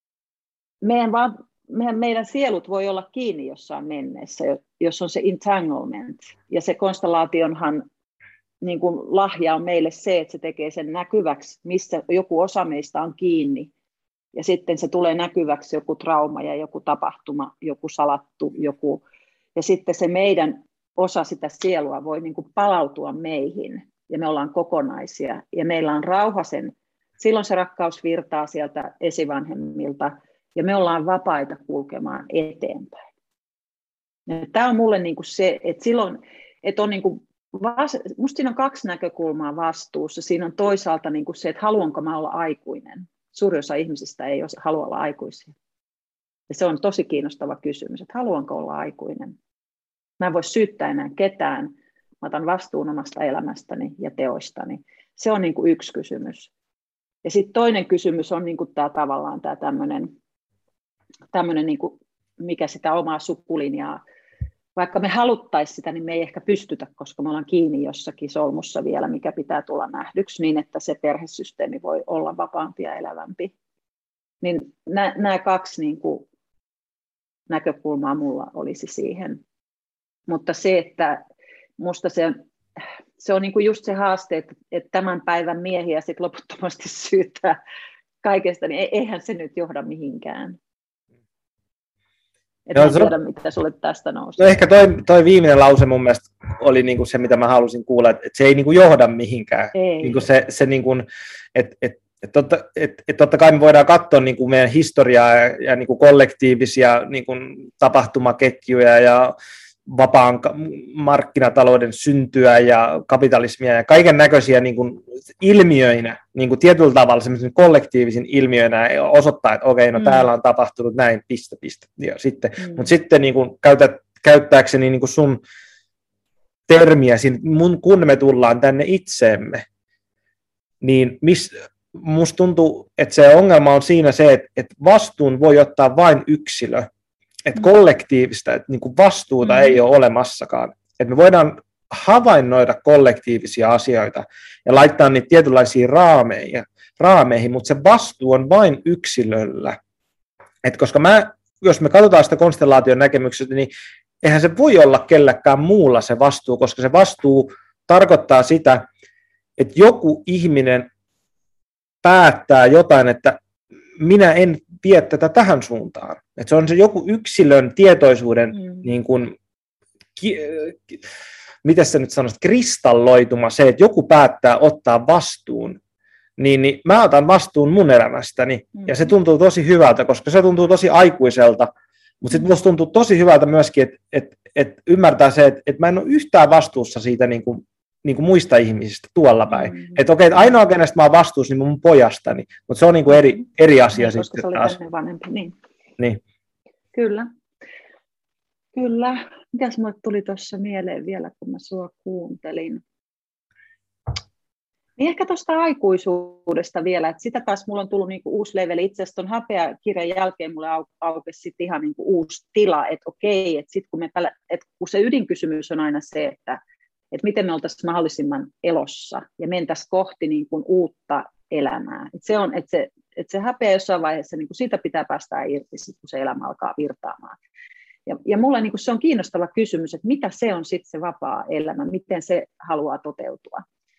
meidän sielut voi olla kiinni jossain menneessä, jos on se entanglement. Ja se konstellaationhan niin kuin lahja on meille se, että se tekee sen näkyväksi, missä joku osa meistä on kiinni. Ja sitten se tulee näkyväksi joku trauma ja joku tapahtuma, joku salattu, ja sitten se meidän osa sitä sielua voi niin kuin palautua meihin. Ja me ollaan kokonaisia ja meillä on rauha silloin se rakkaus virtaa sieltä esivanhemmilta ja me ollaan vapaita kulkemaan eteenpäin. Ja tämä on mulle niin kuin se, että silloin, että on niin kuin musta siinä on kaksi näkökulmaa vastuussa. Siinä on toisaalta niin kuin se, että haluanko mä olla aikuinen. Suurin osa ihmisistä ei halua olla aikuisia. Ja se on tosi kiinnostava kysymys, että haluanko olla aikuinen. Mä en voi syyttää enää ketään. Mä otan vastuun omasta elämästäni ja teoistani. Se on niin kuin yksi kysymys. Ja sitten toinen kysymys on niin kuin tämä tavallaan tämä tämmöinen niin kuin, mikä sitä omaa sukulinjaa. Vaikka me haluttaisiin sitä, niin me ei ehkä pystytä, koska me ollaan kiinni jossakin solmussa vielä, mikä pitää tulla nähdyksi, niin että se perhesysteemi voi olla vapaampi ja elävämpi. Niin nämä kaksi niin kuin, näkökulmaa mulla olisi siihen. Mutta se, että musta se on niin kuin just se haaste, että tämän päivän miehiä sit loputtomasti syyttää kaikesta, niin eihän se nyt johda mihinkään. En tiedä, mitä sulle tästä nousi. No ehkä toi viimeinen lause mun mielestä oli niinku se, mitä mä halusin kuulla, että se ei niinku johda mihinkään. Niinku se niinku, totta kai me voidaan katsoa niinku meidän historiaa ja niinku kollektiivisia niinku tapahtumaketjuja ja vapaan markkinatalouden syntyä ja kapitalismia ja kaiken näköisiä niin ilmiöinä, niin tietyllä tavalla semmoisen kollektiivisin ilmiöinä osoittaa, että okei, no täällä on tapahtunut näin, piste. Ja sitten, mutta sitten niin käyttääkseni niin sun termiä, kun me tullaan tänne itseemme, niin musta tuntuu, että se ongelma on siinä se, että vastuun voi ottaa vain yksilö, että kollektiivista, että niin kuin vastuuta ei ole olemassakaan. Että me voidaan havainnoida kollektiivisia asioita ja laittaa niitä tietynlaisiin raameihin, mutta se vastuu on vain yksilöllä. Et koska jos me katsotaan sitä konstellaation näkemyksestä, niin eihän se voi olla kelläkään muulla se vastuu, koska se vastuu tarkoittaa sitä, että joku ihminen päättää jotain, että minä en vie tätä tähän suuntaan. Että se on se joku yksilön tietoisuuden niin kuin, miten sä nyt sanoisit, kristalloituma se, että joku päättää ottaa vastuun niin mä otan vastuun mun elämästäni, ja se tuntuu tosi hyvältä, koska se tuntuu tosi aikuiselta, mutta sitten musta tuntuu tosi hyvältä myöskin, että ymmärtää se, että mä en ole yhtään vastuussa siitä niin kuin muista ihmisistä tuolla päin. Että okei, että ainoa kenestä mä oon vastuussa, niin mun pojastani, mutta se on niin kuin eri asia. Niin, koska se oli ennen vanhempi, niin. Kyllä. Mitäs mulle tuli tuossa mieleen vielä, kun mä sua kuuntelin? Niin ehkä tuosta aikuisuudesta vielä, että sitä taas mulla on tullut niinku uusi leveli. Itse asiassa tuon Häpeä-kirjan jälkeen mulle aukesi sit ihan niinku uusi tila, että okei, että sit kun se ydinkysymys on aina se, että miten me oltaisiin mahdollisimman elossa ja mentäisiin kohti niinku uutta elämää. Että se häpeä jossain vaiheessa, niinku siitä pitää päästä irti, sit, kun se elämä alkaa virtaamaan. Ja mulla niinku se on kiinnostava kysymys, että mitä se on sitten se vapaa elämä, miten se haluaa toteutua.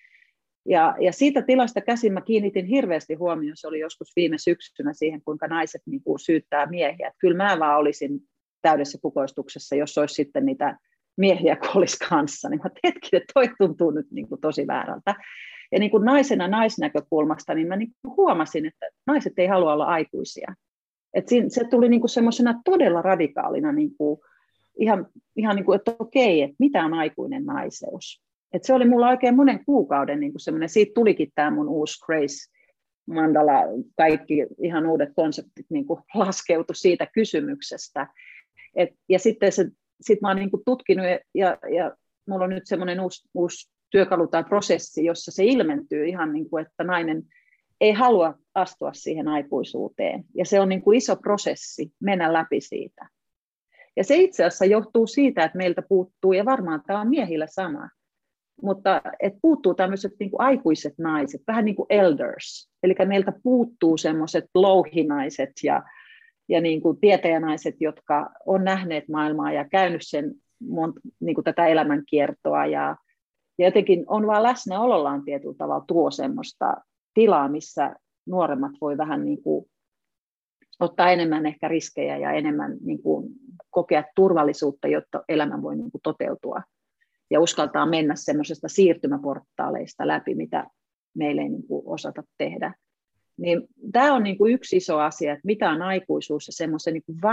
Ja siitä tilasta käsin mä kiinnitin hirveästi huomioon, se oli joskus viime syksynä siihen, kuinka naiset niinku syyttää miehiä. Että kyllä mä vaan olisin täydessä kukoistuksessa, jos olisi sitten niitä miehiä, kun olisi kanssa. Niin mä hetkinen, että toi tuntuu nyt niinku tosi väärältä. Ja niinku naisena naisnäkökulmasta, niin mä niinku huomasin, että naiset ei halua olla aikuisia. Et se tuli niinku semmoisena todella radikaalina, niinku, ihan niinku, että okei, että mitä on aikuinen naiseus. Et se oli mulla oikein monen kuukauden niinku semmoinen, siitä tulikin tämä mun uusi Grace Mandala, kaikki ihan uudet konseptit niinku laskeutu siitä kysymyksestä. Ja sitten mä oon niinku tutkinut ja mulla on nyt semmoinen uusi työkalu tai prosessi, jossa se ilmentyy ihan niin kuin, että nainen ei halua astua siihen aikuisuuteen. Ja se on niin kuin iso prosessi mennä läpi siitä. Ja se itse asiassa johtuu siitä, että meiltä puuttuu, ja varmaan tämä on miehillä sama, mutta että puuttuu tämmöiset niin kuin aikuiset naiset, vähän niin kuin elders. Eli meiltä puuttuu semmoiset louhinaiset ja niin kuin tietäjänaiset, jotka on nähneet maailmaa ja käynyt sen niin kuin tätä elämänkiertoa ja jotenkin on vaan läsnäolollaan tietyllä tavalla tuo semmoista tilaa, missä nuoremmat voi vähän niin kuin ottaa enemmän ehkä riskejä ja enemmän niin kuin kokea turvallisuutta, jotta elämä voi niin kuin toteutua ja uskaltaa mennä semmoisesta siirtymäportaaleista läpi, mitä meillä ei niin kuin osata tehdä. Niin tämä on niin kuin yksi iso asia, että mitä on aikuisuus ja semmoisen niin kuin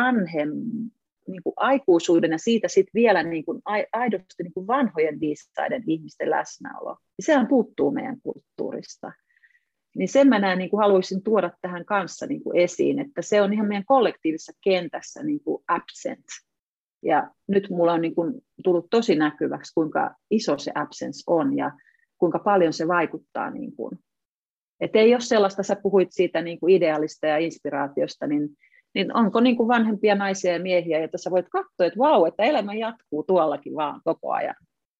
niin kuin aikuisuuden ja siitä sitten vielä niin kuin aidosti niin kuin vanhojen viisaiden ihmisten läsnäolo. Ja sehän puuttuu meidän kulttuurista. Niin sen mä näen, niin kuin haluaisin tuoda tähän kanssa niin kuin esiin, että se on ihan meidän kollektiivisessa kentässä niin kuin absent. Ja nyt mulla on niin kuin tullut tosi näkyväksi, kuinka iso se absence on ja kuinka paljon se vaikuttaa. Niin kuin. Että ei ole sellaista, sä puhuit siitä niin kuin idealista ja inspiraatiosta, niin onko niin kuin vanhempia naisia ja miehiä, joita sä voit katsoa, että vau, että elämä jatkuu tuollakin vaan koko ajan.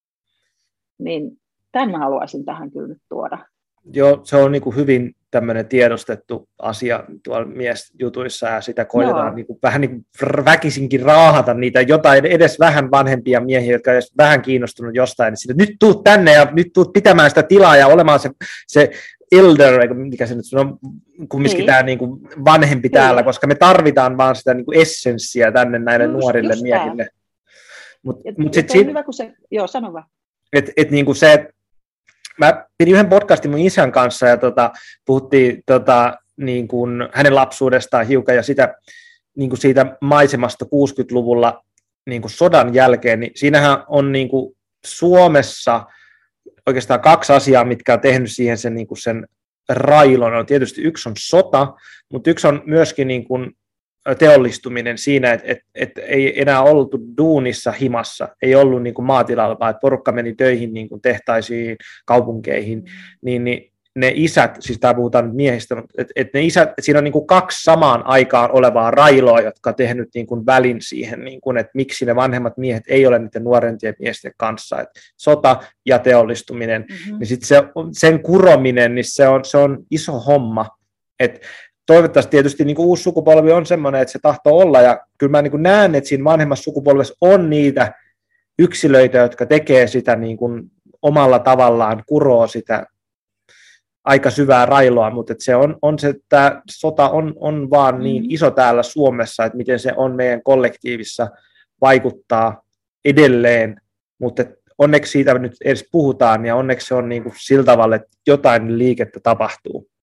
Niin tämän mä haluaisin tähän kyllä nyt tuoda. Joo, se on niin kuin hyvin tämmöinen tiedostettu asia tuolla miesjutuissa, ja sitä koitetaan niin kuin, vähän niin kuin väkisinkin raahata niitä jotain edes vähän vanhempia miehiä, jotka on edes vähän kiinnostunut jostain, niin sitten, nyt tuut tänne ja nyt tuut pitämään sitä tilaa ja olemaan se elder, mikä se nyt on, kumminkin tämä niin kuin vanhempi täällä, koska me tarvitaan vaan sitä niin kuin essenssiä tänne näille nuorille miehille. Mut on hyvä, kun se, joo, sano vaan. Niin kuin se, mä pidin yhden podcastin mun isän kanssa ja puhuttiin niin kuin hänen lapsuudestaan hiukan ja sitä, niin kuin siitä maisemasta 60-luvulla niin kuin sodan jälkeen, niin siinähän on niin kuin Suomessa oikeastaan kaksi asiaa, mitkä on tehnyt siihen sen, niin kuin sen railon. No, tietysti yksi on sota, mutta yksi on myöskin niin kuin teollistuminen siinä, että ei enää oltu duunissa himassa, ei ollut niin kuin maatilalla, vaan että porukka meni töihin niin kuin tehtaisiin, kaupunkeihin, niin ne isät, siis täällä puhutaan nyt miehistä, että ne isät, siinä on niin kuin kaksi samaan aikaan olevaa railoa, jotka on tehnyt niin kuin välin siihen, niin kuin, että miksi ne vanhemmat miehet ei ole niiden nuorentien miesten kanssa, että sota ja teollistuminen, niin sitten sen kurominen, niin se on iso homma, että toivottavasti tietysti niin kuin uusi sukupolvi on semmoinen, että se tahtoo olla, ja kyllä mä niin kuin näen, että siinä vanhemmassa sukupolvessa on niitä yksilöitä, jotka tekee sitä niin kuin omalla tavallaan, kuroo sitä aika syvää railoa, mutta että se on se, että sota on vaan niin iso täällä Suomessa, että miten se on meidän kollektiivissa vaikuttaa edelleen, mutta onneksi siitä nyt edes puhutaan, ja onneksi se on niin kuin sillä tavalla, että jotain liikettä tapahtuu.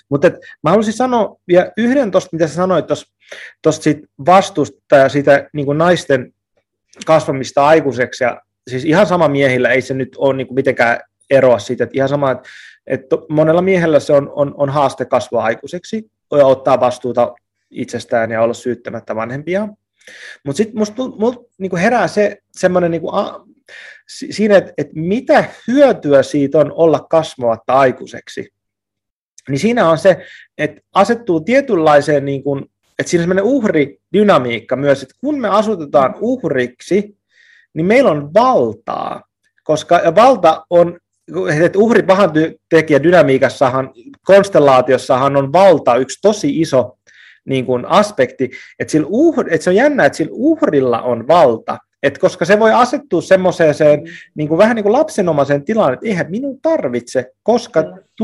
Mutta mä haluaisin sanoa vielä yhden tuosta, mitä sä sanoit tuosta siitä vastuusta ja siitä niin kuin naisten kasvamista aikuiseksi. Ja siis ihan sama miehillä, ei se nyt ole niin kuin mitenkään eroa siitä, että ihan sama, että monella miehellä se on haaste kasvaa aikuiseksi ja ottaa vastuuta itsestään ja olla syyttämättä vanhempia. Mutta sitten musta niinku herää semmoinen niinku, siinä, että mitä hyötyä siitä on olla kasvamatta aikuiseksi. Niin siinä on se, että asettuu tietynlaiseen, niinku, että siinä on semmoinen uhridynamiikka myös, että kun me asutetaan uhriksi, niin meillä on valtaa, koska valta on, että uhri pahan tekijä dynamiikassahan, konstellaatiossahan on valta yksi tosi iso niin kuin aspekti, että se on jännä, että sillä uhrilla on valta, että koska se voi asettua semmoiseen niin kuin vähän niin kuin lapsenomaiseen tilaan, että eihän minun tarvitse, koska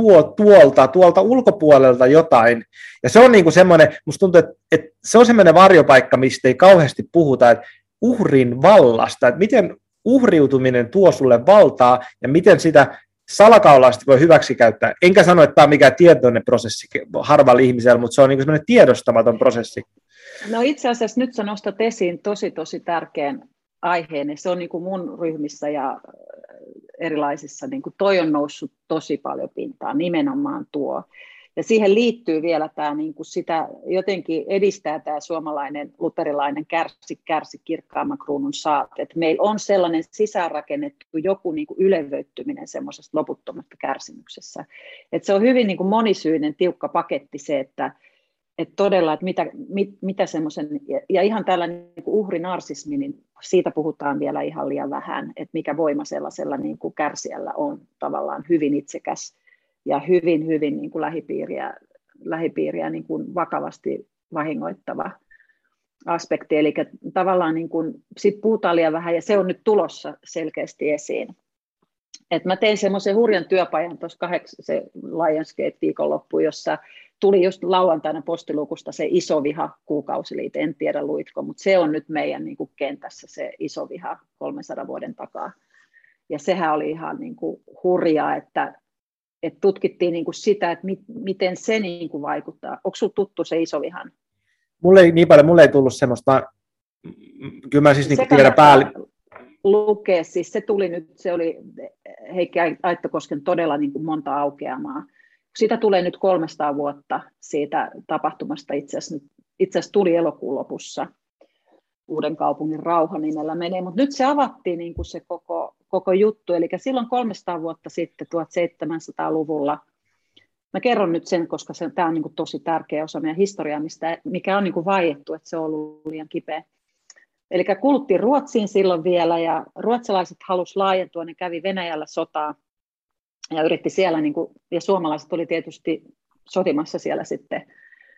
tuolta ulkopuolelta jotain, ja se on niin kuin semmoinen, musta tuntuu, että se on semmoinen varjopaikka, mistä ei kauheasti puhuta, että uhrin vallasta, että miten uhriutuminen tuo sulle valtaa, ja miten sitä salakaulaisesti voi hyväksikäyttää. Enkä sano, että tämä on mikään tietoinen prosessi harvalla ihmisellä, mutta se on niin semmoinen tiedostamaton prosessi. No itse asiassa nyt sä nostat esiin tosi tärkeän aiheen. Se on niin kuin mun ryhmissä ja erilaisissa, niin kuin toi on noussut tosi paljon pintaan, nimenomaan tuo. Ja siihen liittyy vielä tämä, niin kuin sitä jotenkin edistää tämä suomalainen luterilainen kärsi kirkkaamman kruunun saat. Että meillä on sellainen sisäänrakennettu joku niin kuin ylevöittyminen semmoisesta loputtomasta kärsimyksessä. Että se on hyvin niin kuin monisyinen, tiukka paketti se, että todella, että mitä semmoisen, ja ihan tällainen niin kuin uhrinarsismi, niin siitä puhutaan vielä ihan liian vähän, että mikä voima sellaisella niin kuin kärsijällä on tavallaan hyvin itsekäs ja hyvin niin kuin lähipiiriä niin kuin vakavasti vahingoittava aspekti. Eli tavallaan niin kuin, sit puhutaan liian vähän, ja se on nyt tulossa selkeästi esiin. Et mä tein semmoisen hurjan työpajan tuossa se Lionsgate-viikonloppu, jossa tuli just lauantaina postilukusta se iso viha kuukausiliite, en tiedä luitko, mutta se on nyt meidän niin kuin kentässä se iso viha 300 vuoden takaa. Ja sehän oli ihan niin kuin hurjaa, että tutkittiin niin kuin sitä, että miten se niin kuin vaikuttaa. Onko sinulla tuttu se isovihan? Mulle ei tullut semmoista, kyllä mä siis niin tiedän päälle. Lukea, siis se tuli nyt, se oli Heikki Aittokosken todella niin kuin monta aukeamaa. Sitä tulee nyt 300 vuotta siitä tapahtumasta, itse asiassa tuli elokuun lopussa. Uudenkaupungin rauha nimellä menee, mutta nyt se avattiin niin kuin se koko juttu, eli silloin 300 vuotta sitten 1700-luvulla, mä kerron nyt sen, koska tämä on niin kuin tosi tärkeä osa meidän historiaa, mikä on niin kuin vaiettu, että se on ollut liian kipeä. Eli kuuluttiin Ruotsiin silloin vielä, ja ruotsalaiset halusivat laajentua, ne kävi Venäjällä sotaa, ja yritti siellä, niin kuin, ja suomalaiset oli tietysti sotimassa siellä sitten.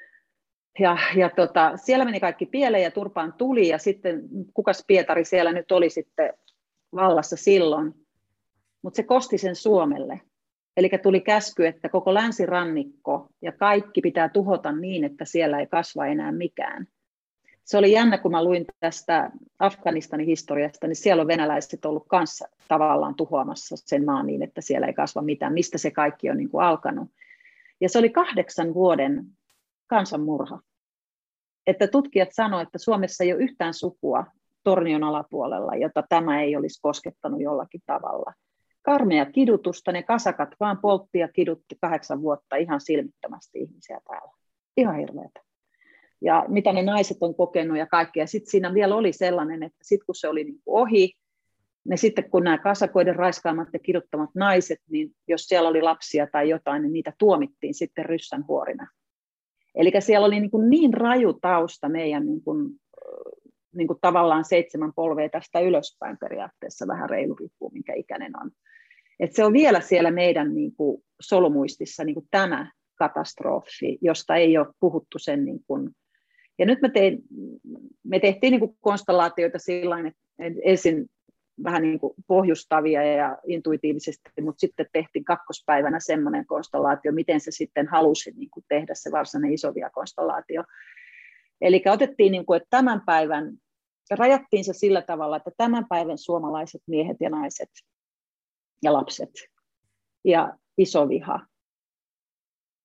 Ja siellä meni kaikki pieleen ja turpaan tuli, ja sitten kukas Pietari siellä nyt oli sitten vallassa silloin, mutta se kosti sen Suomelle. Eli tuli käsky, että koko länsirannikko ja kaikki pitää tuhota niin, että siellä ei kasva enää mikään. Se oli jännä, kun mä luin tästä Afganistanin historiasta, niin siellä on venäläiset ollut kanssa tavallaan tuhoamassa sen maan niin, että siellä ei kasva mitään, mistä se kaikki on niin kuin alkanut. Ja se oli 8 vuoden kansanmurha. Että tutkijat sanoivat, että Suomessa ei ole yhtään sukua Tornion alapuolella, jota tämä ei olisi koskettanut jollakin tavalla. Karmea kidutusta, ne kasakat vaan poltti ja kidutti 8 vuotta ihan silmittömästi ihmisiä täällä. Ihan hirveätä. Ja mitä ne naiset on kokenut ja kaikkea. Sitten siinä vielä oli sellainen, että sitten kun se oli niin kuin ohi, niin sitten kun nämä kasakoiden raiskaamat ja kiduttamat naiset, niin jos siellä oli lapsia tai jotain, niin niitä tuomittiin sitten ryssänhuorina. Eli siellä oli niin raju tausta meidän niin kuin tavallaan 7 polvea tästä ylöspäin periaatteessa, vähän reilu riippuu minkä ikäinen on. Et se on vielä siellä meidän niin kuin solumuistissa niin kuin tämä katastrofi, josta ei ole puhuttu sen. Niin kuin. Ja nyt me tehtiin niin kuin konstellaatioita sillain, että ensin vähän niin kuin pohjustavia ja intuitiivisesti, mutta sitten tehtiin 2. päivänä semmoinen konstellaatio, miten se sitten halusi niin kuin tehdä se varsinainen isovia-konstellaatio. Eli otettiin, niin kuin, että tämän päivän, rajattiin se sillä tavalla, että tämän päivän suomalaiset miehet ja naiset ja lapset ja isoviha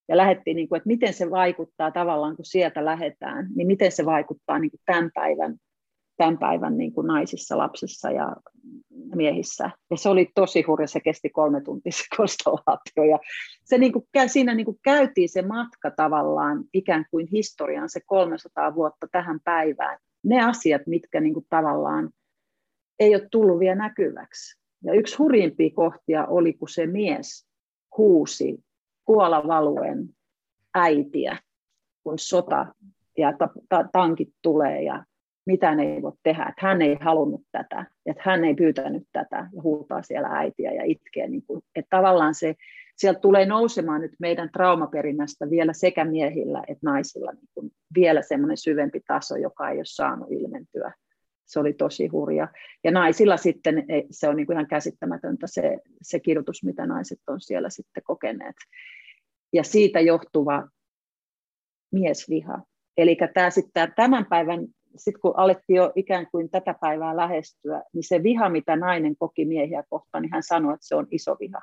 ja lähdettiin, niin kuin, että miten se vaikuttaa tavallaan, kun sieltä lähdetään, niin miten se vaikuttaa niin kuin tämän päivän niin kuin naisissa, lapsissa ja miehissä. Ja se oli tosi hurja, se kesti 3 tuntia se konstellaatio. Ja se niin kuin, siinä niin kuin käytiin se matka tavallaan ikään kuin historiaan, se 300 vuotta tähän päivään. Ne asiat, mitkä niin kuin tavallaan ei ole tullut vielä näkyväksi. Ja yksi hurjimpia kohtia oli, kun se mies huusi kuolavaluen äitiä, kun sota ja tankit tulee ja mitään ei voi tehdä, että hän ei halunnut tätä, että hän ei pyytänyt tätä ja huutaa siellä äitiä ja itkee. Niin kuin, että tavallaan sieltä tulee nousemaan nyt meidän traumaperinnästä vielä sekä miehillä että naisilla niin kuin vielä semmoinen syvempi taso, joka ei ole saanut ilmentyä. Se oli tosi hurja. Ja naisilla sitten se on niin kuin ihan käsittämätöntä se kidutus, mitä naiset on siellä sitten kokeneet. Ja siitä johtuva miesviha. Eli tämän päivän, sitten kun alettiin jo ikään kuin tätä päivää lähestyä, niin se viha, mitä nainen koki miehiä kohtaan, niin hän sanoi, että se on iso viha.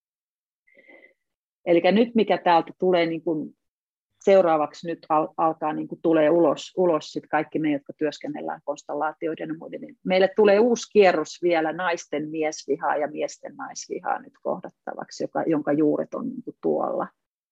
Eli nyt mikä täältä tulee niin kuin seuraavaksi nyt alkaa niin kuin tulee ulos sit kaikki me, jotka työskennellään konstellaatioiden ja muiden. Niin meille tulee uusi kierros vielä naisten miesvihaa ja miesten naisvihaa nyt kohdattavaksi, jonka juuret on niin kuin tuolla.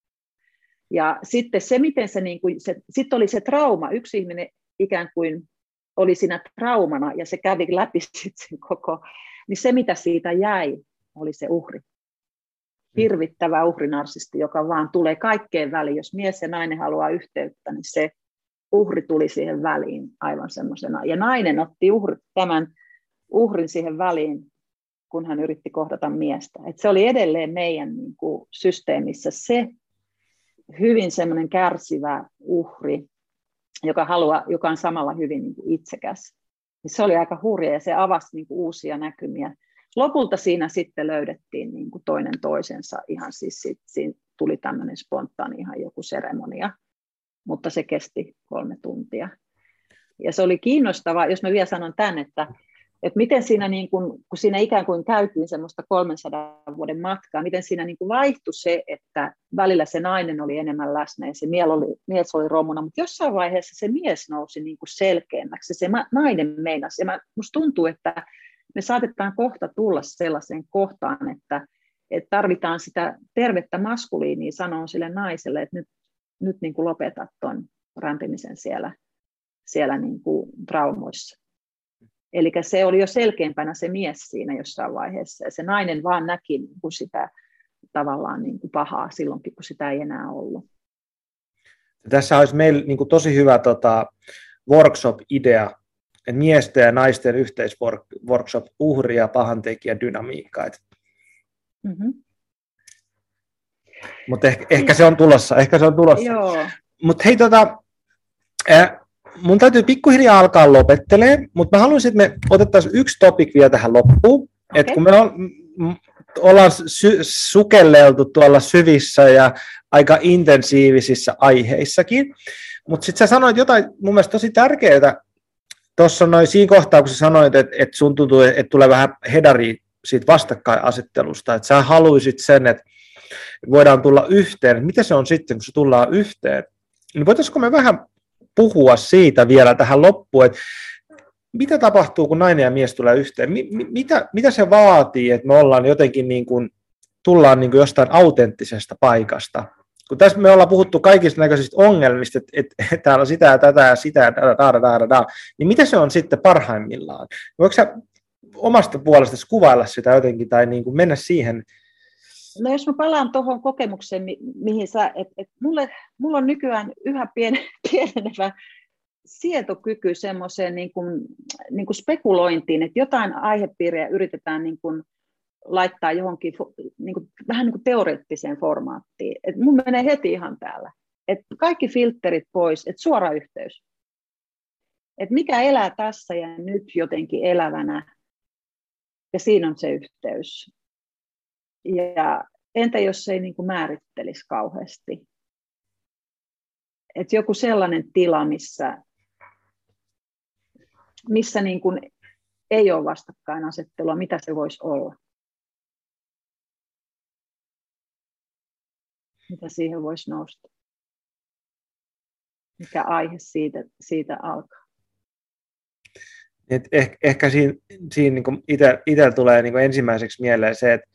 Ja sitten se, miten sitten oli se trauma, yksi ihminen ikään kuin oli siinä traumana ja se kävi läpi sen koko, niin se mitä siitä jäi oli se uhri. Hirvittävä uhrinarsisti, joka vaan tulee kaikkeen väliin. Jos mies ja nainen haluaa yhteyttä, niin se uhri tuli siihen väliin aivan semmoisena. Ja nainen otti tämän uhrin siihen väliin, kun hän yritti kohdata miestä. Et se oli edelleen meidän niin kuin, systeemissä se hyvin semmoinen kärsivä uhri, joka on samalla hyvin niin kuin itsekäs. Ja se oli aika hurja ja se avasi niin kuin, uusia näkymiä. Lopulta siinä sitten löydettiin niin kuin toinen toisensa, ihan siis siinä tuli tämmöinen spontaani ihan joku seremonia, mutta se kesti 3 tuntia. Ja se oli kiinnostavaa, jos mä vielä sanon tämän, että miten siinä, niin kun siinä ikään kuin käytiin semmoista 300 vuoden matkaa, miten siinä niin kuin vaihtui se, että välillä se nainen oli enemmän läsnä ja se mies oli romuna, mutta jossain vaiheessa se mies nousi niin kuin selkeämmäksi, se nainen meinasi. Ja musta tuntuu, että me saatetaan kohta tulla sellaiseen kohtaan, että tarvitaan sitä tervettä maskuliinia sanoa sille naiselle, että nyt niin kuin lopetat ton rämpimisen siellä niin kuin traumoissa. Eli se oli jo selkeämpänä se mies siinä jossain vaiheessa, ja se nainen vaan näki niin kuin sitä tavallaan niin kuin pahaa silloinkin, kun sitä ei enää ollut. Tässä olisi meillä niin kuin tosi hyvä workshop-idea, että miesten ja naisten yhteisworkshop, uhri- ja pahantekijän dynamiikka. Mm-hmm. Mutta ehkä se on tulossa. Mutta hei, mun täytyy pikkuhiljaa alkaa lopettelemaan, mutta mä haluaisin, että me otettaisiin yksi topic vielä tähän loppuun. Okay. Että kun me ollaan sukelleltu tuolla syvissä ja aika intensiivisissä aiheissakin, mutta sitten sä sanoit jotain mun mielestä tosi tärkeää. Tuossa siinä kohtaa, kun sä sanoit, että sun tuntuu, että tulee vähän hedari siitä vastakkainasettelusta, että sä haluisit sen, että voidaan tulla yhteen. Mitä se on sitten, kun se tullaan yhteen? Niin voitaisiinko me vähän puhua siitä vielä tähän loppuun, että mitä tapahtuu, kun nainen ja mies tulee yhteen? Mitä se vaatii, että me ollaan jotenkin tullaan jostain autenttisesta paikasta? Kun tässä me ollaan puhuttu kaikista näköisistä ongelmista, että täällä on sitä ja tätä ja sitä ja niin mitä se on sitten parhaimmillaan? Voitko sä omasta puolestasi kuvailla sitä jotenkin tai mennä siihen? No jos mä palaan tuohon kokemukseen, mihin sä, että mulla on nykyään yhä pienenevä sietokyky semmoiseen niin kuin spekulointiin, että jotain aihepiiriä yritetään niin kuin laittaa johonkin vähän niin kuin teoreettiseen formaattiin. Et mun menee heti ihan täällä. Et kaikki filterit pois, että suora yhteys. Et mikä elää tässä ja nyt jotenkin elävänä, ja siinä on se yhteys. Ja entä jos se ei niin kuin määrittelisi kauheasti? Et joku sellainen tila, missä niin kuin ei ole vastakkainasettelua, mitä se voisi olla? mitä siihen voisi nousta. Mikä aihe siitä alkaa. Ehkä siinä niin itsellä tulee niin ensimmäiseksi mieleen se, että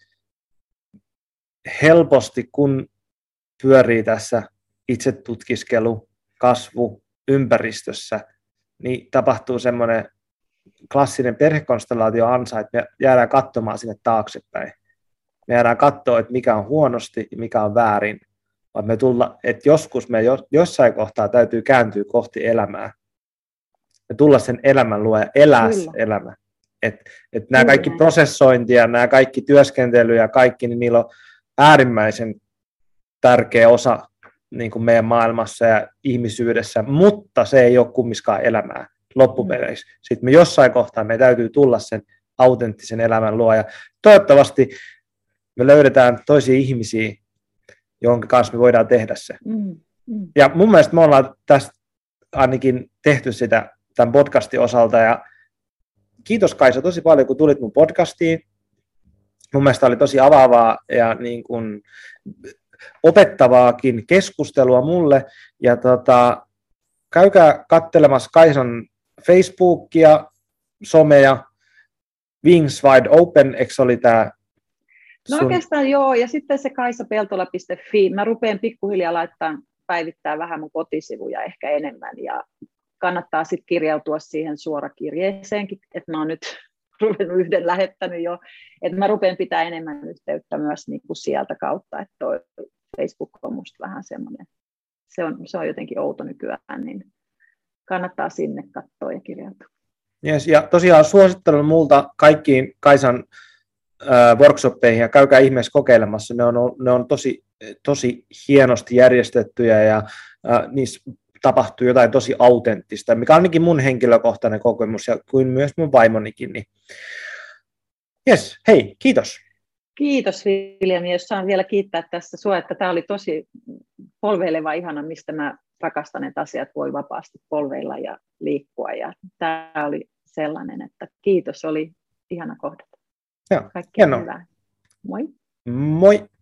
helposti kun pyörii tässä itsetutkiskelu, kasvu ympäristössä, niin tapahtuu semmoinen klassinen perhekonstellaatio ansa, että me jäädään katsomaan sinne taaksepäin. Me jäädään katsoa, että mikä on huonosti ja mikä on väärin. Että joskus me jossain kohtaa täytyy kääntyä kohti elämää ja tulla sen elämän luo ja elää se elämä. Että nämä kaikki prosessointi ja nämä kaikki työskentely ja kaikki, niin niillä on äärimmäisen tärkeä osa niin kuin meidän maailmassa ja ihmisyydessä, mutta se ei ole kumminkaan elämää loppupeleissä. Sitten me jossain kohtaa me täytyy tulla sen autenttisen elämän luo ja toivottavasti me löydetään toisia ihmisiä, jonka kanssa me voidaan tehdä se. Ja mun mielestä me ollaan tästä ainakin tehty sitä tämän podcastin osalta ja kiitos Kaisa tosi paljon, kun tulit mun podcastiin. Mun mielestä oli tosi avaavaa ja niin kuin opettavaakin keskustelua mulle. Ja käykää katselemassa Kaisan Facebookia, somea, Wings Wide Open, eikö se oli tämä? No oikeastaan joo, ja sitten se kaisapeltola.fi. Mä rupean pikkuhiljaa päivittää vähän mun kotisivuja ehkä enemmän, ja kannattaa sitten kirjautua siihen suorakirjeeseenkin, että mä oon nyt ruvennut yhden lähettänyt jo, että mä rupean pitää enemmän yhteyttä myös niin kuin sieltä kautta, että toi Facebook on musta vähän semmoinen, se on jotenkin outo nykyään, niin kannattaa sinne katsoa ja kirjautua. Yes, ja tosiaan suosittelen multa kaikkiin Kaisan workshoppeihin ja käykää ihmeessä kokeilemassa. Ne on tosi hienosti järjestettyjä ja niissä tapahtuu jotain tosi autenttista, mikä on ainakin mun henkilökohtainen kokemus ja kuin myös mun vaimonikin. Niin. Yes, hei, kiitos. Kiitos William, jos saan vielä kiittää tässä sua, että tämä oli tosi polveileva ihana, mistä mä rakastan, että asiat voi vapaasti polveilla ja liikkua ja tämä oli sellainen, että kiitos, oli ihana kohdata. Joo, kaikkea hyvää. Moi. Moi.